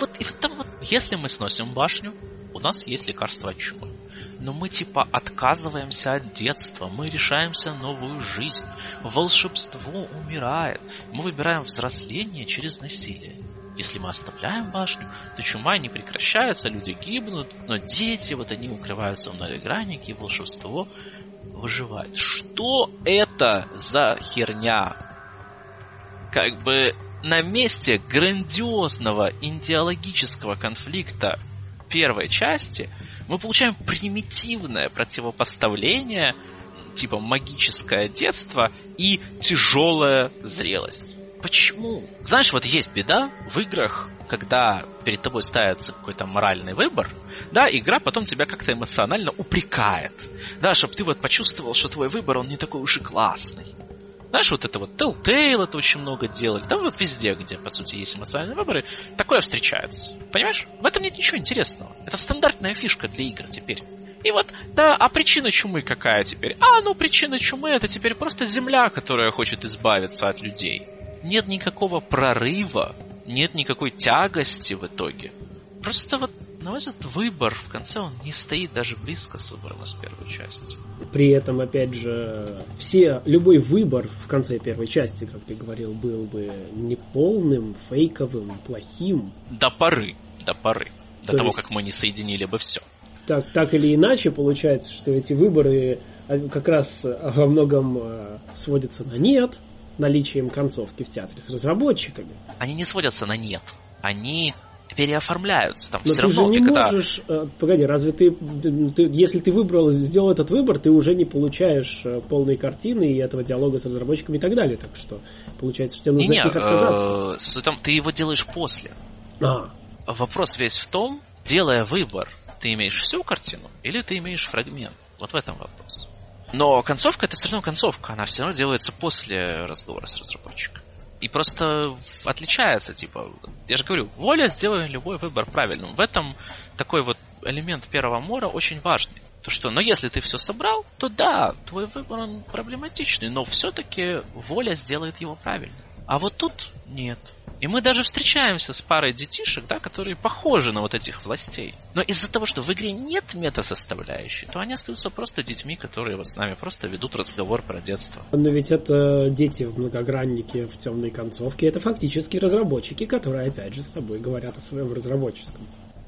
если мы сносим башню, у нас есть лекарство от чумы. Но мы отказываемся от детства, мы решаемся на новую жизнь. Волшебство умирает. Мы выбираем взросление через насилие. Если мы оставляем башню, то чума не прекращается, люди гибнут, но дети, они укрываются в многограннике, и волшебство выживает. Что это за херня? На месте грандиозного идеологического конфликта первой части мы получаем примитивное противопоставление, магическое детство и тяжелая зрелость. Почему? Знаешь, есть беда в играх, когда перед тобой ставится какой-то моральный выбор, игра потом тебя как-то эмоционально упрекает. Чтобы ты почувствовал, что твой выбор, он не такой уж и классный. Знаешь, Telltale это очень много делали. Везде, где, по сути, есть эмоциональные выборы, такое встречается. Понимаешь? В этом нет ничего интересного. Это стандартная фишка для игр теперь. И вот, да, а причина чумы какая теперь? Причина чумы это теперь просто земля, которая хочет избавиться от людей. Нет никакого прорыва, нет никакой тягости в итоге. Просто вот, на мой взгляд, выбор в конце, он не стоит даже близко с выбором из первой части.
При этом, опять же, любой выбор в конце первой части, как ты говорил, был бы неполным, фейковым, плохим.
До поры. До того, как мы не соединили бы все.
Так или иначе, получается, что эти выборы как раз во многом сводятся на нет, наличием концовки в театре с разработчиками.
Они не сводятся на нет. Они переоформляются. Там
но
все
ты
равно
же не можешь... Погоди, разве ты если ты сделал этот выбор, ты уже не получаешь полной картины и этого диалога с разработчиками и так далее. Так что получается, что тебе нужно от них отказаться.
Ты его делаешь после. Вопрос весь в том, делая выбор, ты имеешь всю картину или ты имеешь фрагмент? Вот в этом вопрос. Но концовка это все равно концовка. Она все равно делается после разговора с разработчиком. И просто отличается, я же говорю, воля сделает любой выбор правильным. В этом такой вот элемент первого мора очень важный. Но если ты все собрал, то да, твой выбор он проблематичный, но все-таки воля сделает его правильным. А вот тут нет. И мы даже встречаемся с парой детишек, да, которые похожи на вот этих властей. Но из-за того, что в игре нет мета-составляющей, то они остаются просто детьми, которые вот с нами просто ведут разговор про детство.
Но ведь это дети в многограннике, в темной концовке. Это фактически разработчики, которые опять же с тобой говорят о своем разработческом.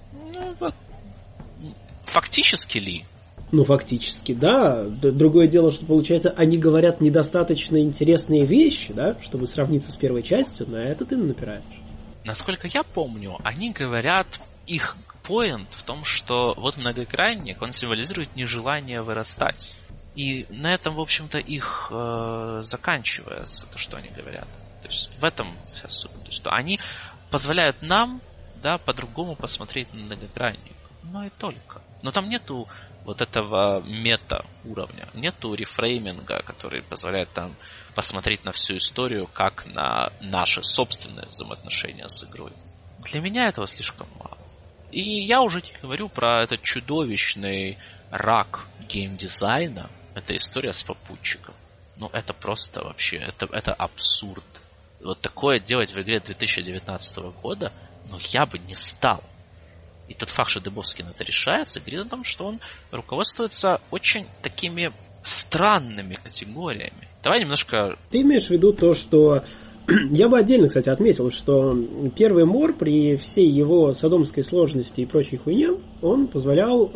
Фактически ли?
Фактически, да. Другое дело, что, получается, они говорят недостаточно интересные вещи, да, чтобы сравниться с первой частью, на это ты напираешь.
Насколько я помню, они говорят, их поинт в том, что вот многоэкранник, он символизирует нежелание вырастать. И на этом, в общем-то, их заканчивается, то, что они говорят. То есть в этом вся суть. То есть, что они позволяют нам, да, по-другому посмотреть на многоэкранник. Но и только. Но там нету вот этого мета-уровня. Нету рефрейминга, который позволяет там посмотреть на всю историю как на наши собственные взаимоотношения с игрой. Для меня этого слишком мало. И я уже не говорю про этот чудовищный рак геймдизайна. Это история с попутчиком. Это просто вообще, это абсурд. Вот такое делать в игре 2019 года, я бы не стал. И тот факт, что Дыбовский на это решается, говорит о том, что он руководствуется очень такими странными категориями. Давай немножко...
Ты имеешь в виду то, что... Я бы отдельно, кстати, отметил, что первый мор при всей его содомской сложности и прочей хуйне, он позволял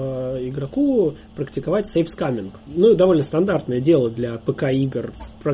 игроку практиковать сейфскаминг. Довольно стандартное дело для ПК-игр,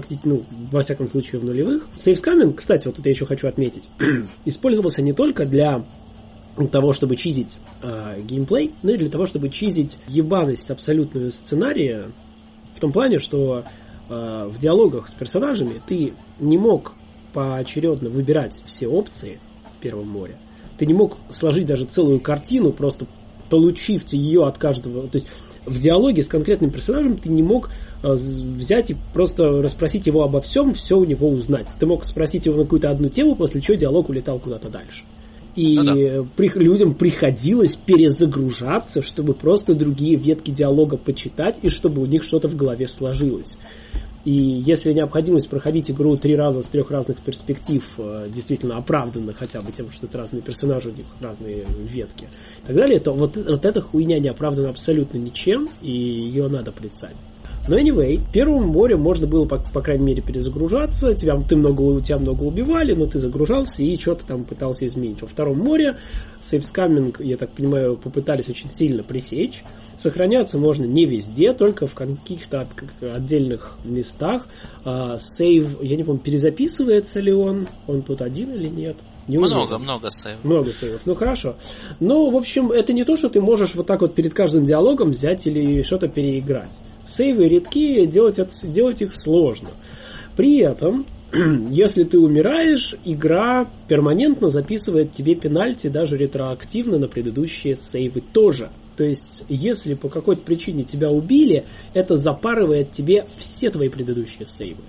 во всяком случае в нулевых. Сейфскаминг, кстати, вот это я еще хочу отметить, использовался не только для того, чтобы чизить геймплей, но и для того, чтобы чизить ебаность абсолютную сценария, в том плане, что в диалогах с персонажами ты не мог поочередно выбирать все опции в первом море. Ты не мог сложить даже целую картину, просто получив ее от каждого. То есть в диалоге с конкретным персонажем ты не мог взять и просто расспросить его обо всем, все у него узнать. Ты мог спросить его на какую-то одну тему, после чего диалог улетал куда-то дальше. И людям приходилось перезагружаться, чтобы просто другие ветки диалога почитать, и чтобы у них что-то в голове сложилось. И если необходимость проходить игру 3 раза с 3 разных перспектив действительно оправдана хотя бы тем, что это разные персонажи, у них разные ветки и так далее, то вот эта хуйня не оправдана абсолютно ничем, и ее надо порицать. Но anyway, в первом море можно было, по крайней мере, перезагружаться. Тебя много убивали, но ты загружался и что-то там пытался изменить. Во втором море сейфскаминг, я так понимаю, попытались очень сильно пресечь. Сохраняться можно не везде, только в каких-то отдельных местах. Сейв, я не помню, перезаписывается ли он тут один или нет.
Много сейвов.
Много сейвов. Хорошо. В общем, это не то, что ты можешь вот так вот перед каждым диалогом взять или что-то переиграть. Сейвы редкие, делать их сложно. При этом, если ты умираешь, игра перманентно записывает тебе пенальти даже ретроактивно на предыдущие сейвы тоже. То есть, если по какой-то причине тебя убили, это запарывает тебе все твои предыдущие сейвы.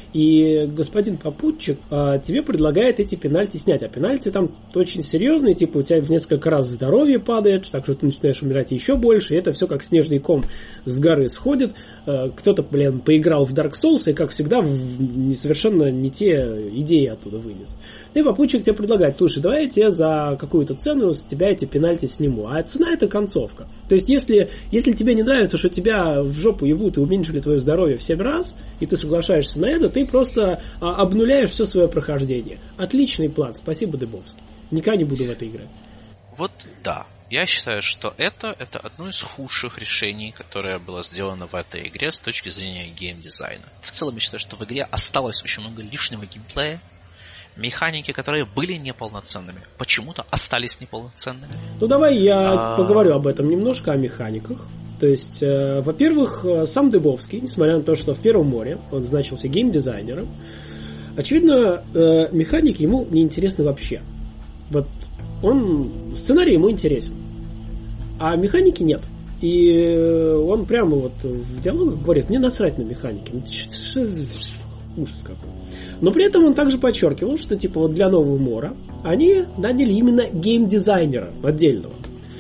И господин попутчик тебе предлагает эти пенальти снять. А пенальти там очень серьезные, типа у тебя в несколько раз здоровье падает, так что ты начинаешь умирать еще больше, и это все как снежный ком с горы сходит. Кто-то, поиграл в Dark Souls, и, как всегда, совершенно не те идеи оттуда вынес. И попутчик тебе предлагает: слушай, давай я тебе за какую-то цену с тебя эти пенальти сниму. А цена — это концовка. То есть, если тебе не нравится, что тебя в жопу ебут и уменьшили твое здоровье в 7 раз, и ты соглашаешься на это, ты просто обнуляешь все свое прохождение. Отличный план. Спасибо, Дыбовский. Никогда не буду в это играть.
Вот да. Я считаю, что это одно из худших решений, которое было сделано в этой игре с точки зрения геймдизайна. В целом, я считаю, что в игре осталось очень много лишнего геймплея. Механики, которые были неполноценными, почему-то остались неполноценными.
Ну, давай я поговорю об этом немножко, о механиках. То есть, во-первых, сам Дыбовский, несмотря на то, что в «Первом море» он значился геймдизайнером, очевидно, механики ему не интересны вообще. Вот сценарий ему интересен, а механики нет. И он прямо вот в диалогах говорит: мне насрать на механики. Ужас какой. Но при этом он также подчеркивал, что типа вот для нового Мора они наняли именно геймдизайнера отдельного.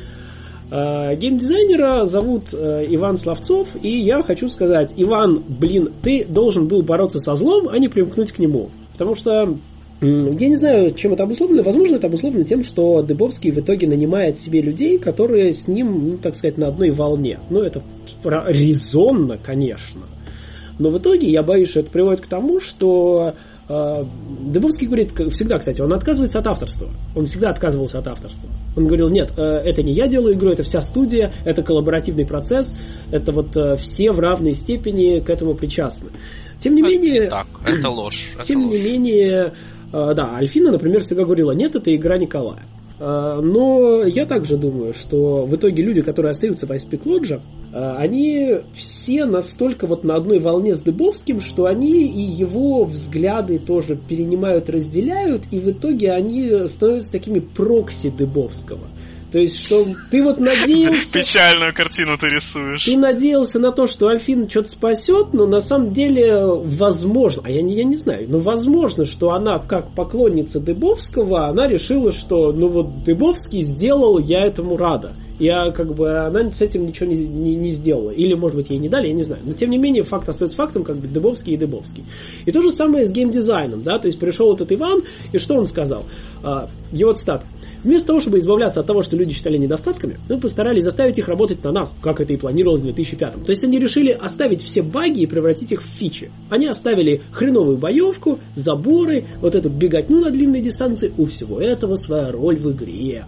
Геймдизайнера зовут Иван Славцов, и я хочу сказать: Иван, ты должен был бороться со злом, а не примкнуть к нему. Потому что я не знаю, чем это обусловлено. Возможно, это обусловлено тем, что Дыбовский в итоге нанимает себе людей, которые с ним, так сказать, на одной волне. Это резонно, конечно. Но в итоге я боюсь, что это приводит к тому, что Дыбовский говорит всегда, кстати, он отказывается от авторства. Он всегда отказывался от авторства. Он говорил: нет, это не я делаю игру, это вся студия, это коллаборативный процесс, это вот все в равной степени к этому причастны. Тем не менее...
Так, это ложь.
Тем не менее... Да, Альфина, например, всегда говорила: нет, это игра Николая. Но я также думаю, что в итоге люди, которые остаются в Ice Peak Lodge, они все настолько вот на одной волне с Дыбовским, что они и его взгляды тоже перенимают, разделяют, и в итоге они становятся такими прокси Дыбовского. То есть, что ты вот надеялся...
Печальную картину ты рисуешь.
Ты надеялся на то, что Альфина что-то спасет, но на самом деле возможно, а я не знаю, но возможно, что она, как поклонница Дыбовского, она решила, что Дыбовский сделал, я этому рада. Она с этим ничего не сделала. Или, может быть, ей не дали, я не знаю. Но, тем не менее, факт остается фактом, Дыбовский и Дыбовский. И то же самое с геймдизайном, да, то есть пришел этот Иван, и что он сказал? Его цитата: вместо того, чтобы избавляться от того, что люди считали недостатками, мы постарались заставить их работать на нас, как это и планировалось в 2005. То есть они решили оставить все баги и превратить их в фичи. Они оставили хреновую боевку, заборы, вот эту беготню на длинной дистанции. У всего этого своя роль в игре.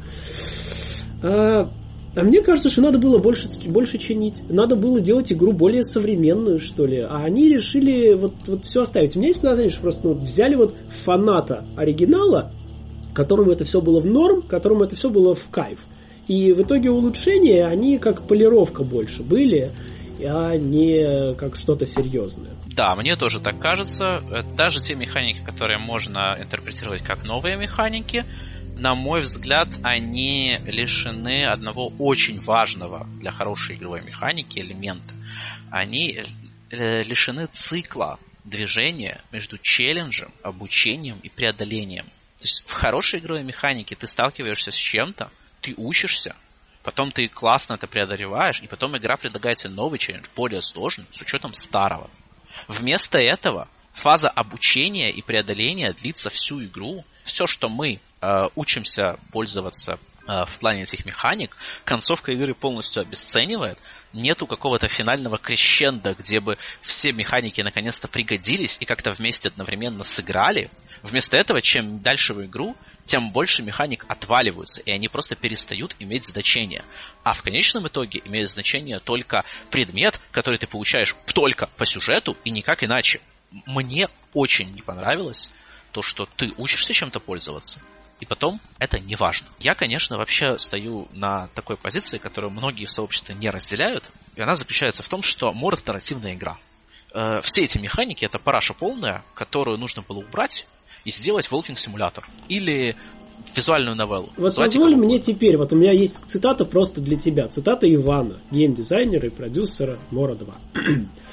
А мне кажется, что надо было больше чинить. Надо было делать игру более современную, что ли. А они решили вот все оставить. У меня есть подозрение, что просто взяли фаната оригинала, которому это все было в норм, которому это все было в кайф. И в итоге улучшения, они как полировка больше были, а не как что-то серьезное.
Да, мне тоже так кажется. Даже те механики, которые можно интерпретировать как новые механики, на мой взгляд, они лишены одного очень важного для хорошей игровой механики элемента. Они лишены цикла движения между челленджем, обучением и преодолением. То есть в хорошей игровой механике ты сталкиваешься с чем-то, ты учишься, потом ты классно это преодолеваешь, и потом игра предлагает тебе новый челлендж, более сложный, с учетом старого. Вместо этого фаза обучения и преодоления длится всю игру. Все, что мы учимся пользоваться в плане этих механик, концовка игры полностью обесценивает. Нету какого-то финального крещендо, где бы все механики наконец-то пригодились и как-то вместе одновременно сыграли. Вместо этого, чем дальше в игру, тем больше механик отваливаются, и они просто перестают иметь значение. А в конечном итоге имеет значение только предмет, который ты получаешь только по сюжету и никак иначе. Мне очень не понравилось то, что ты учишься чем-то пользоваться, и потом это не важно. Я, конечно, вообще стою на такой позиции, которую многие в сообществе не разделяют, и она заключается в том, что Мор — это нарративная игра. Все эти механики — это параша полная, которую нужно было убрать и сделать Walking Simulator или визуальную новеллу.
Вот позволь мне теперь, у меня есть цитата просто для тебя. Цитата Ивана, геймдизайнера и продюсера Мора 2.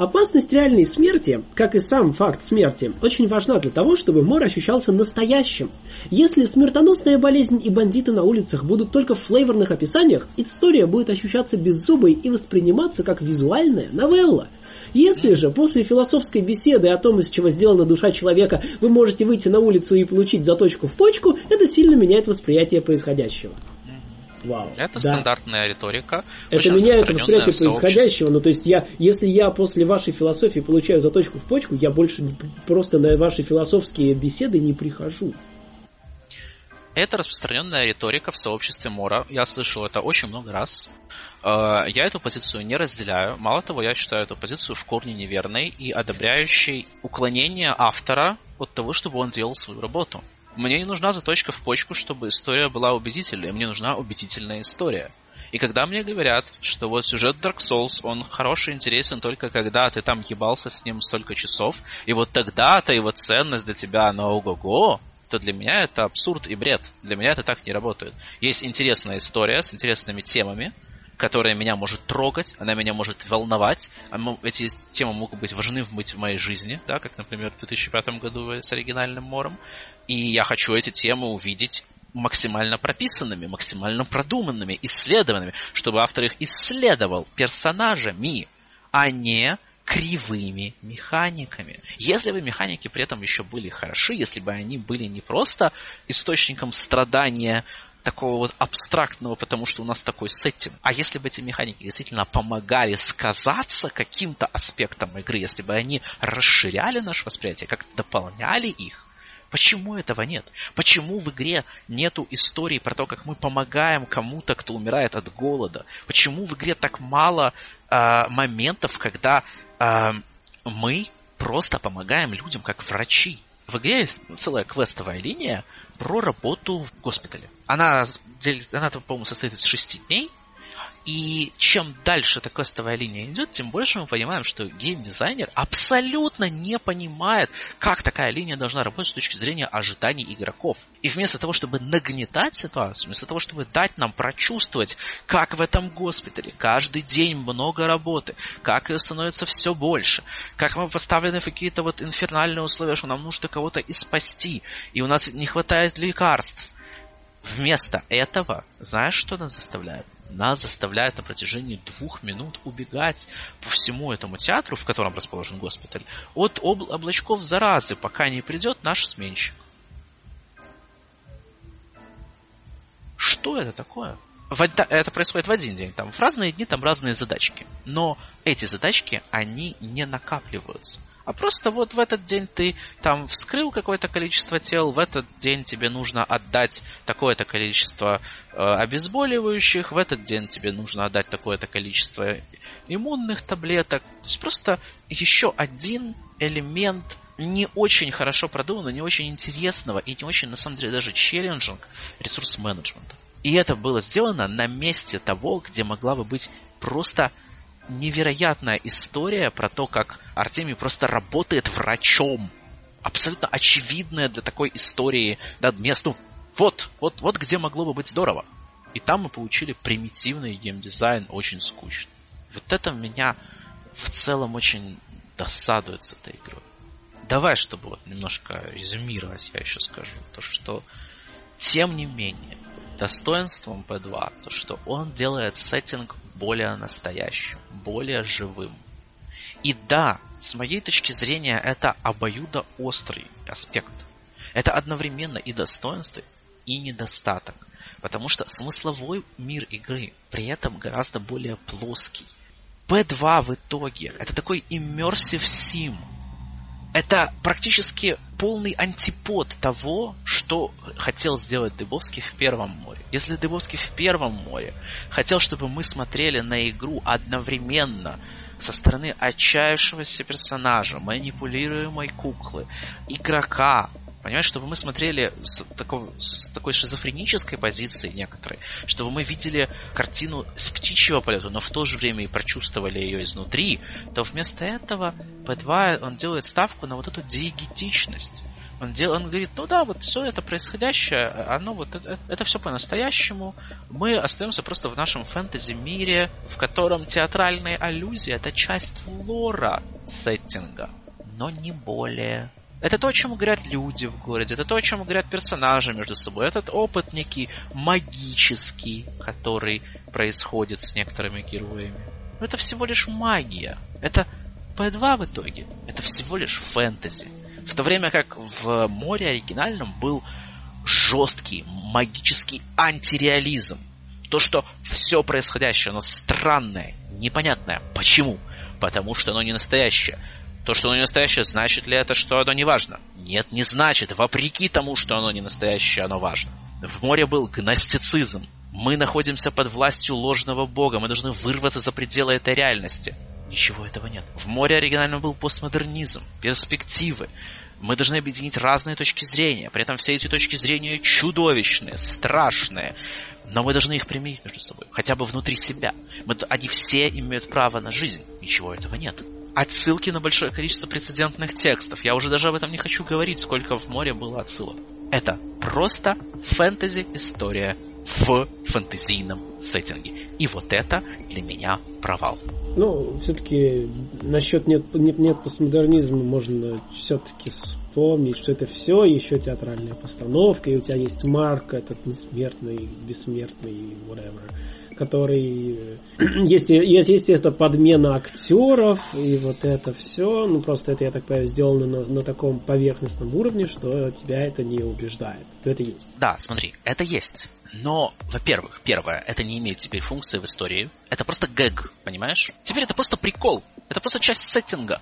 Опасность реальной смерти, как и сам факт смерти, очень важна для того, чтобы мор ощущался настоящим. Если смертоносная болезнь и бандиты на улицах будут только в флейворных описаниях, история будет ощущаться беззубой и восприниматься как визуальная новелла. Если же после философской беседы о том, из чего сделана душа человека, вы можете выйти на улицу и получить заточку в почку, это сильно меняет восприятие происходящего. Вау.
Это стандартная риторика.
Это меняет восприятие происходящего. Ну, то есть, если я после вашей философии получаю заточку в почку, я больше просто на ваши философские беседы не прихожу.
Это распространенная риторика в сообществе Мора. Я слышал это очень много раз. Я эту позицию не разделяю. Мало того, я считаю эту позицию в корне неверной и одобряющей уклонение автора от того, чтобы он делал свою работу. Мне не нужна заточка в почку, чтобы история была убедительной. Мне нужна убедительная история. И когда мне говорят, что вот сюжет Dark Souls, он хороший, интересен только когда ты там ебался с ним столько часов, и вот тогда-то его ценность для тебя на ого-го, то для меня это абсурд и бред. Для меня это так не работает. Есть интересная история с интересными темами, которая меня может трогать, она меня может волновать. Эти темы могут быть важны в моей жизни, да, как, например, в 2005 году с оригинальным Мором. И я хочу эти темы увидеть максимально прописанными, максимально продуманными, исследованными, чтобы автор их исследовал персонажами, а не кривыми механиками. Если бы механики при этом еще были хороши, если бы они были не просто источником страдания такого вот абстрактного, потому что у нас такой сеттинг. А если бы эти механики действительно помогали сказаться каким-то аспектом игры, если бы они расширяли наше восприятие, как-то дополняли их, почему этого нет? Почему в игре нету истории про то, как мы помогаем кому-то, кто умирает от голода? Почему в игре так мало моментов, когда мы просто помогаем людям как врачи? В игре есть целая квестовая линия про работу в госпитале. Она, по-моему, состоит из 6 дней. И чем дальше эта квестовая линия идет, тем больше мы понимаем, что геймдизайнер абсолютно не понимает, как такая линия должна работать с точки зрения ожиданий игроков. И вместо того, чтобы нагнетать ситуацию, вместо того, чтобы дать нам прочувствовать, как в этом госпитале каждый день много работы, как ее становится все больше, как мы поставлены в какие-то вот инфернальные условия, что нам нужно кого-то и спасти, и у нас не хватает лекарств. Вместо этого, знаешь, что нас заставляет? Нас заставляет на протяжении 2 минут убегать по всему этому театру, в котором расположен госпиталь, от облачков заразы, пока не придет наш сменщик. Что это такое? Это происходит в один день. Там в разные дни там разные задачки. Но эти задачки, они не накапливаются. А просто вот в этот день ты там вскрыл какое-то количество тел, в этот день тебе нужно отдать такое-то количество обезболивающих, в этот день тебе нужно отдать такое-то количество иммунных таблеток. То есть просто еще один элемент не очень хорошо продуманного, не очень интересного и не очень, на самом деле, даже челленджинг ресурс-менеджмента. И это было сделано на месте того, где могла бы быть просто невероятная история про то, как Артемий просто работает врачом. Абсолютно очевидное для такой истории место. Вот где могло бы быть здорово. И там мы получили примитивный геймдизайн, очень скучный. Вот это меня в целом очень досадует с этой игрой. Давай, чтобы вот немножко резюмировать, я еще скажу. То, что тем не менее достоинством P2 то, что он делает сеттинг более настоящим, более живым. И да, с моей точки зрения, это обоюдоострый аспект. Это одновременно и достоинство, и недостаток. Потому что смысловой мир игры при этом гораздо более плоский. P2 в итоге это такой immersive sim. Это практически полный антипод того, что хотел сделать Дыбовский в Первом море. Если Дыбовский в Первом море хотел, чтобы мы смотрели на игру одновременно со стороны отчаявшегося персонажа, манипулируемой куклы, игрока, понимаешь, чтобы мы смотрели с такой шизофренической позиции некоторой, чтобы мы видели картину с птичьего полета, но в то же время и прочувствовали ее изнутри, то вместо этого P2 он делает ставку на вот эту диегетичность, Он говорит, ну да, вот все это происходящее, оно вот это все по-настоящему. Мы остаемся просто в нашем фэнтези-мире, в котором театральные аллюзии — это часть лора сеттинга, но не более. Это то, о чем говорят люди в городе, это то, о чем говорят персонажи между собой. Этот опыт некий магический, который происходит с некоторыми героями. Но это всего лишь магия. Это P2 в итоге. Это всего лишь фэнтези. В то время как в море оригинальном был жесткий магический антиреализм. То, что все происходящее, оно странное, непонятное. Почему? Потому что оно не настоящее. То, что оно не настоящее, значит ли это, что оно не важно? Нет, не значит. Вопреки тому, что оно не настоящее, оно важно. В море был гностицизм. Мы находимся под властью ложного бога. Мы должны вырваться за пределы этой реальности. Ничего этого нет. В море оригинальном был постмодернизм, перспективы. Мы должны объединить разные точки зрения. При этом все эти точки зрения чудовищные, страшные. Но мы должны их примирить между собой. Хотя бы внутри себя. Они все имеют право на жизнь. Ничего этого нет. Отсылки на большое количество прецедентных текстов. Я уже даже об этом не хочу говорить, сколько в море было отсылок. Это просто фэнтези-история в фэнтезийном сеттинге. И вот это для меня провал.
Ну, все-таки насчет нет постмодернизма можно все-таки вспомнить, что это все еще театральная постановка, и у тебя есть Марк, этот бессмертный, whatever, который... Есть это подмена актеров, и вот это все, ну, просто это, я так понимаю, сделано на таком поверхностном уровне, что тебя это не убеждает. То это есть.
Да, смотри, это есть. Но, во-первых, первое, это не имеет теперь функции в истории. Это просто гэг, понимаешь? Теперь это просто прикол. Это просто часть сеттинга.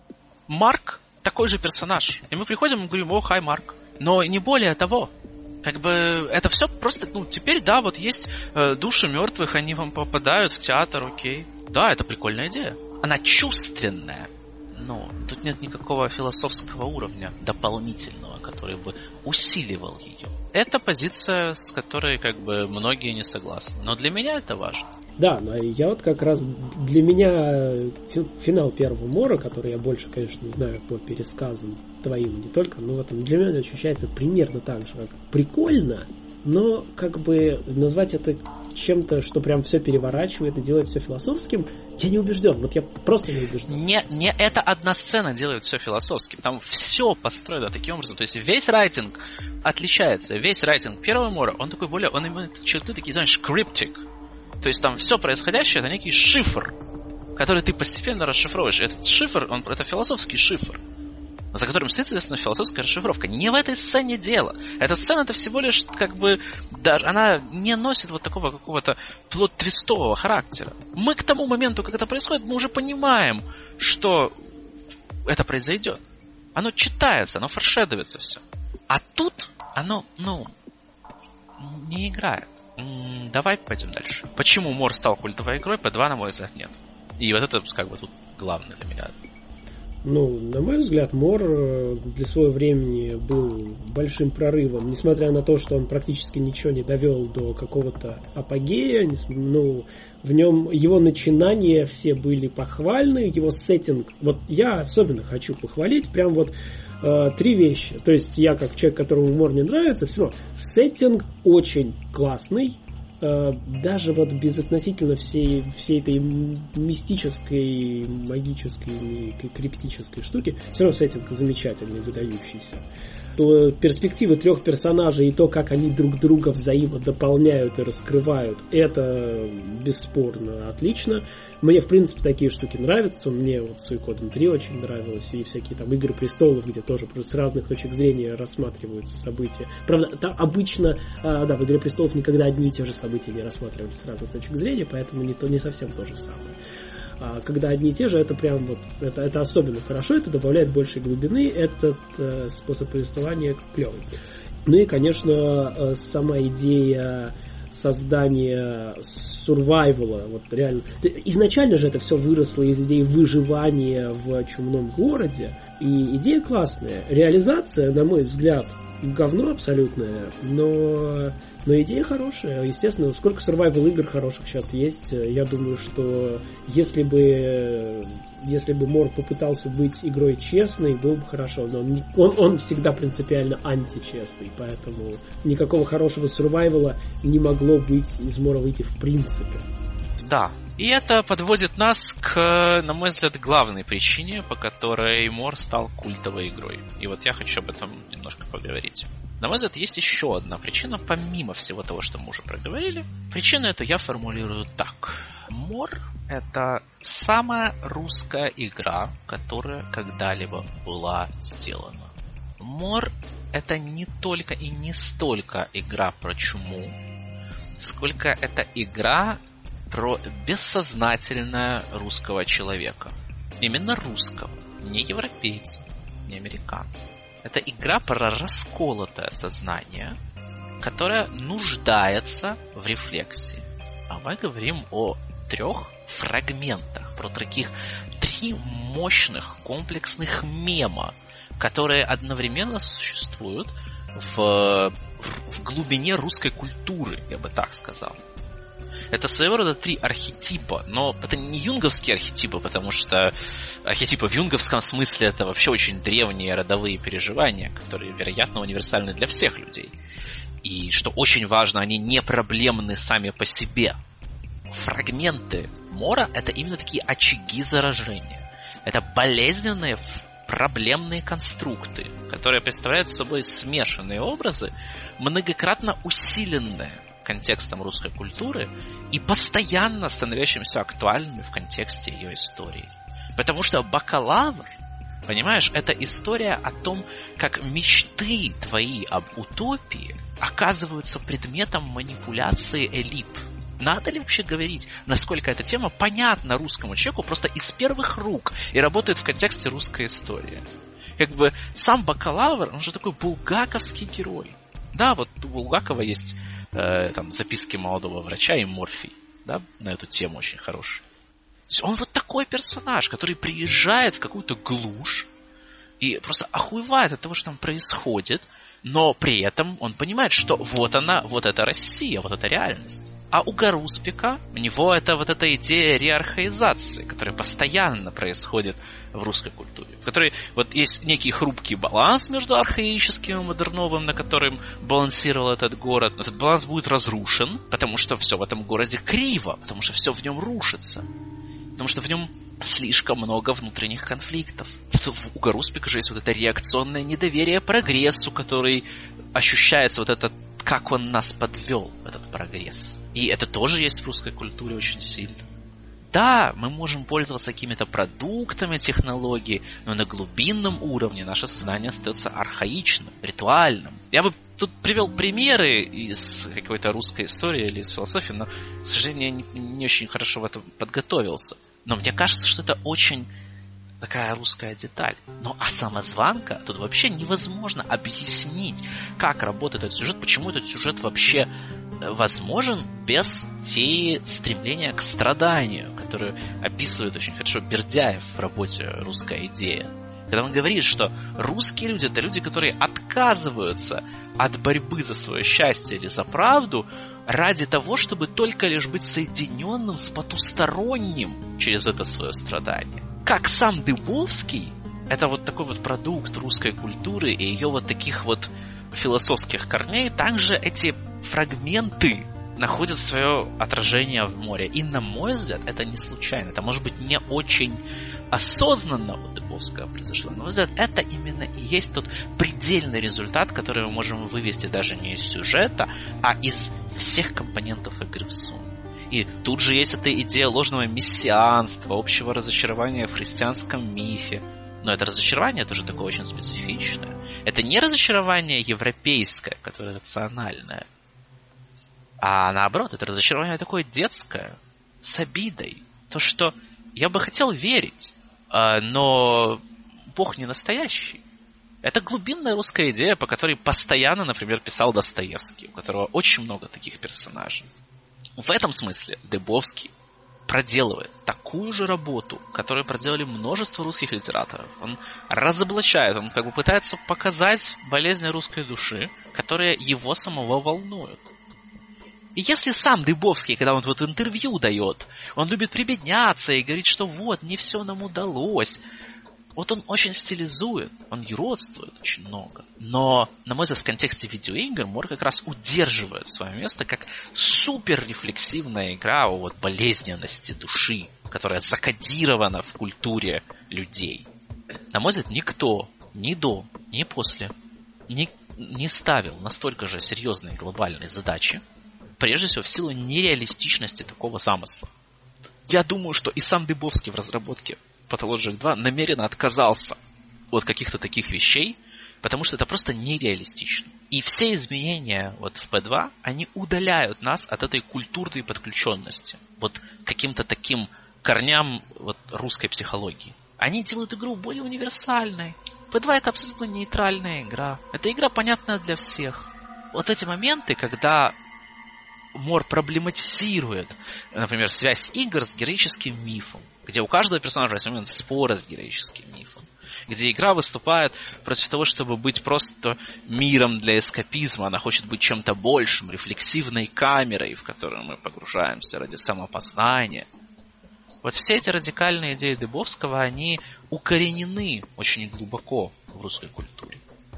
Марк такой же персонаж. И мы приходим и говорим, о, хай, Марк. Но не более того. Как бы это все просто, ну, теперь, да, вот есть души мертвых, они вам попадают в театр, окей. Да, это прикольная идея. Она чувственная. Но тут нет никакого философского уровня дополнительного, который бы усиливал ее. Это позиция, с которой как бы многие не согласны. Но для меня это важно.
Да, но я вот как раз для меня финал первого Мора, который я больше, конечно, знаю по пересказам твоим, не только, но вот для меня ощущается примерно так же, как прикольно, но как бы назвать это чем-то, что прям все переворачивает и делает все философским, я не убежден. Вот я просто не убежден.
Не эта одна сцена делает все философским. Там все построено таким образом. То есть весь райтинг отличается. Весь райтинг первого Мора, он такой более, он имеет черты такие, знаешь, криптик. То есть там все происходящее, это некий шифр, который ты постепенно расшифровываешь. Этот шифр, это философский шифр, за которым стоит, соответственно, философская расшифровка. Не в этой сцене дело. Эта сцена, это всего лишь, как бы, даже она не носит вот такого какого-то плот-твистового характера. Мы к тому моменту, как это происходит, мы уже понимаем, что это произойдет. Оно читается, оно форшедовится все. А тут оно, не играет. Давай пойдем дальше. Почему Мор стал культовой игрой? P2, на мой взгляд, нет. И вот это, как бы, тут главное для меня.
Ну, на мой взгляд, Мор для своего времени был большим прорывом, несмотря на то, что он практически ничего не довел до какого-то апогея. Ну, в нем его начинания все были похвальны, его сеттинг. Вот я особенно хочу похвалить прям вот 3 вещи. То есть я, как человек, которому Мор не нравится, все равно сеттинг очень классный. Даже вот безотносительно всей этой мистической, магической, криптической штуки, все равно сеттинг замечательный, выдающийся. Перспективы 3 персонажей и то, как они друг друга взаимодополняют и раскрывают, это бесспорно отлично. Мне, в принципе, такие штуки нравятся. Мне вот Suikoden 3 очень нравилось, и всякие там Игры престолов, где тоже с разных точек зрения рассматриваются события. Правда, там обычно, да, в Игре престолов никогда одни и те же события не рассматривались с разных точек зрения, поэтому не совсем то же самое. А когда одни и те же, это прям вот, это особенно хорошо, это добавляет больше глубины, этот способ повествования клевый. Ну и, конечно, сама идея создания сурвайвала, вот реально. Изначально же это все выросло из идеи выживания в чумном городе, и идея классная. Реализация, на мой взгляд, говно абсолютное, но идея хорошая. Естественно, сколько survival игр хороших сейчас есть. Я думаю, что если бы Мор попытался быть игрой честной, было бы хорошо. Но он всегда принципиально античестный, поэтому никакого хорошего survival не могло быть из Мора выйти в принципе.
Да. И это подводит нас к, на мой взгляд, главной причине, по которой Мор стал культовой игрой. И вот я хочу об этом немножко поговорить. На мой взгляд, есть еще одна причина, помимо всего того, что мы уже проговорили. Причину эту я формулирую так. Мор — это самая русская игра, которая когда-либо была сделана. Мор — это не только и не столько игра про чуму, сколько это игра про бессознательное русского человека. Именно русского, не европейца, не американца. Это игра про расколотое сознание, которое нуждается в рефлексии. А мы говорим о 3 фрагментах, про таких 3 мощных комплексных мема, которые одновременно существуют в глубине русской культуры, я бы так сказал. Это своего рода 3 архетипа, но это не юнговские архетипы, потому что архетипы в юнговском смысле это вообще очень древние родовые переживания, которые, вероятно, универсальны для всех людей. И что очень важно, они не проблемны сами по себе. Фрагменты Мора — это именно такие очаги заражения. Это болезненные проблемные конструкты, которые представляют собой смешанные образы, многократно усиленные контекстом русской культуры и постоянно становящимися актуальными в контексте ее истории. Потому что «Бакалавр», понимаешь, это история о том, как мечты твои об утопии оказываются предметом манипуляции элит. Надо ли вообще говорить, насколько эта тема понятна русскому человеку просто из первых рук и работает в контексте русской истории? Как бы сам «Бакалавр», он же такой булгаковский герой. Да, вот у Булгакова есть там записки молодого врача и Морфий, да, на эту тему очень хороший. То есть он вот такой персонаж, который приезжает в какую-то глушь и просто охуевает от того, что там происходит, но при этом он понимает, что вот она, вот это Россия, вот это реальность. А у Гаруспика, у него это вот эта идея реархаизации, которая постоянно происходит в русской культуре, в которой вот есть некий хрупкий баланс между архаическим и модерновым, на котором балансировал этот город. Этот баланс будет разрушен, потому что все в этом городе криво, потому что все в нем рушится, потому что в нем слишком много внутренних конфликтов. У Гаруспика же есть вот это реакционное недоверие прогрессу, который ощущается вот это, как он нас подвел, этот прогресс. И это тоже есть в русской культуре очень сильно. Да, мы можем пользоваться какими-то продуктами технологий, но на глубинном уровне наше сознание остается архаичным, ритуальным. Я бы тут привел примеры из какой-то русской истории или из философии, но, к сожалению, я не очень хорошо в этом подготовился. Но мне кажется, что это очень такая русская деталь. Ну а самозванка, тут вообще невозможно объяснить, как работает этот сюжет, почему этот сюжет вообще возможен без те стремления к страданию, которые описывает очень хорошо Бердяев в работе «Русская идея». Когда он говорит, что русские люди — это люди, которые отказываются от борьбы за свое счастье или за правду ради того, чтобы только лишь быть соединенным с потусторонним через это свое страдание. Как сам Дыбовский, это вот такой вот продукт русской культуры и ее вот таких вот философских корней, также эти фрагменты находят свое отражение в море. И, на мой взгляд, это не случайно. Это, может быть, не очень осознанно у Дыбовского произошло. На мой взгляд, это именно и есть тот предельный результат, который мы можем вывести даже не из сюжета, а из всех компонентов игры в сумме. И тут же есть эта идея ложного мессианства, общего разочарования в христианском мифе. Но это разочарование тоже такое очень специфичное. Это не разочарование европейское, которое рациональное. А наоборот, это разочарование такое детское, с обидой. То, что я бы хотел верить, но Бог не настоящий. Это глубинная русская идея, по которой постоянно, например, писал Достоевский, у которого очень много таких персонажей. В этом смысле Дыбовский проделывает такую же работу, которую проделали множество русских литераторов. Он разоблачает, он как бы пытается показать болезни русской души, которые его самого волнуют. И если сам Дыбовский, когда он вот интервью дает, он любит прибедняться и говорит, что вот, не все нам удалось. Вот он очень стилизует, он юродствует очень много. Но, на мой взгляд, в контексте видеоигр Мор как раз удерживает свое место как суперрефлексивная игра о вот болезненности души, которая закодирована в культуре людей. На мой взгляд, никто ни до, ни после не ставил настолько же серьезные глобальные задачи, прежде всего в силу нереалистичности такого замысла. Я думаю, что и сам Дыбовский в разработке Pathologic 2 намеренно отказался от каких-то таких вещей, потому что это просто нереалистично. И все изменения вот в P2, они удаляют нас от этой культурной подключенности, вот каким-то таким корням вот русской психологии. Они делают игру более универсальной. P2 это абсолютно нейтральная игра. Это игра понятная для всех. Вот эти моменты, когда Мор проблематизирует, например, связь игр с героическим мифом, где у каждого персонажа есть момент спора с героическим мифом, где игра выступает против того, чтобы быть просто миром для эскапизма, она хочет быть чем-то большим, рефлексивной камерой, в которую мы погружаемся ради самопознания. Вот все эти радикальные идеи Дыбовского, они укоренены очень глубоко в русской культуре.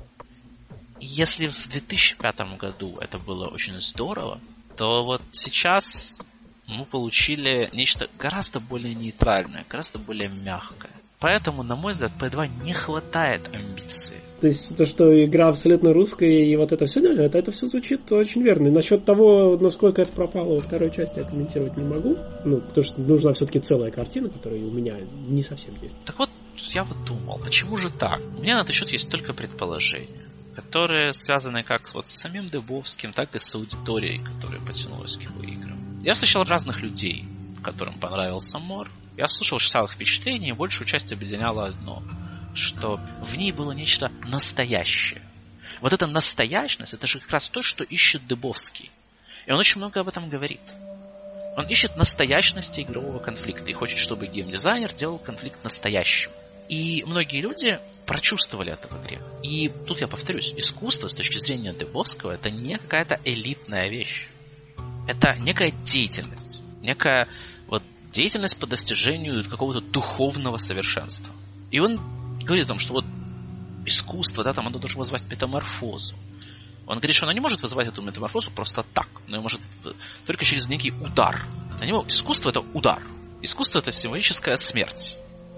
И если в 2005 году это было очень здорово, то вот сейчас мы получили нечто гораздо более нейтральное, гораздо более мягкое. Поэтому, на мой взгляд, P2 не хватает амбиций.
То есть то, что игра абсолютно русская, и вот это все, это все звучит очень верно. И насчет того, насколько это пропало во второй части, я комментировать не могу. Потому что нужна все-таки целая картина, которая у меня не совсем есть.
Так вот, я вот думал, почему же так? У меня на этот счет есть только предположения, которые связаны как вот с самим Дыбовским, так и с аудиторией, которая потянулась к его играм. Я встречал разных людей, которым понравился Мор. Я слушал, читал их впечатления, и большую часть объединяло одно, что в ней было нечто настоящее. Вот эта настоящность, это же как раз то, что ищет Дыбовский. И он очень много об этом говорит. Он ищет настоящности игрового конфликта и хочет, чтобы геймдизайнер делал конфликт настоящим. И многие люди прочувствовали это в игре. И тут я повторюсь, искусство с точки зрения Дыбовского это не какая-то элитная вещь. Это некая деятельность. Некая вот деятельность по достижению какого-то духовного совершенства. И он говорит о том, что вот искусство, да, там оно должно вызвать метаморфозу. Он говорит, что оно не может вызывать эту метаморфозу просто так. Оно может только через некий удар. Для него искусство это удар. Искусство это символическая смерть.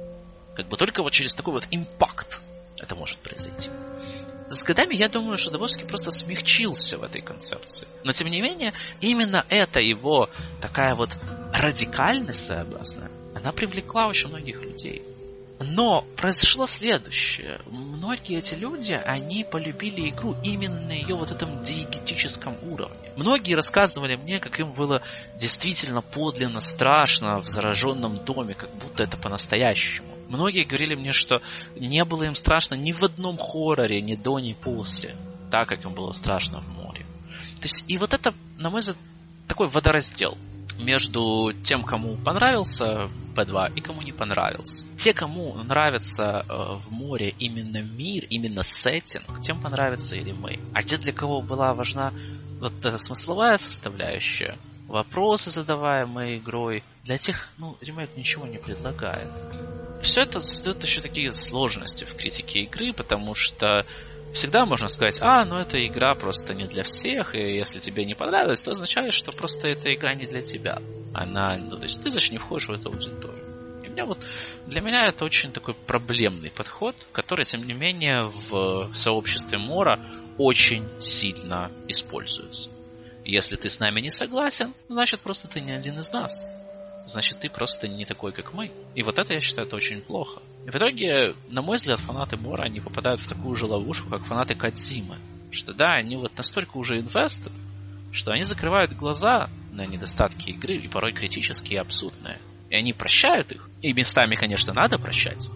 Как бы только вот через такой вот импакт это может произойти. С годами я думаю, что Дыбовский просто смягчился в этой концепции. Но тем не менее, именно эта его такая вот радикальность своеобразная, она привлекла очень многих людей. Но произошло следующее. Многие эти люди, они полюбили игру именно на ее вот этом диегетическом уровне. Многие рассказывали мне, как им было действительно подлинно страшно в зараженном доме, как будто это по-настоящему. Многие говорили мне, что не было им страшно ни в одном хорроре, ни до, ни после, так как им было страшно в море. То есть, и вот это, на мой взгляд, такой водораздел между тем, кому понравился P2 и кому не понравился. Те, кому нравится в море именно мир, именно сеттинг, тем понравится и ремейк. А те, для кого была важна вот эта смысловая составляющая, вопросы, задаваемые игрой, для тех, ремейк ничего не предлагает. Все это создает еще такие сложности в критике игры, потому что всегда можно сказать, эта игра просто не для всех, и если тебе не понравилось, то означает, что просто эта игра не для тебя. То есть ты, значит, не входишь в эту аудиторию. И для меня это очень такой проблемный подход, который, тем не менее, в сообществе Мора очень сильно используется. Если ты с нами не согласен, значит, просто ты не один из нас. Значит, ты просто не такой, как мы. И вот это, я считаю, это очень плохо. И в итоге, на мой взгляд, фанаты Мора, они попадают в такую же ловушку, как фанаты Кодзимы. Что да, они вот настолько уже invested, что они закрывают глаза на недостатки игры, и порой критические и абсурдные. И они прощают их. И местами, конечно, надо прощать.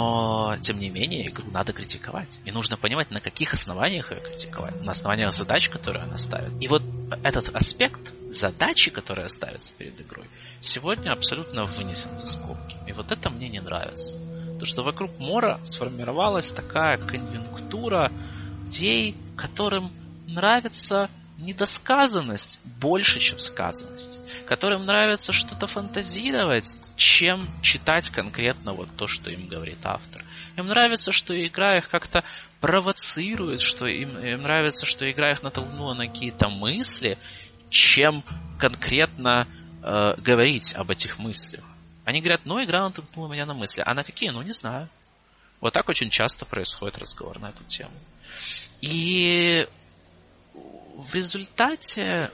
Но, тем не менее, игру надо критиковать. И нужно понимать, на каких основаниях ее критиковать. На основаниях задач, которые она ставит. И вот этот аспект задачи, которая ставится перед игрой, сегодня абсолютно вынесен за скобки. И вот это мне не нравится. То, что вокруг Мора сформировалась такая конъюнктура людей, которым нравится недосказанность больше, чем сказанность. Которым нравится что-то фантазировать, чем читать конкретно вот то, что им говорит автор. Им нравится, что игра их как-то провоцирует, что им нравится, что игра их натолкнула на какие-то мысли, чем конкретно говорить об этих мыслях. Они говорят, игра натолкнула меня на мысли. А на какие? Не знаю. Вот так очень часто происходит разговор на эту тему. И в результате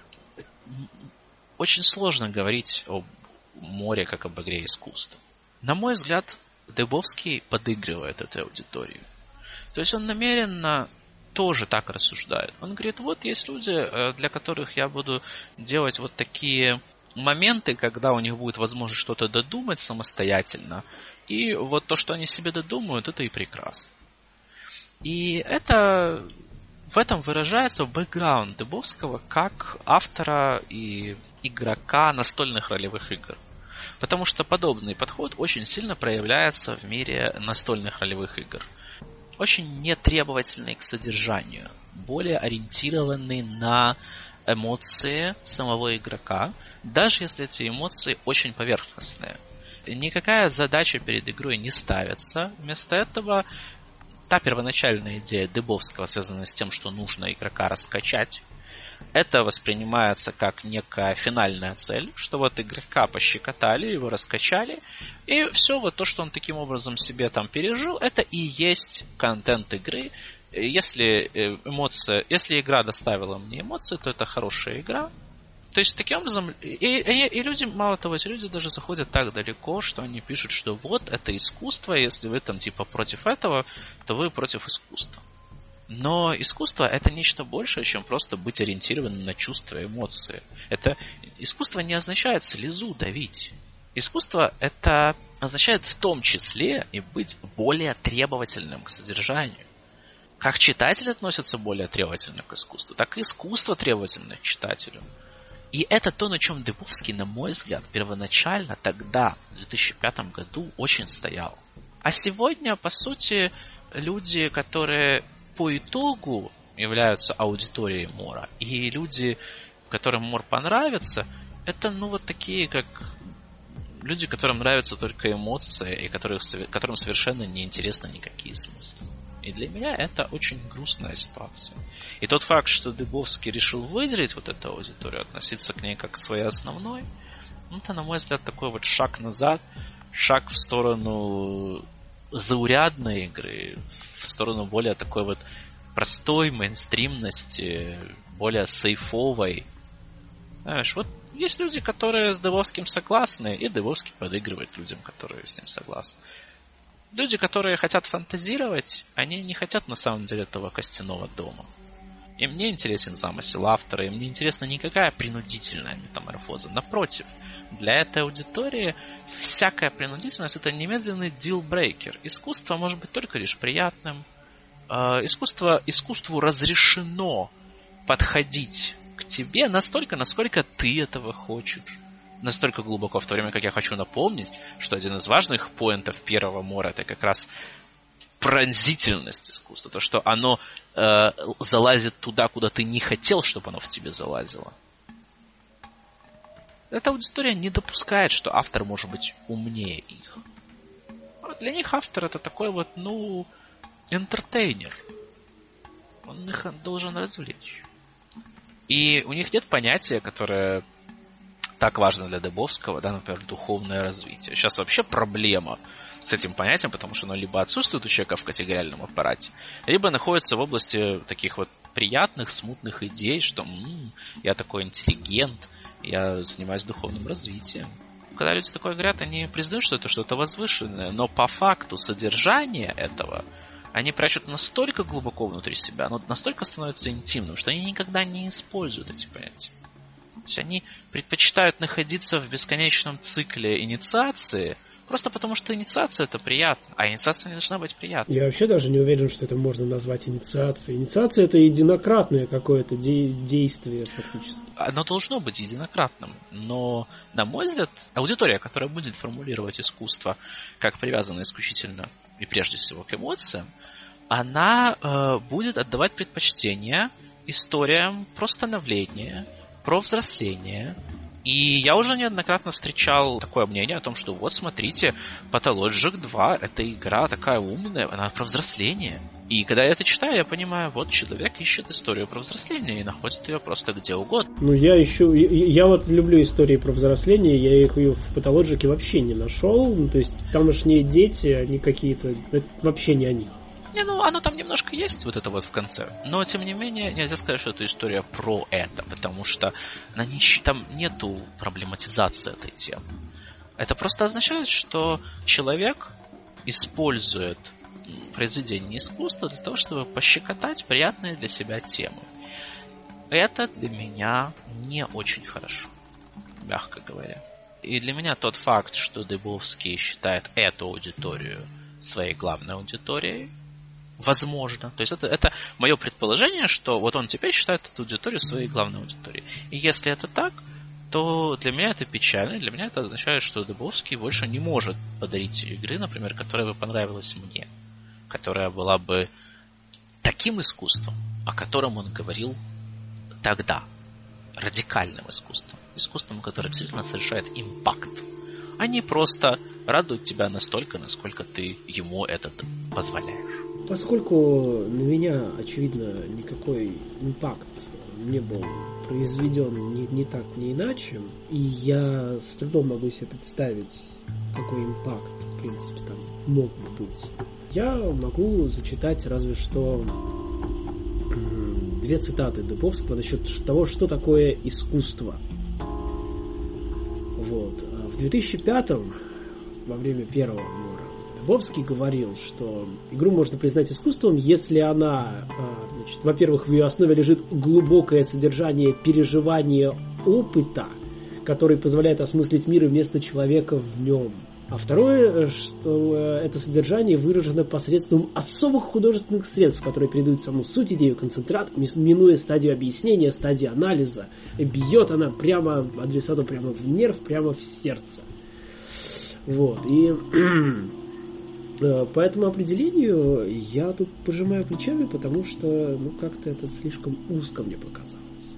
очень сложно говорить о Море как об игре искусства. На мой взгляд, Дыбовский подыгрывает этой аудитории. То есть он намеренно тоже так рассуждает. Он говорит, вот есть люди, для которых я буду делать вот такие моменты, когда у них будет возможность что-то додумать самостоятельно. И вот то, что они себе додумают, это и прекрасно. И в этом выражается бэкграунд Дыбовского как автора и игрока настольных ролевых игр. Потому что подобный подход очень сильно проявляется в мире настольных ролевых игр. Очень нетребовательный к содержанию, более ориентированный на эмоции самого игрока, даже если эти эмоции очень поверхностные. Никакая задача перед игрой не ставится. Вместо этого та первоначальная идея Дыбовского, связанная с тем, что нужно игрока раскачать, это воспринимается как некая финальная цель, что вот игрока пощекотали, его раскачали, и все вот то, что он таким образом себе там пережил, это и есть контент игры. Если игра доставила мне эмоции, то это хорошая игра. То есть, таким образом, и люди, мало того, эти люди даже заходят так далеко, что они пишут, что вот, это искусство, если вы там типа против этого, то вы против искусства. Но искусство — это нечто большее, чем просто быть ориентированным на чувства и эмоции. Искусство не означает слезу давить. Искусство — это означает в том числе и быть более требовательным к содержанию. Как читатель относится более требовательно к искусству, так и искусство требовательно к читателю. И это то, на чем Дыбовский, на мой взгляд, первоначально тогда, в 2005 году, очень стоял. А сегодня, по сути, люди, которые по итогу являются аудиторией Мора, и люди, которым Мор понравится, это вот такие, как люди, которым нравятся только эмоции, и которым совершенно не интересны никакие смыслы. И для меня это очень грустная ситуация. И тот факт, что Дыбовский решил выделить вот эту аудиторию, относиться к ней как к своей основной, это, на мой взгляд, такой вот шаг назад, шаг в сторону заурядной игры, в сторону более такой вот простой мейнстримности, более сейфовой. Знаешь, вот есть люди, которые с Дыбовским согласны, и Дыбовский подыгрывает людям, которые с ним согласны. Люди, которые хотят фантазировать, они не хотят на самом деле этого костяного дома. Им не интересен замысел автора, им не интересна никакая принудительная метаморфоза. Напротив, для этой аудитории всякая принудительность — это немедленный дилбрейкер. Искусство может быть только лишь приятным. Искусству разрешено подходить к тебе настолько, насколько ты этого хочешь. Настолько глубоко, в то время как я хочу напомнить, что один из важных поинтов первого Мора — это как раз пронзительность искусства. То, что оно залазит туда, куда ты не хотел, чтобы оно в тебе залазило. Эта аудитория не допускает, что автор может быть умнее их. Для них автор — это такой вот, энтертейнер. Он их должен развлечь. И у них нет понятия, которое так важно для Дыбовского, например, духовное развитие. Сейчас вообще проблема с этим понятием, потому что оно либо отсутствует у человека в категориальном аппарате, либо находится в области таких вот приятных, смутных идей, что я такой интеллигент, я занимаюсь духовным развитием. Когда люди такое говорят, они признают, что это что-то возвышенное, но по факту содержания этого они прячут настолько глубоко внутри себя, оно настолько становится интимным, что они никогда не используют эти понятия. То есть они предпочитают находиться в бесконечном цикле инициации, просто потому, что инициация это приятно, а инициация не должна быть приятной.
Я вообще даже не уверен, что это можно назвать инициацией. Инициация — это единократное какое-то действие фактически.
Оно должно быть единократным, но, на мой взгляд, аудитория, которая будет формулировать искусство как привязанное исключительно и прежде всего к эмоциям, она будет отдавать предпочтение историям про становление, про взросление. И я уже неоднократно встречал такое мнение о том, что вот смотрите, Pathologic 2 это игра такая умная, она про взросление. И когда я это читаю, я понимаю, вот человек ищет историю про взросление и находит ее просто где угодно.
Ну, я вот люблю истории про взросление, я их в Pathologic вообще не нашел. Ну, то есть тамошние дети, они какие-то, это вообще не о них.
Не, ну оно там немножко есть вот это вот в конце. Но, тем не менее, нельзя сказать, что это история про это, потому что там нету проблематизации этой темы. Это просто означает, что человек использует произведение искусства для того, чтобы пощекотать приятные для себя темы. Это для меня не очень хорошо, мягко говоря. И для меня тот факт, что Дыбовский считает эту аудиторию своей главной аудиторией, возможно. То есть это мое предположение, что вот он теперь считает эту аудиторию своей главной аудиторией. И если это так, то для меня это печально. Для меня это означает, что Дыбовский больше не может подарить игры, например, которая бы понравилась мне. Которая была бы таким искусством, о котором он говорил тогда. Радикальным искусством. Искусством, которое действительно совершает импакт. А не просто радует тебя настолько, насколько ты ему это позволяешь.
Поскольку на меня, очевидно, никакой импакт не был произведен ни так, ни иначе, и я с трудом могу себе представить, какой импакт, в принципе, там мог бы быть, я могу зачитать разве что 2 цитаты Дыбовского насчет того, что такое искусство. Вот. В 2005-м, во время первого мора, Дыбовский говорил, что игру можно признать искусством, если она, во-первых, в ее основе лежит глубокое содержание переживания опыта, который позволяет осмыслить мир и место человека в нем. А второе, что это содержание выражено посредством особых художественных средств, которые передают саму суть, идею, концентрат, минуя стадию объяснения, стадию анализа. И бьет она прямо адресату, прямо в нерв, прямо в сердце. Вот. И по этому определению я тут пожимаю плечами, потому что как-то это слишком узко мне показалось.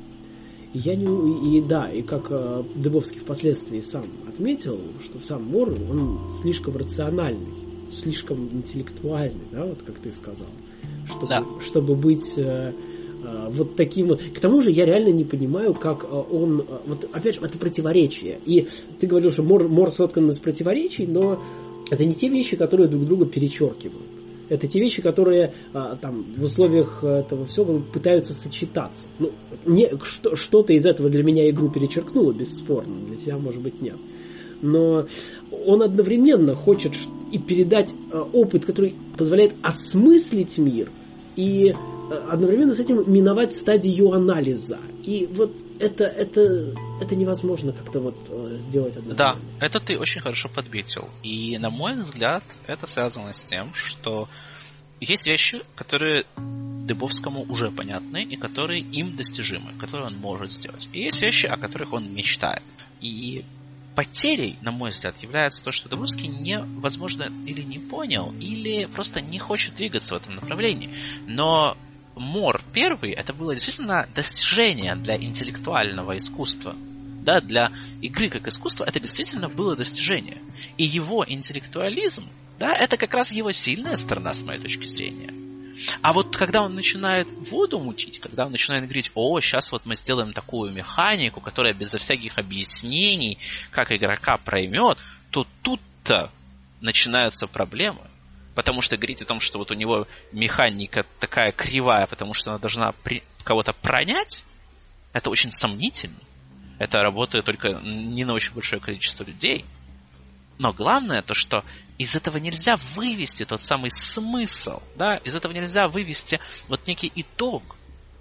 И как Дыбовский впоследствии сам отметил, что сам Мор, он слишком рациональный, слишком интеллектуальный, да, вот как ты сказал, чтобы быть вот таким вот. К тому же я реально не понимаю, как он, вот опять же, это противоречие. И ты говорил, что Мор соткан из противоречий, но это не те вещи, которые друг друга перечеркивают. Это те вещи, которые там в условиях этого всего пытаются сочетаться. Что-то из этого для меня игру перечеркнуло, бесспорно. Для тебя, может быть, нет. Но он одновременно хочет и передать опыт, который позволяет осмыслить мир, и одновременно с этим миновать стадию анализа. И вот это невозможно как-то вот сделать одновременно.
Да, это ты очень хорошо подметил. И, на мой взгляд, это связано с тем, что есть вещи, которые Дыбовскому уже понятны, и которые им достижимы, которые он может сделать. И есть вещи, о которых он мечтает. И потерей, на мой взгляд, является то, что Дыбовский возможно, или не понял, или просто не хочет двигаться в этом направлении. Но Мор первый, это было действительно достижение для интеллектуального искусства. Да, для игры как искусства это действительно было достижение. И его интеллектуализм, да, это как раз его сильная сторона, с моей точки зрения. А вот когда он начинает воду мутить, когда он начинает говорить, сейчас вот мы сделаем такую механику, которая безо всяких объяснений, как игрока проймет, то тут-то начинаются проблемы. Потому что говорить о том, что вот у него механика такая кривая, потому что она должна кого-то пронять, это очень сомнительно. Это работает только не на очень большое количество людей. Но главное то, что из этого нельзя вывести тот самый смысл, да, из этого нельзя вывести вот некий итог,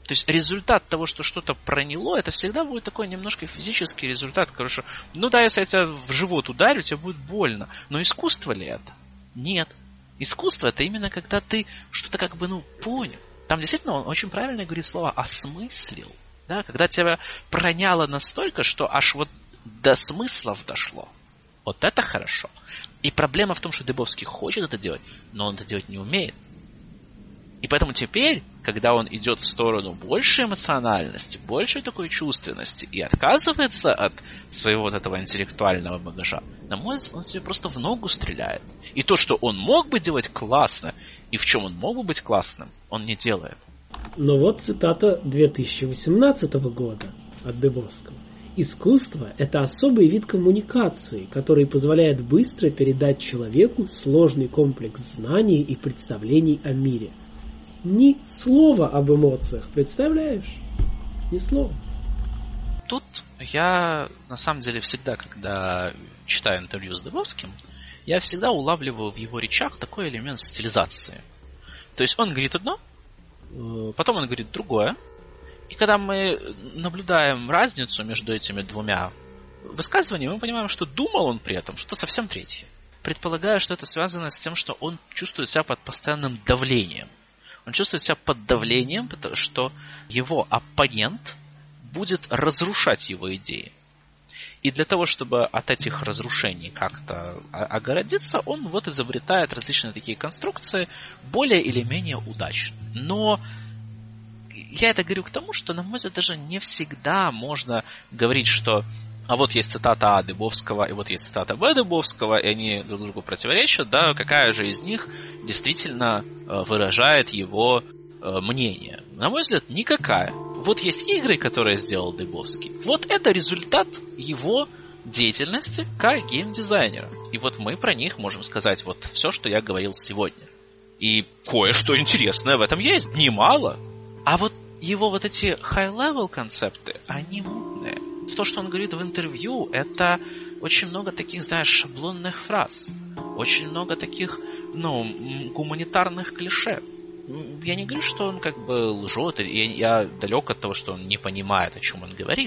То есть результат того, что что-то проняло, это всегда будет такой немножко физический результат. Короче, ну да, если я тебя в живот ударю, тебе будет больно. Но искусство ли это? Нет. Искусство это именно когда ты что-то как бы, понял. Там действительно он очень правильно говорит слова «осмыслил». Да? Когда тебя проняло настолько, что аж вот до смыслов дошло. Вот это хорошо. И проблема в том, что Дыбовский хочет это делать, но он это делать не умеет. И поэтому теперь, когда он идет в сторону большей эмоциональности, большей такой чувственности и отказывается от своего вот этого интеллектуального багажа, на мой взгляд, он себе просто в ногу стреляет. И то, что он мог бы делать классно, и в чем он мог бы быть классным, он не делает.
Но вот цитата 2018 года от Дыбовского. Искусство – это особый вид коммуникации, который позволяет быстро передать человеку сложный комплекс знаний и представлений о мире. Ни слова об эмоциях, представляешь? Ни слова.
Тут я, на самом деле, всегда, когда читаю интервью с Дыбовским, я всегда улавливаю в его речах такой элемент стилизации. То есть он говорит одно, потом он говорит другое, и когда мы наблюдаем разницу между этими двумя высказываниями, мы понимаем, что думал он при этом что-то совсем третье. Предполагаю, что это связано с тем, что он чувствует себя под постоянным давлением. Он чувствует себя под давлением, потому что его оппонент будет разрушать его идеи. И для того, чтобы от этих разрушений как-то огородиться, он вот изобретает различные такие конструкции, более или менее удачно. Но я это говорю к тому, что, на мой взгляд, даже не всегда можно говорить, что а вот есть цитата А Дыбовского, и вот есть цитата Б Дыбовского, и они друг другу противоречат, да, какая же из них действительно выражает его мнение. На мой взгляд, никакая. Вот есть игры, которые сделал Дыбовский. Вот это результат его деятельности как геймдизайнера. И вот мы про них можем сказать вот все, что я говорил сегодня. И кое-что интересное в этом есть, немало. А вот его вот эти high-level концепты, они мутные. То, что он говорит в интервью, это очень много таких, знаешь, шаблонных фраз. Очень много таких, гуманитарных клише. Я не говорю, что он как бы лжет, я далек от того, что он не понимает, о чем он говорит.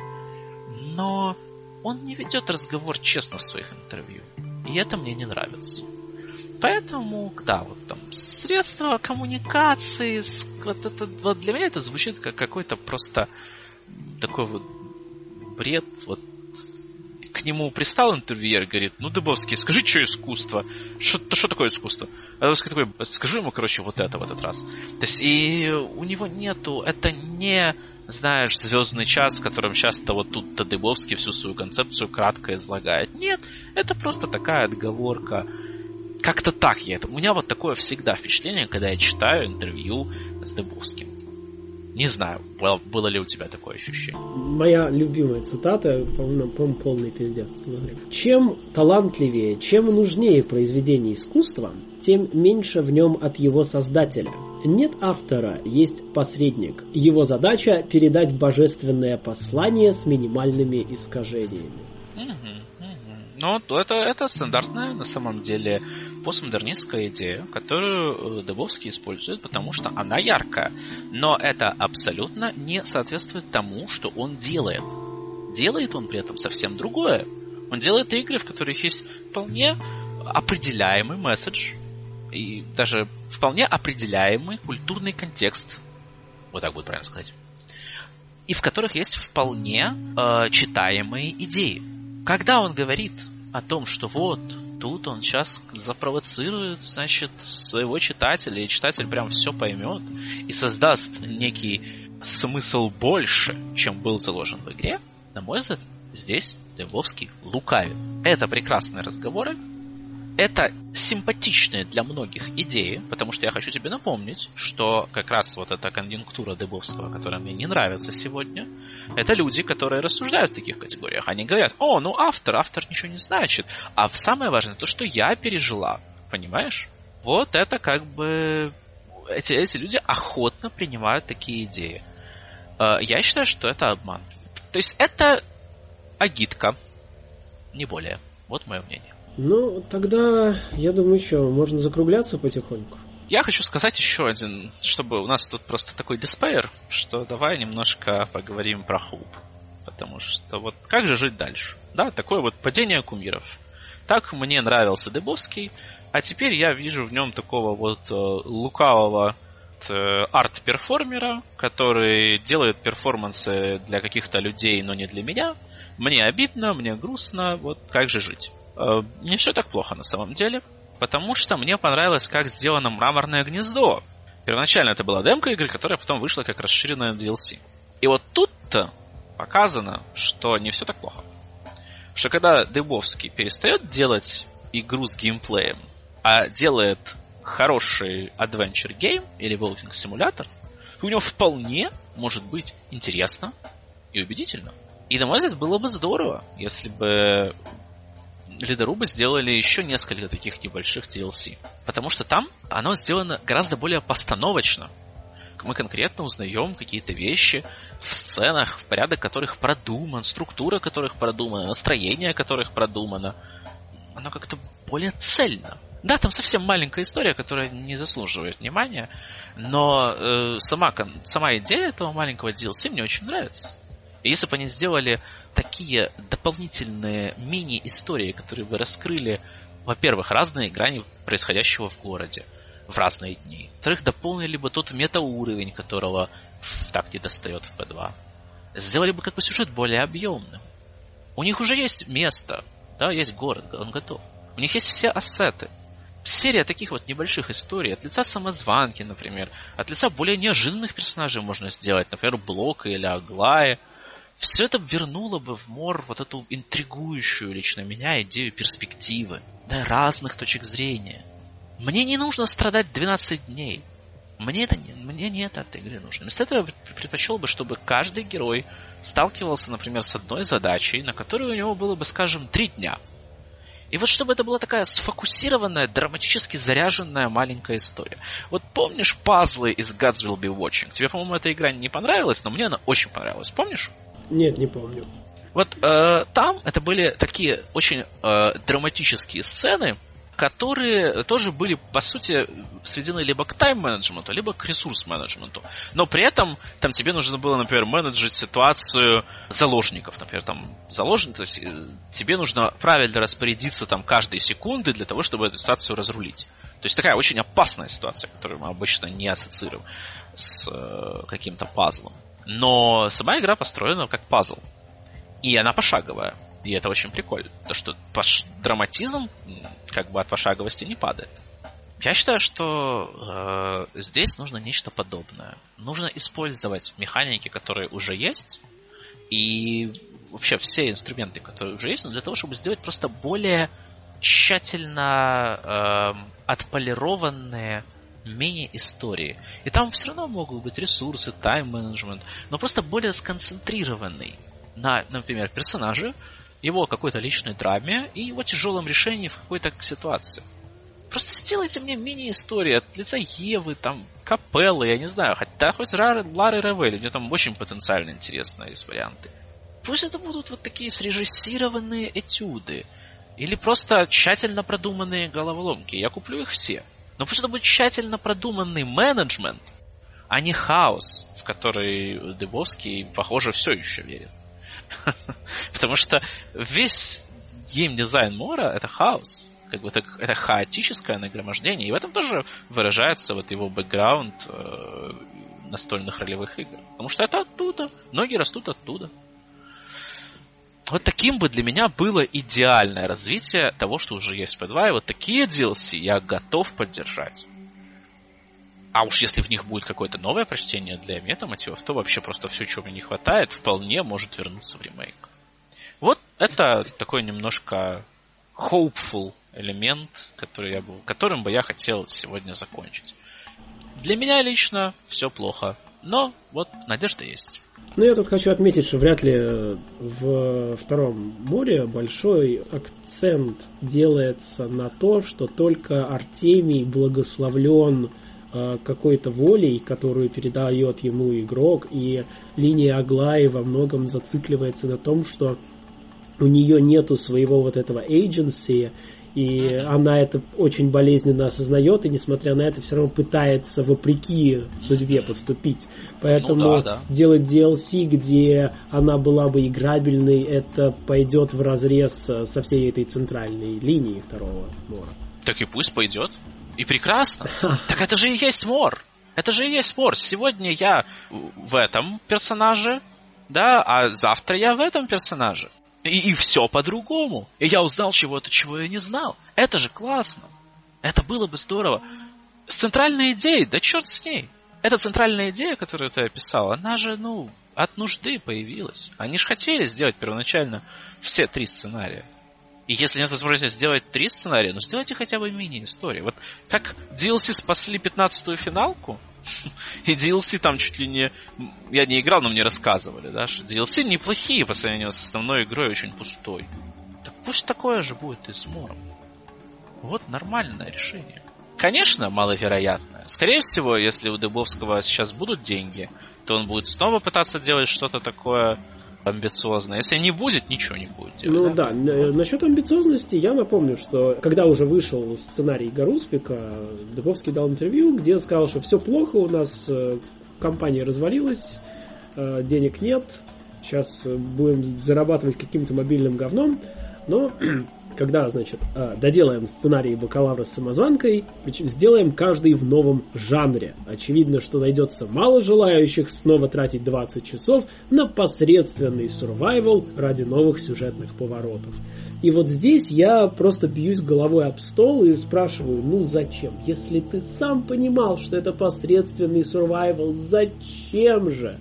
Но он не ведет разговор честно в своих интервью. И это мне не нравится. Поэтому, да, вот там средства коммуникации, вот для меня это звучит как какой-то просто такой вот бред. Вот к нему пристал интервьюер, говорит, Дыбовский, скажи, что искусство? Что такое искусство? А Дыбовский такой, скажи ему, вот это в этот раз. То есть, и у него нету, это не, знаешь, звездный час, в котором часто вот тут-то Дыбовский всю свою концепцию кратко излагает. Нет, это просто такая отговорка. Как-то так у меня вот такое всегда впечатление, когда я читаю интервью с Дыбовским. Не знаю, было ли у тебя такое ощущение.
Моя любимая цитата, по-моему, полный пиздец. Чем талантливее, чем нужнее произведение искусства, тем меньше в нем от его создателя. Нет автора, есть посредник. Его задача – передать божественное послание с минимальными искажениями.
Ну, это стандартная, на самом деле, постмодернистская идея, которую Дыбовский использует, потому что она яркая. Но это абсолютно не соответствует тому, что он делает. Делает он при этом совсем другое. Он делает игры, в которых есть вполне определяемый месседж, и даже вполне определяемый культурный контекст, вот так будет правильно сказать, и в которых есть вполне читаемые идеи. Когда он говорит о том, что вот, тут он сейчас запровоцирует, значит, своего читателя, и читатель прям все поймет, и создаст некий смысл больше, чем был заложен в игре, на мой взгляд, здесь Дыбовский лукавит. Это прекрасные разговоры, это симпатичные для многих идеи, потому что я хочу тебе напомнить, что как раз вот эта конъюнктура Дыбовского, которая мне не нравится сегодня, это люди, которые рассуждают в таких категориях. Они говорят, автор ничего не значит. А самое важное, то, что я пережила, понимаешь? Вот это как бы... Эти люди охотно принимают такие идеи. Я считаю, что это обман. То есть это агитка, не более. Вот мое мнение.
Тогда, я думаю, можно закругляться потихоньку.
я хочу сказать еще один, чтобы у нас тут просто такой диспейр, что давай немножко поговорим про Хоуп. Потому что вот как же жить дальше? Да, такое вот падение кумиров. Так мне нравился Дыбовский, а теперь я вижу в нем такого вот лукавого арт-перформера, который делает перформансы для каких-то людей, но не для меня. Мне обидно, мне грустно, вот как же жить? Не все так плохо на самом деле, потому что мне понравилось, как сделано «Мраморное гнездо». Первоначально это была демка игры, которая потом вышла как расширенная DLC. И вот тут-то показано, что не все так плохо. Что когда Дыбовский перестает делать игру с геймплеем, а делает хороший adventure game или walking симулятор, у него вполне может быть интересно и убедительно. И, на мой взгляд, было бы здорово, если бы ледорубы сделали еще несколько таких небольших DLC. Потому что там оно сделано гораздо более постановочно. Мы конкретно узнаем какие-то вещи в сценах, в порядок которых продуман, структура которых продумана, настроение которых продумано. Оно как-то более цельно. Да, там совсем маленькая история, которая не заслуживает внимания, но сама идея этого маленького DLC мне очень нравится. И если бы они сделали такие дополнительные мини-истории, которые бы раскрыли, во-первых, разные грани происходящего в городе в разные дни. Во-вторых, дополнили бы тот метауровень, которого так не достает в P2. Сделали бы как бы сюжет более объемным. У них уже есть место, да, есть город, он готов. У них есть все ассеты. Серия таких вот небольших историй от лица самозванки, например, от лица более неожиданных персонажей можно сделать, например, Блока или Аглая. Все это вернуло бы в Мор вот эту интригующую лично меня идею перспективы, да, разных точек зрения. Мне не нужно страдать 12 дней. Мне не это от игры нужно. Вместо этого я предпочел бы, чтобы каждый герой сталкивался, например, с одной задачей, на которую у него было бы, скажем, 3 дня. И вот чтобы это была такая сфокусированная, драматически заряженная маленькая история. Вот помнишь пазлы из Gods Will Be Watching? Тебе, по-моему, эта игра не понравилась, но мне она очень понравилась. Помнишь?
Нет, не помню.
Вот там это были такие очень драматические сцены, которые тоже были, по сути, сведены либо к тайм-менеджменту, либо к ресурс-менеджменту. Но при этом там тебе нужно было, например, менеджить ситуацию заложников. Например, там заложник, то есть тебе нужно правильно распорядиться там каждой секунды для того, чтобы эту ситуацию разрулить. То есть такая очень опасная ситуация, которую мы обычно не ассоциируем с каким-то пазлом. Но сама игра построена как пазл. И она пошаговая. И это очень прикольно. То, что драматизм как бы от пошаговости не падает. Я считаю, что здесь нужно нечто подобное. Нужно использовать механики, которые уже есть, и вообще все инструменты, которые уже есть, но для того, чтобы сделать просто более тщательно отполированные мини-истории. И там все равно могут быть ресурсы, тайм-менеджмент, но просто более сконцентрированный на, например, персонаже, его какой-то личной драме и его тяжелом решении в какой-то ситуации. Просто сделайте мне мини-истории от лица Евы, там, Капеллы, я не знаю, хоть Лары Ревель, у нее там очень потенциально интересные есть варианты. Пусть это будут вот такие срежиссированные этюды, или просто тщательно продуманные головоломки, я куплю их все. Но пусть это будет тщательно продуманный менеджмент, а не хаос, в который Дыбовский, похоже, все еще верит. Потому что весь геймдизайн Мора — это хаос. Как бы это хаотическое нагромождение. И в этом тоже выражается вот его бэкграунд настольных ролевых игр. Потому что это оттуда. Ноги растут оттуда. Вот таким бы для меня было идеальное развитие того, что уже есть в P2. И вот такие DLC я готов поддержать. А уж если в них будет какое-то новое прочтение для метамотивов, то вообще просто все, чего мне не хватает, вполне может вернуться в ремейк. Вот это такой немножко hopeful элемент, которым бы я хотел сегодня закончить. Для меня лично все плохо, но вот надежда есть.
Ну, я тут хочу отметить, что вряд ли в втором море большой акцент делается на то, что только Артемий благословлен какой-то волей, которую передает ему игрок, и линия Аглаи во многом зацикливается на том, что у нее нету своего вот этого agency, И она это очень болезненно осознает, и несмотря на это, все равно пытается вопреки судьбе поступить. Поэтому делать DLC, где она была бы играбельной, это пойдет вразрез со всей этой центральной линией второго мора.
Так и пусть пойдет. И прекрасно. Так это же и есть мор. Это же и есть мор. Сегодня я в этом персонаже, да, а завтра я в этом персонаже. И все по-другому. И я узнал чего-то, чего я не знал. Это же классно. Это было бы здорово. С центральной идеей, да черт с ней. Эта центральная идея, которую ты описал, она же, от нужды появилась. Они же хотели сделать первоначально все 3 сценария. И если нет возможности сделать 3 сценария, сделайте хотя бы мини-истории. Вот как DLC спасли 15-ю финалку, и DLC там чуть ли не... Я не играл, но мне рассказывали, да, что DLC неплохие по сравнению с основной игрой, очень пустой. Так пусть такое же будет и с мором. Вот нормальное решение. Конечно, маловероятное. Скорее всего, если у Дыбовского сейчас будут деньги, то он будет снова пытаться делать что-то такое амбициозное. Если не будет, ничего не будет делать.
Насчет амбициозности я напомню, что когда уже вышел сценарий Гаруспика, Дыбовский дал интервью, где сказал, что все плохо, у нас компания развалилась, денег нет, сейчас будем зарабатывать каким-то мобильным говном, но когда, доделаем сценарий «Бакалавра с самозванкой», причем сделаем каждый в новом жанре. Очевидно, что найдется мало желающих снова тратить 20 часов на посредственный сурвайвал ради новых сюжетных поворотов. И вот здесь я просто бьюсь головой об стол и спрашиваю, зачем? Если ты сам понимал, что это посредственный сурвайвал, зачем же?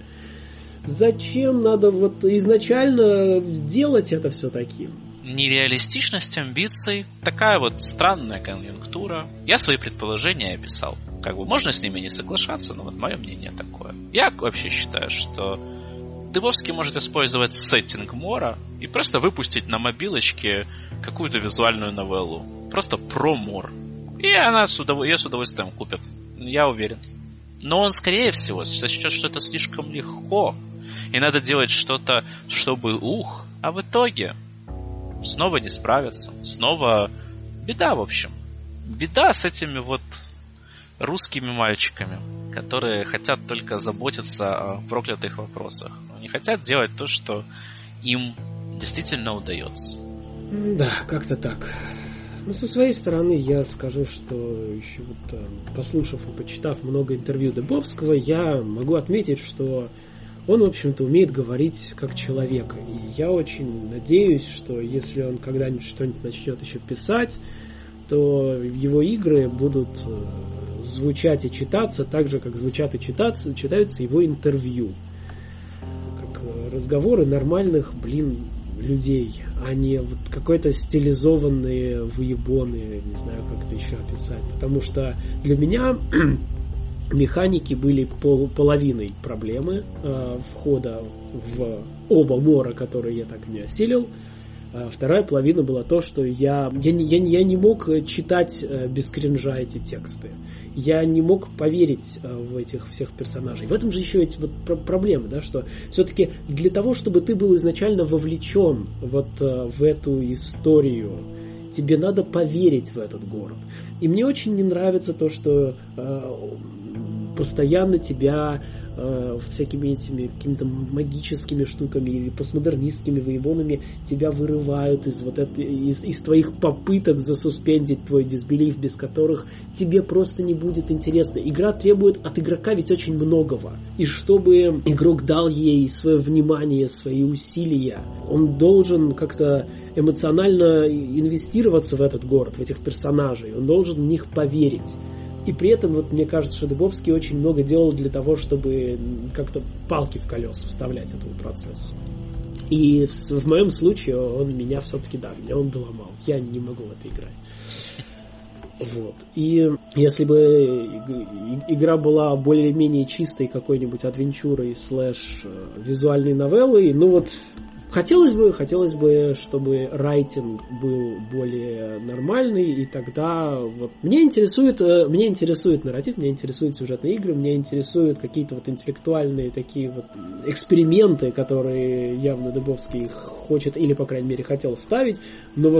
Зачем надо изначально делать это все таким?
Нереалистичность амбиций, такая странная конъюнктура. Я свои предположения описал. Можно с ними не соглашаться, но мое мнение такое. Я вообще считаю, что Дыбовский может использовать сеттинг мора и просто выпустить на мобилочке какую-то визуальную новеллу. Просто про мор. И ее с удовольствием купят. Я уверен. Но он, скорее всего, сочтет, что это слишком легко. И надо делать что-то, чтобы а в итоге снова не справятся. Снова беда, в общем. Беда с этими русскими мальчиками, которые хотят только заботиться о проклятых вопросах. Но не хотят делать то, что им действительно удается.
Да, как-то так. Со своей стороны я скажу, что еще послушав и почитав много интервью Дыбовского, я могу отметить, что он, в общем-то, умеет говорить как человек. И я очень надеюсь, что если он когда-нибудь что-нибудь начнет еще писать, то его игры будут звучать и читаться так же, как звучат и читаются его интервью. Как разговоры нормальных, людей, а не какой-то стилизованные выебоны, не знаю, как это еще описать. Потому что для меня механики были половиной проблемы входа в оба мора, которые я так и не осилил. Вторая половина была то, что я не мог читать без кринжа эти тексты. Я не мог поверить в этих всех персонажей. В этом же еще эти проблемы, да, что все-таки для того, чтобы ты был изначально вовлечен в эту историю, тебе надо поверить в этот город. И мне очень не нравится то, что постоянно тебя всякими этими какими-то магическими штуками или постмодернистскими выебонами тебя вырывают из твоих попыток засуспендить твой дисбелив, без которых тебе просто не будет интересно. Игра требует от игрока ведь очень многого. И чтобы игрок дал ей свое внимание, свои усилия, он должен как-то эмоционально инвестироваться в этот город, в этих персонажей. Он должен в них поверить. И при этом, мне кажется, что Дыбовский очень много делал для того, чтобы как-то палки в колеса вставлять этому процессу. И в моем случае он меня все-таки, меня он доломал. Я не могу в это играть. И если бы игра была более-менее чистой какой-нибудь адвенчурой / визуальной новеллой, хотелось бы, чтобы райтинг был более нормальный, и тогда меня интересует нарратив, меня интересуют сюжетные игры, меня интересуют какие-то интеллектуальные такие эксперименты, которые явно Дыбовский хочет или, по крайней мере, хотел ставить, но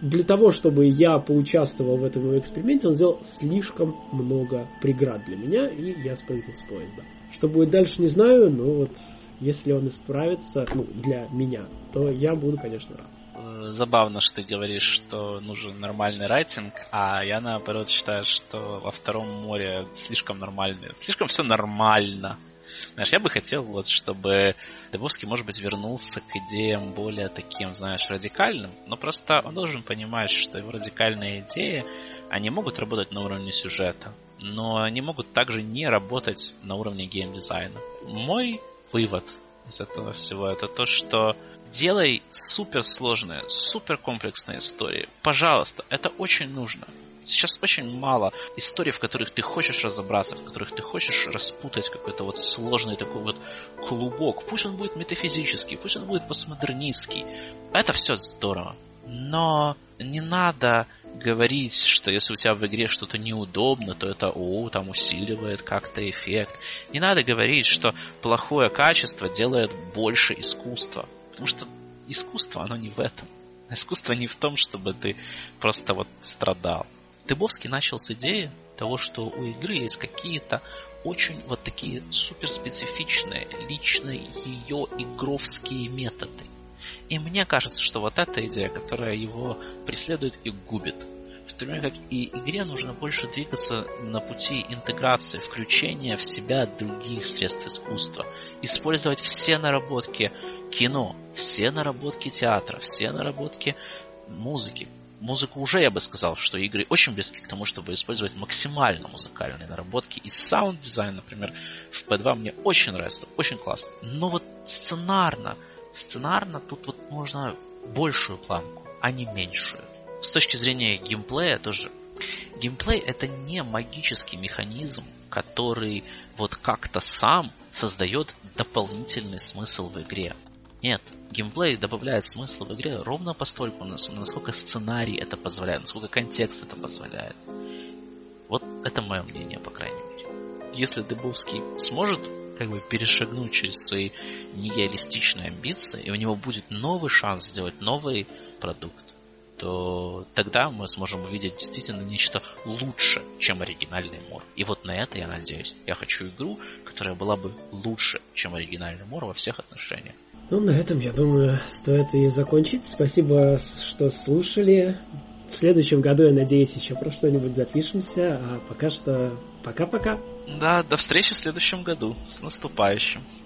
для того, чтобы я поучаствовал в этом эксперименте, он сделал слишком много преград для меня, и я спрыгнул с поезда. Что будет дальше, не знаю, но вот если он исправится, для меня, то я буду, конечно, рад.
Забавно, что ты говоришь, что нужен нормальный райтинг, а я, наоборот, считаю, что во Втором море слишком нормальный. Слишком все нормально. Знаешь, я бы хотел, вот, чтобы Дыбовский, может быть, вернулся к идеям более таким, знаешь, радикальным, но просто он должен понимать, что его радикальные идеи, они могут работать на уровне сюжета, но они могут также не работать на уровне геймдизайна. Мой вывод из этого всего это то, что делай суперсложные, суперкомплексные истории. Пожалуйста, это очень нужно. Сейчас очень мало историй, в которых ты хочешь разобраться, в которых ты хочешь распутать какой-то вот сложный такой вот клубок. Пусть он будет метафизический, пусть он будет постмодернистский. Это все здорово. Но не надо говорить, что если у тебя в игре что-то неудобно, то это там усиливает как-то эффект. Не надо говорить, что плохое качество делает больше искусства. Потому что искусство, оно не в этом. Искусство не в том, чтобы ты просто вот страдал. Дыбовский начал с идеи того, что у игры есть какие-то очень вот такие суперспецифичные, личные ее игровские методы. И мне кажется, что вот эта идея, которая его преследует и губит. В то время как и игре нужно больше двигаться на пути интеграции, включения в себя других средств искусства. Использовать все наработки кино, все наработки театра, все наработки музыки. Музыку уже, я бы сказал, что игры очень близки к тому, чтобы использовать максимально музыкальные наработки. И саунд-дизайн, например, в P2 мне очень нравится, очень классно. Но вот сценарно тут вот можно большую планку, а не меньшую. С точки зрения геймплея тоже. Геймплей это не магический механизм, который вот как-то сам создает дополнительный смысл в игре. Нет, геймплей добавляет смысл в игре ровно постольку, насколько сценарий это позволяет, насколько контекст это позволяет. Вот это мое мнение, по крайней мере. Если Дыбовский сможет перешагнуть через свои нереалистичные амбиции, и у него будет новый шанс сделать новый продукт, то тогда мы сможем увидеть действительно нечто лучше, чем оригинальный Мор. И вот на это я надеюсь. Я хочу игру, которая была бы лучше, чем оригинальный Мор во всех отношениях.
На этом, я думаю, стоит и закончить. Спасибо, что слушали. В следующем году, я надеюсь, еще про что-нибудь запишемся. А пока что пока-пока.
Да, до встречи в следующем году. С наступающим.